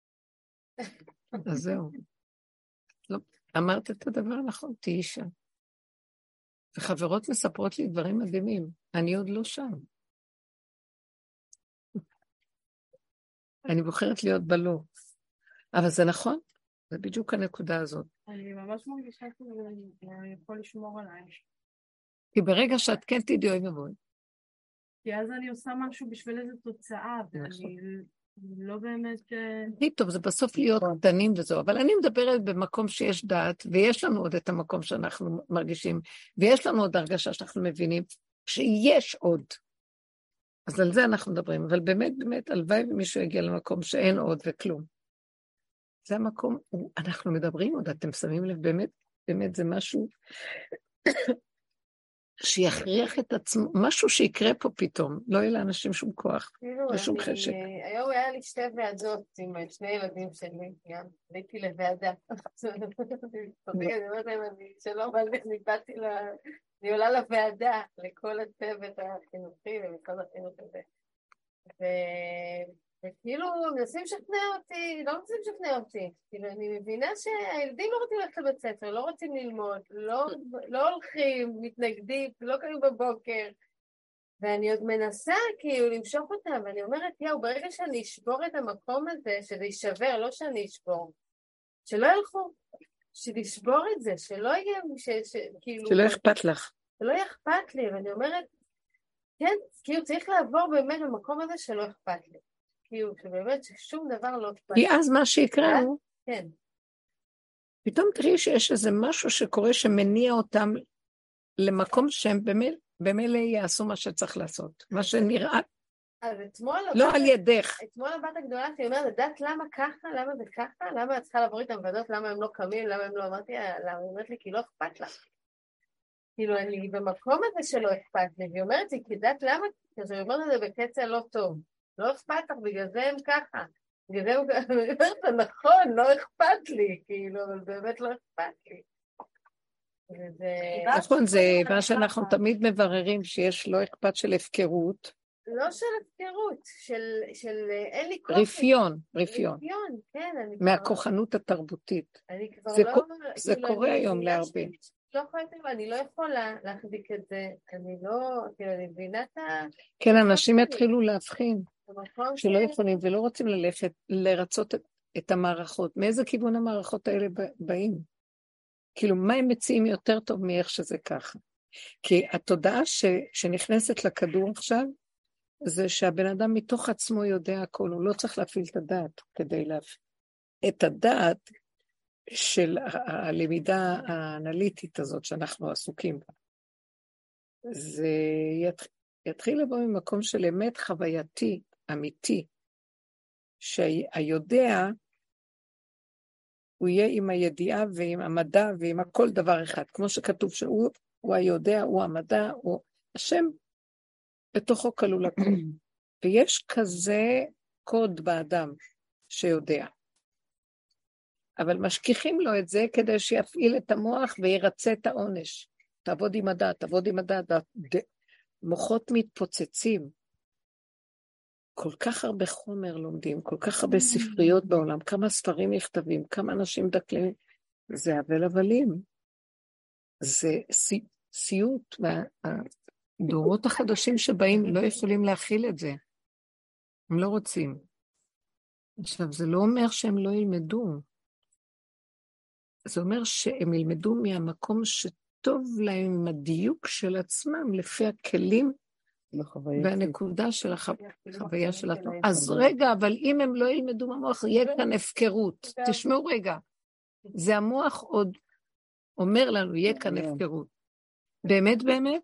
אז זהו. לא, אמרת את הדבר הנכון, תהי שם. וחברות מספרות לי דברים מדהימים, אני עוד לא שם. אני בוחרת להיות בלא. אבל זה נכון, זה בדיוק הנקודה הזאת. אני ממש מרגישה שאני יכול לשמור עליי. כי ברגע שאת כן תדעי אוי מבוי. כי אז אני עושה משהו בשביל איזו תוצאה, ואני לא באמת... טוב, זה בסוף להיות קטנים וזהו, אבל אני מדברת במקום שיש דעת, ויש לנו עוד את המקום שאנחנו מרגישים, ויש לנו עוד הרגשה שאנחנו מבינים, שיש עוד. אז על זה אנחנו מדברים, אבל באמת, באמת, הלוואי ומישהו יגיע למקום שאין עוד וכלום. זה המקום, אנחנו מדברים עוד, אתם שמים לב, באמת, באמת זה משהו שיכריח את עצמו, משהו שיקרה פה פתאום, לא יהיה לאנשים שום כוח, ושום חשק. היום היה לי 2 ועדות עם 2 ילדים שלי, גם הייתי לוועדה. אני אומרת להם, שלום, אני באתי אני עולה לוועדה, לכל הצוות החינוכי וכל החינוך הזה. וכאילו, מנסים לשכנע אותי, לא מנסים לשכנע אותי. כאילו, אני מבינה שהילדים לא רוצים ללכת לבית ספר, לא רוצים ללמוד, לא הולכים, מתנגדים, לא קמים בבוקר. ואני עוד מנסה כאילו למשוך אותם, ואני אומרת, ברגע שאני אשבור את המקום הזה, שזה יישבר, לא שאני אשבור, שלא ילכו, שלשבור את זה, שלא יהיה, כאילו... שלא אכפת לך. שלא יהיה אכפת לי, ואני אומרת, כן, כאילו צריך לעבור באמת במקום הזה שלא אכפת לי. כאילו, שבאמת ששום דבר לא אכפת לי. כי אז מה שיקרה הוא... כן. פתאום תראי שיש איזה משהו שקורה שמניע אותם למקום שהם במילא יעשו מה שצריך לעשות. מה שנראה... אז אתמול... לא על ידך. אתמול הבת הגדולה שהיא אומרת, לדעת למה ככה, למה זה ככה, למה את צריכה לעבור איתם ועדות, למה הם לא קמים, למה הם לא... אמרתי, למה? היא אומרת לי, כי לא אכפת לך. כאילו, אני במקום הזה שלא אכפת לי, והיא אומרת לי, כי דעת למה? אז היא אומרת את זה בקצה לא טוב. לא אכפת לך, בגלל זה הם ככה. בגלל זה הם... אני אומרת, נכון, לא אכפת לי, כאילו, אבל באמת לא אכפת לי. נכון, זה מה שאנחנו תמיד מבררים, שיש לא אכפת של הפקרות. לא של הפקרות, של אין לי כוח. רפיון. רפיון, כן. מהכוחנות התרבותית. זה קורה היום להרבה. אני לא יכולה להחזיק את זה, אני לא, כאילו, אני מבינה את ה... כן, אנשים יתחילו להבחין, שלא יכולים ולא רוצים ללכת, לרצות את המערכות. מאיזה כיוון המערכות האלה באים? כאילו, מה הם מציעים יותר טוב מאיך שזה ככה? כי התודעה שנכנסת לכדור עכשיו, זה שהבן אדם מתוך עצמו יודע הכל, הוא לא צריך להפעיל את הדעת כדי להפעיל. את הדעת של הלמידה האנליטית הזאת שאנחנו עסוקים בה. זה יתחיל לבוא ממקום של אמת חווייתי, אמיתי, שהיודע הוא יהיה עם הידיעה ועם המדע ועם הכל דבר אחד, כמו שכתוב שהוא היודע, הוא המדע, הוא השם בתוכו כלול הכל. ויש כזה קוד באדם שיודע. אבל משכיחים לו את זה כדי שיפעיל את המוח וירצה את העונש. תעבוד עם הדעת, תעבוד עם הדעת. מוחות מתפוצצים. כל כך הרבה חומר לומדים, כל כך הרבה ספריות בעולם, כמה ספרים נכתבים, כמה אנשים דקלים. זה אבל הבלים. זה סיוט, והדורות החדשים שבאים לא יכולים להכיל את זה. הם לא רוצים. עכשיו, זה לא אומר שהם לא ילמדו. זה אומר שהם ילמדו מהמקום שטוב להם עם הדיוק של עצמם, לפי הכלים והנקודה של החוויה של עצמם. אז רגע, אבל אם הם לא ילמדו מהמוח, יהיה כאן הפקרות. תשמעו רגע, זה המוח עוד אומר לנו, יהיה כאן הפקרות. באמת, באמת?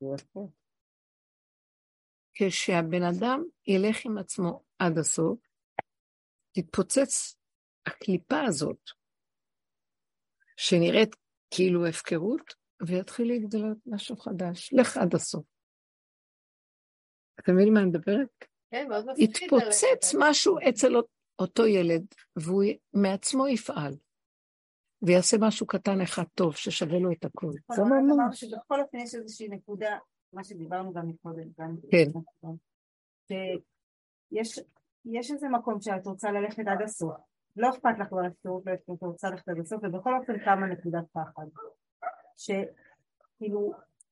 כשהבן אדם ילך עם עצמו עד הסוף, תתפוצץ הקליפה הזאת, שנראית כאילו הפקרות, ויתחיל להתגלות משהו חדש, לך עד הסוף. אתם מבינים מה אני מדברת? כן, מאוד מפחיד. יתפוצץ משהו אצל אותו ילד, והוא מעצמו יפעל, ויעשה משהו קטן אחד טוב, ששווה לו את הכל. זה ממש. שבכל אופן יש איזושהי נקודה, מה שדיברנו גם מקודם. כן. יש איזה מקום שאת רוצה ללכת עד הסוף. לא אכפת לך כבר הפקרות, לא אכפת, רוצה ללכת עד הסוף, ובכל אופן כמה נקודת פחד. שכאילו,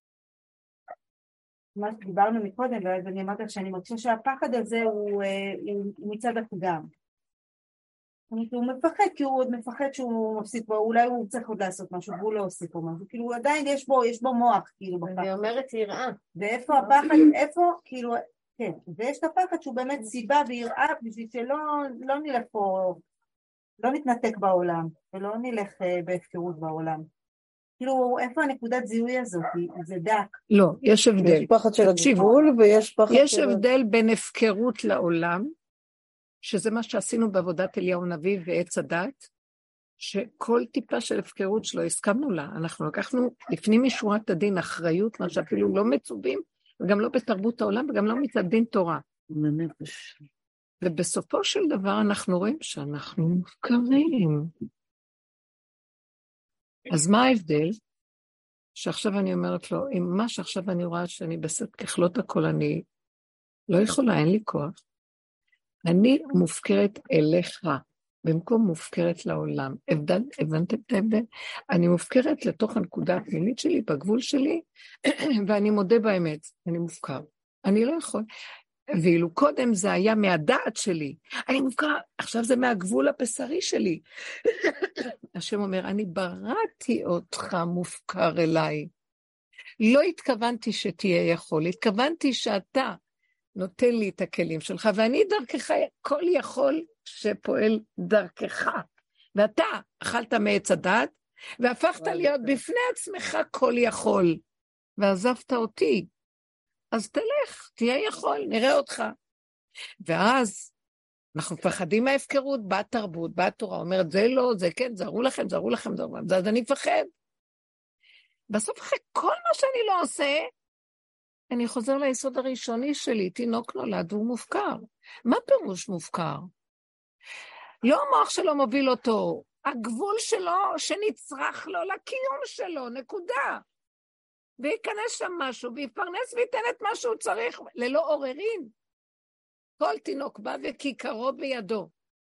מה שדיברנו מקודם, ואני אמרתי לך שאני מרגישה שהפחד הזה הוא מצד הפגם. הוא מפחד, כי הוא עוד מפחד שהוא מפסיק בו, אולי הוא צריך עוד לעשות משהו, והוא לא עושה פה משהו, כאילו עדיין יש בו מוח, כאילו בפחד. אני אומרת יראה. ואיפה הפחד, איפה, כאילו, כן, ויש את הפחד שהוא באמת סיבה ויראה, בשביל שלא נלך פה, לא נתנתק בעולם, ולא נלך בהפקרות בעולם. כאילו, איפה הנקודת זיהוי הזאת? זה דק. לא, יש הבדל. יש פחד של הגבול ויש פחד של... יש הבדל בין הפקרות לעולם, שזה מה שעשינו בעבודת אליהו הנביא ועץ הדת, שכל טיפה של הפקרות שלו הסכמנו לה. אנחנו לקחנו לפנים משורת הדין אחריות, מה שאפילו לא מצווים, וגם לא בתרבות העולם, וגם לא מצד דין תורה. בנפש. ובסופו של דבר אנחנו רואים שאנחנו מופקרים. אז מה ההבדל? שעכשיו אני אומרת לו, אם מה שעכשיו אני רואה שאני בסדר ככלות הכל, אני לא יכולה, אין לי כוח. אני מופקרת אליך, במקום מופקרת לעולם. הבנתם את ההבדל? אני מופקרת לתוך הנקודה הפנימית שלי, בגבול שלי, ואני מודה באמת, אני מופקר. אני לא יכול. ואילו קודם זה היה מהדעת שלי, אני מופקר, עכשיו זה מהגבול הבשרי שלי. השם אומר, אני בראתי אותך מופקר אליי. לא התכוונתי שתהיה יכול, התכוונתי שאתה נותן לי את הכלים שלך, ואני דרכך כל יכול שפועל דרכך. ואתה אכלת מעץ הדת, והפכת להיות בפני עצמך כל יכול, ועזבת אותי. אז תלך, תהיה יכול, נראה אותך. ואז אנחנו מפחדים מההפקרות, באה תרבות, באה תורה, אומרת, זה לא, זה כן, זרו לכם, אז אני מפחד. בסוף אחרי כל מה שאני לא עושה, אני חוזר ליסוד הראשוני שלי, תינוק נולד והוא מופקר. מה פירוש מופקר? לא המוח שלו מוביל אותו, הגבול שלו שנצרח לו לקיום שלו, נקודה. וייכנס שם משהו, ויפרנס וייתן את מה שהוא צריך, ללא עוררין. כל תינוק בא וכיכרו בידו.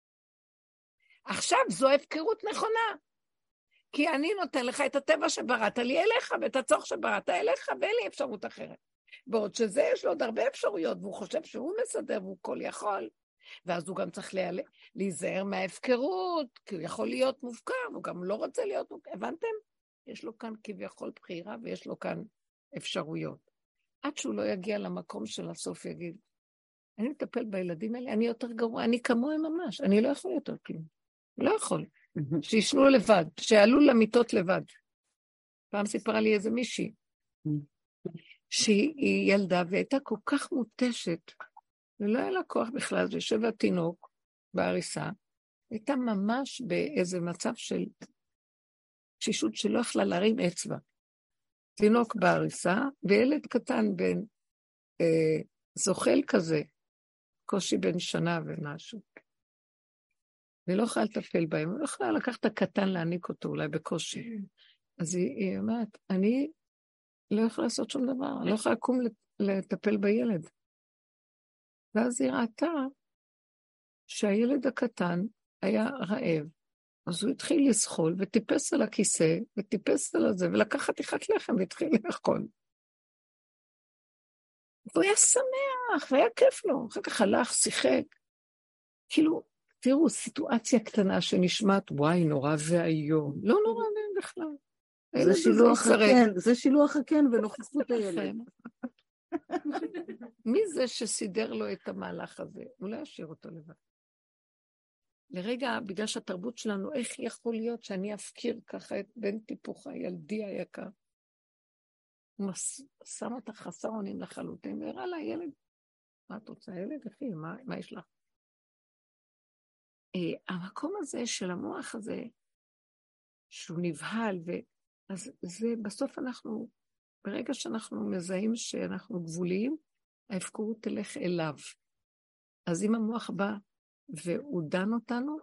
עכשיו זו הפקרות נכונה. כי אני נותן לך את הטבע שבראת לי אליך, ואת הצורך שבראת אליך, ואין לי אפשרות אחרת. בעוד שזה יש לו עוד הרבה אפשרויות, והוא חושב שהוא מסדר, והוא כל יכול. ואז הוא גם צריך להיזהר מההפקרות, כי הוא יכול להיות מופקר, הוא גם לא רוצה להיות מופקר. הבנתם? יש לו כאן כביכול בחירה, ויש לו כאן אפשרויות. עד שהוא לא יגיע למקום של הסוף, יגיד, אני מטפל בילדים האלה, אני יותר גרוע, אני כמוהם ממש, אני לא יכול יותר כלום. לא יכול. שישנו לבד, שיעלו למיטות לבד. פעם סיפרה לי איזה מישהי, שהיא ילדה והייתה כל כך מוטשת, ולא היה לה כוח בכלל, זה יושב התינוק בעריסה, הייתה ממש באיזה מצב של תשישות שלא יכלה להרים אצבע. תינוק בעריסה, וילד קטן בין זוחל כזה, קושי בין שנה ומשהו. והיא לא יכולה לטפל בהם, היא לא יכולה לקחת את הקטן להעניק אותו, אולי בקושי. אז היא אומרת, אני לא יכולה לעשות שום דבר, אני לא יכולה לקום לטפל בילד. ואז היא ראתה שהילד הקטן היה רעב, אז הוא התחיל לסחול וטיפס על הכיסא, וטיפס על זה, ולקח חתיכת לחם והתחיל לאכול. והוא היה שמח, והיה כיף לו, אחר כך הלך, שיחק. כאילו, תראו, סיטואציה קטנה שנשמעת, וואי, נורא והיום. לא נורא והיום בכלל. זה שילוח הקן ונוכחות הילד. מי זה שסידר לו את המהלך הזה? הוא לא ישאיר אותו לבד. לרגע, בגלל שהתרבות שלנו, איך יכול להיות שאני אפקיר ככה את בן טיפוח הילדי היקר? הוא שם אותה חסר אונים לחלוטין, והראה לה, ילד, מה את רוצה? ילד, אחי, מה יש לך? המקום הזה של המוח הזה, שהוא נבהל, אז זה בסוף אנחנו, ברגע שאנחנו מזהים שאנחנו גבוליים, ההפקרות תלך אליו. אז אם המוח בא והוא דן אותנו,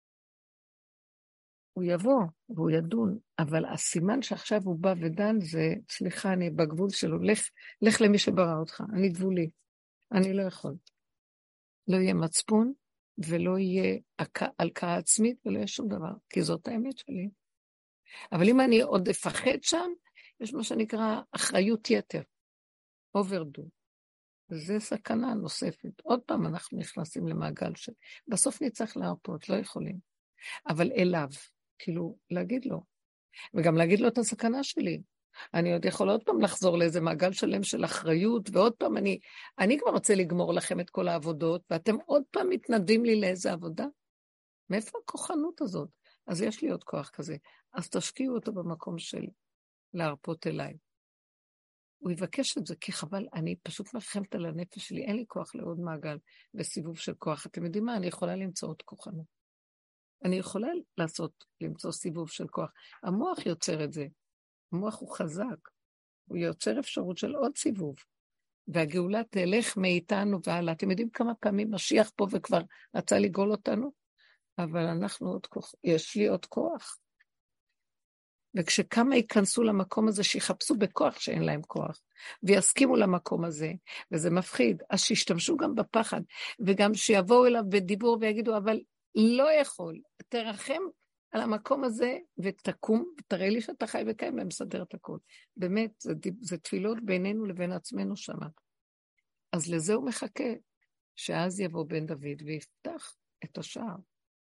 הוא יבוא והוא ידון, אבל הסימן שעכשיו הוא בא ודן זה, סליחה, אני בגבול שלו, לך למי שברא אותך, אני גבולי, אני לא יכול. לא יהיה מצפון, ולא יהיה הלקאה עצמית, ולא יהיה שום דבר, כי זאת האמת שלי. אבל אם אני עוד אפחד שם, יש מה שנקרא אחריות יתר, אוברדו. וזה סכנה נוספת. עוד פעם אנחנו נכנסים למעגל של... בסוף נצטרך להרפות, לא יכולים. אבל אליו, כאילו, להגיד לו. וגם להגיד לו את הסכנה שלי. אני עוד יכול עוד פעם לחזור לאיזה מעגל שלם של אחריות, ועוד פעם אני כבר רוצה לגמור לכם את כל העבודות, ואתם עוד פעם מתנדים לי לאיזה עבודה? מאיפה הכוחנות הזאת? אז יש לי עוד כוח כזה. אז תשקיעו אותו במקום של להרפות אליי. הוא יבקש את זה, כי חבל, אני פשוט מרחמת על הנפש שלי, אין לי כוח לעוד מעגל וסיבוב של כוח. אתם יודעים מה? אני יכולה למצוא עוד כוחנות. אני יכולה למצוא סיבוב של כוח. המוח יוצר את זה. המוח הוא חזק. הוא יוצר אפשרות של עוד סיבוב. והגאולה תלך מאיתנו והלאה. אתם יודעים כמה פעמים משיח פה וכבר רצה לגאול אותנו? אבל אנחנו עוד כוח, יש לי עוד כוח. וכשכמה ייכנסו למקום הזה, שיחפשו בכוח שאין להם כוח, ויסכימו למקום הזה, וזה מפחיד, אז שישתמשו גם בפחד, וגם שיבואו אליו בדיבור ויגידו, אבל לא יכול, תרחם על המקום הזה, ותקום, ותראה לי שאתה חי וקיים, ומסדר את הכל. באמת, זה תפילות בינינו לבין עצמנו שמה. אז לזה הוא מחכה, שאז יבוא בן דוד, ויפתח את השער.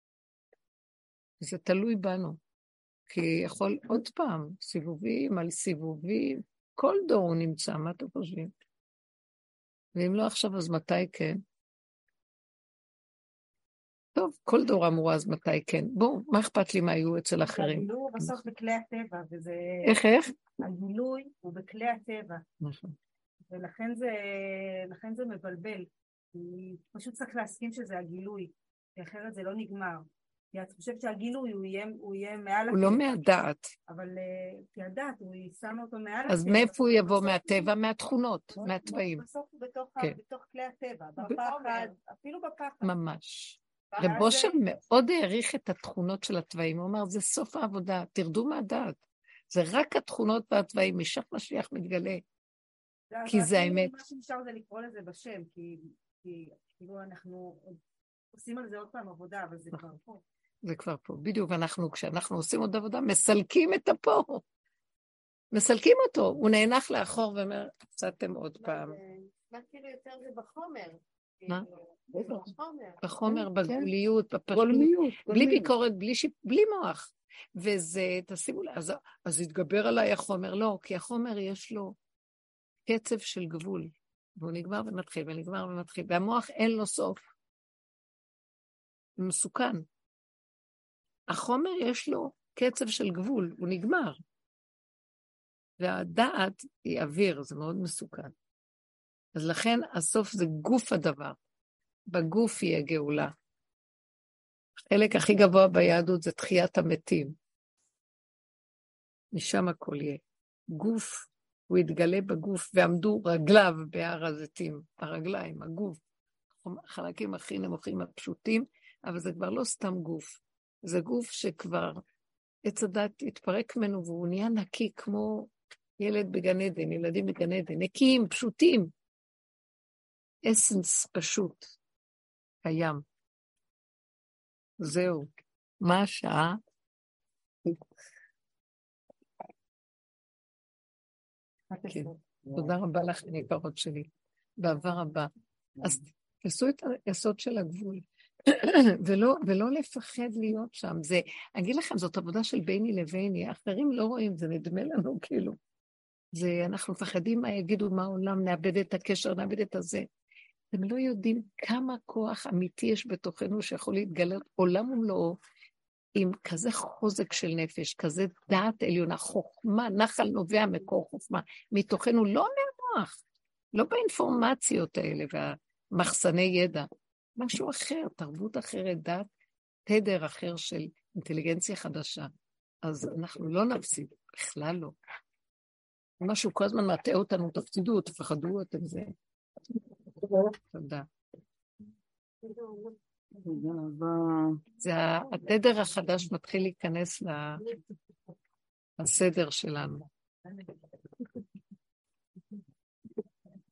זה תלוי בנו. כי יכול עוד פעם, סיבובים על סיבובים, כל דור הוא נמצא, מה אתם חושבים? ואם לא עכשיו, אז מתי כן? טוב, כל דור אמרו אז מתי כן. בואו, מה אכפת לי מה היו אצל אחרים? הגילוי הוא בסוף בכלי הטבע, וזה... איך? הגילוי הוא בכלי הטבע. נכון. ולכן זה מבלבל. פשוט צריך להסכים שזה הגילוי, כי אחרת זה לא נגמר. כי את חושבת שהגילוי הוא יהיה מעל... הוא לא מהדעת. אבל כי הדעת, הוא שם אותו מעל... אז מאיפה הוא יבוא? מהטבע? מהתכונות, מהטבעים. בסוף הוא בתוך כלי הטבע, בפחד, אפילו בפחד. ממש. רב אושר מאוד העריך את התכונות של הטבעים. הוא אמר, זה סוף העבודה, תרדו מהדעת. זה רק התכונות והטבעים, משך משיח מתגלה. כי זה האמת. מה שנשאר זה לקרוא לזה בשם, כי כאילו אנחנו עושים על זה עוד פעם עבודה, אבל זה כבר פה. זה כבר פה. בדיוק, כשאנחנו עושים עוד עבודה, מסלקים את הפה. מסלקים אותו. הוא נאנח לאחור ואומר, קצתם עוד פעם. מה כאילו יותר זה בחומר? מה? בחומר, בגבוליות, בפשטות. בלי ביקורת, בלי מוח. וזה, תשימו לה, אז יתגבר עליי החומר. לא, כי החומר יש לו קצב של גבול. והוא נגמר ומתחיל, ונגמר ומתחיל. והמוח אין לו סוף. הוא מסוכן. החומר יש לו קצב של גבול, הוא נגמר. והדעת היא אוויר, זה מאוד מסוכן. אז לכן הסוף זה גוף הדבר. בגוף היא הגאולה. החלק הכי גבוה ביהדות זה תחיית המתים. משם הכל יהיה. גוף, הוא יתגלה בגוף, ועמדו רגליו בהר הזיתים. הרגליים, הגוף. החלקים הכי נמוכים הפשוטים, אבל זה כבר לא סתם גוף. זה גוף שכבר עץ הדת התפרק ממנו, והוא נהיה נקי כמו ילד בגן עדן, ילדים בגן עדן, נקיים, פשוטים. אסנס פשוט, קיים. זהו. מה השעה? כן. תודה רבה לך, יקרות שלי. בעבר הבא. אז תעשו את היסוד של הגבול, ולא לפחד להיות שם. זה, אני אגיד לכם, זאת עבודה של ביני לביני, אחרים לא רואים, זה נדמה לנו כאילו. זה, אנחנו מפחדים מה יגידו, מה העולם, נאבד את הקשר, נאבד את הזה. אתם לא יודעים כמה כוח אמיתי יש בתוכנו שיכול להתגלות עולם ומלואו, עם כזה חוזק של נפש, כזה דעת עליונה, חוכמה, נחל נובע מקור חוכמה, מתוכנו לא מהמוח, לא באינפורמציות האלה והמחסני ידע, משהו אחר, תרבות אחרת, דעת, תדר אחר של אינטליגנציה חדשה. אז אנחנו לא נפסיד, בכלל לא. משהו כל הזמן מטעה אותנו, תפסידו, תפחדו, אתם זה. תודה. זה התדר החדש מתחיל להיכנס לסדר שלנו.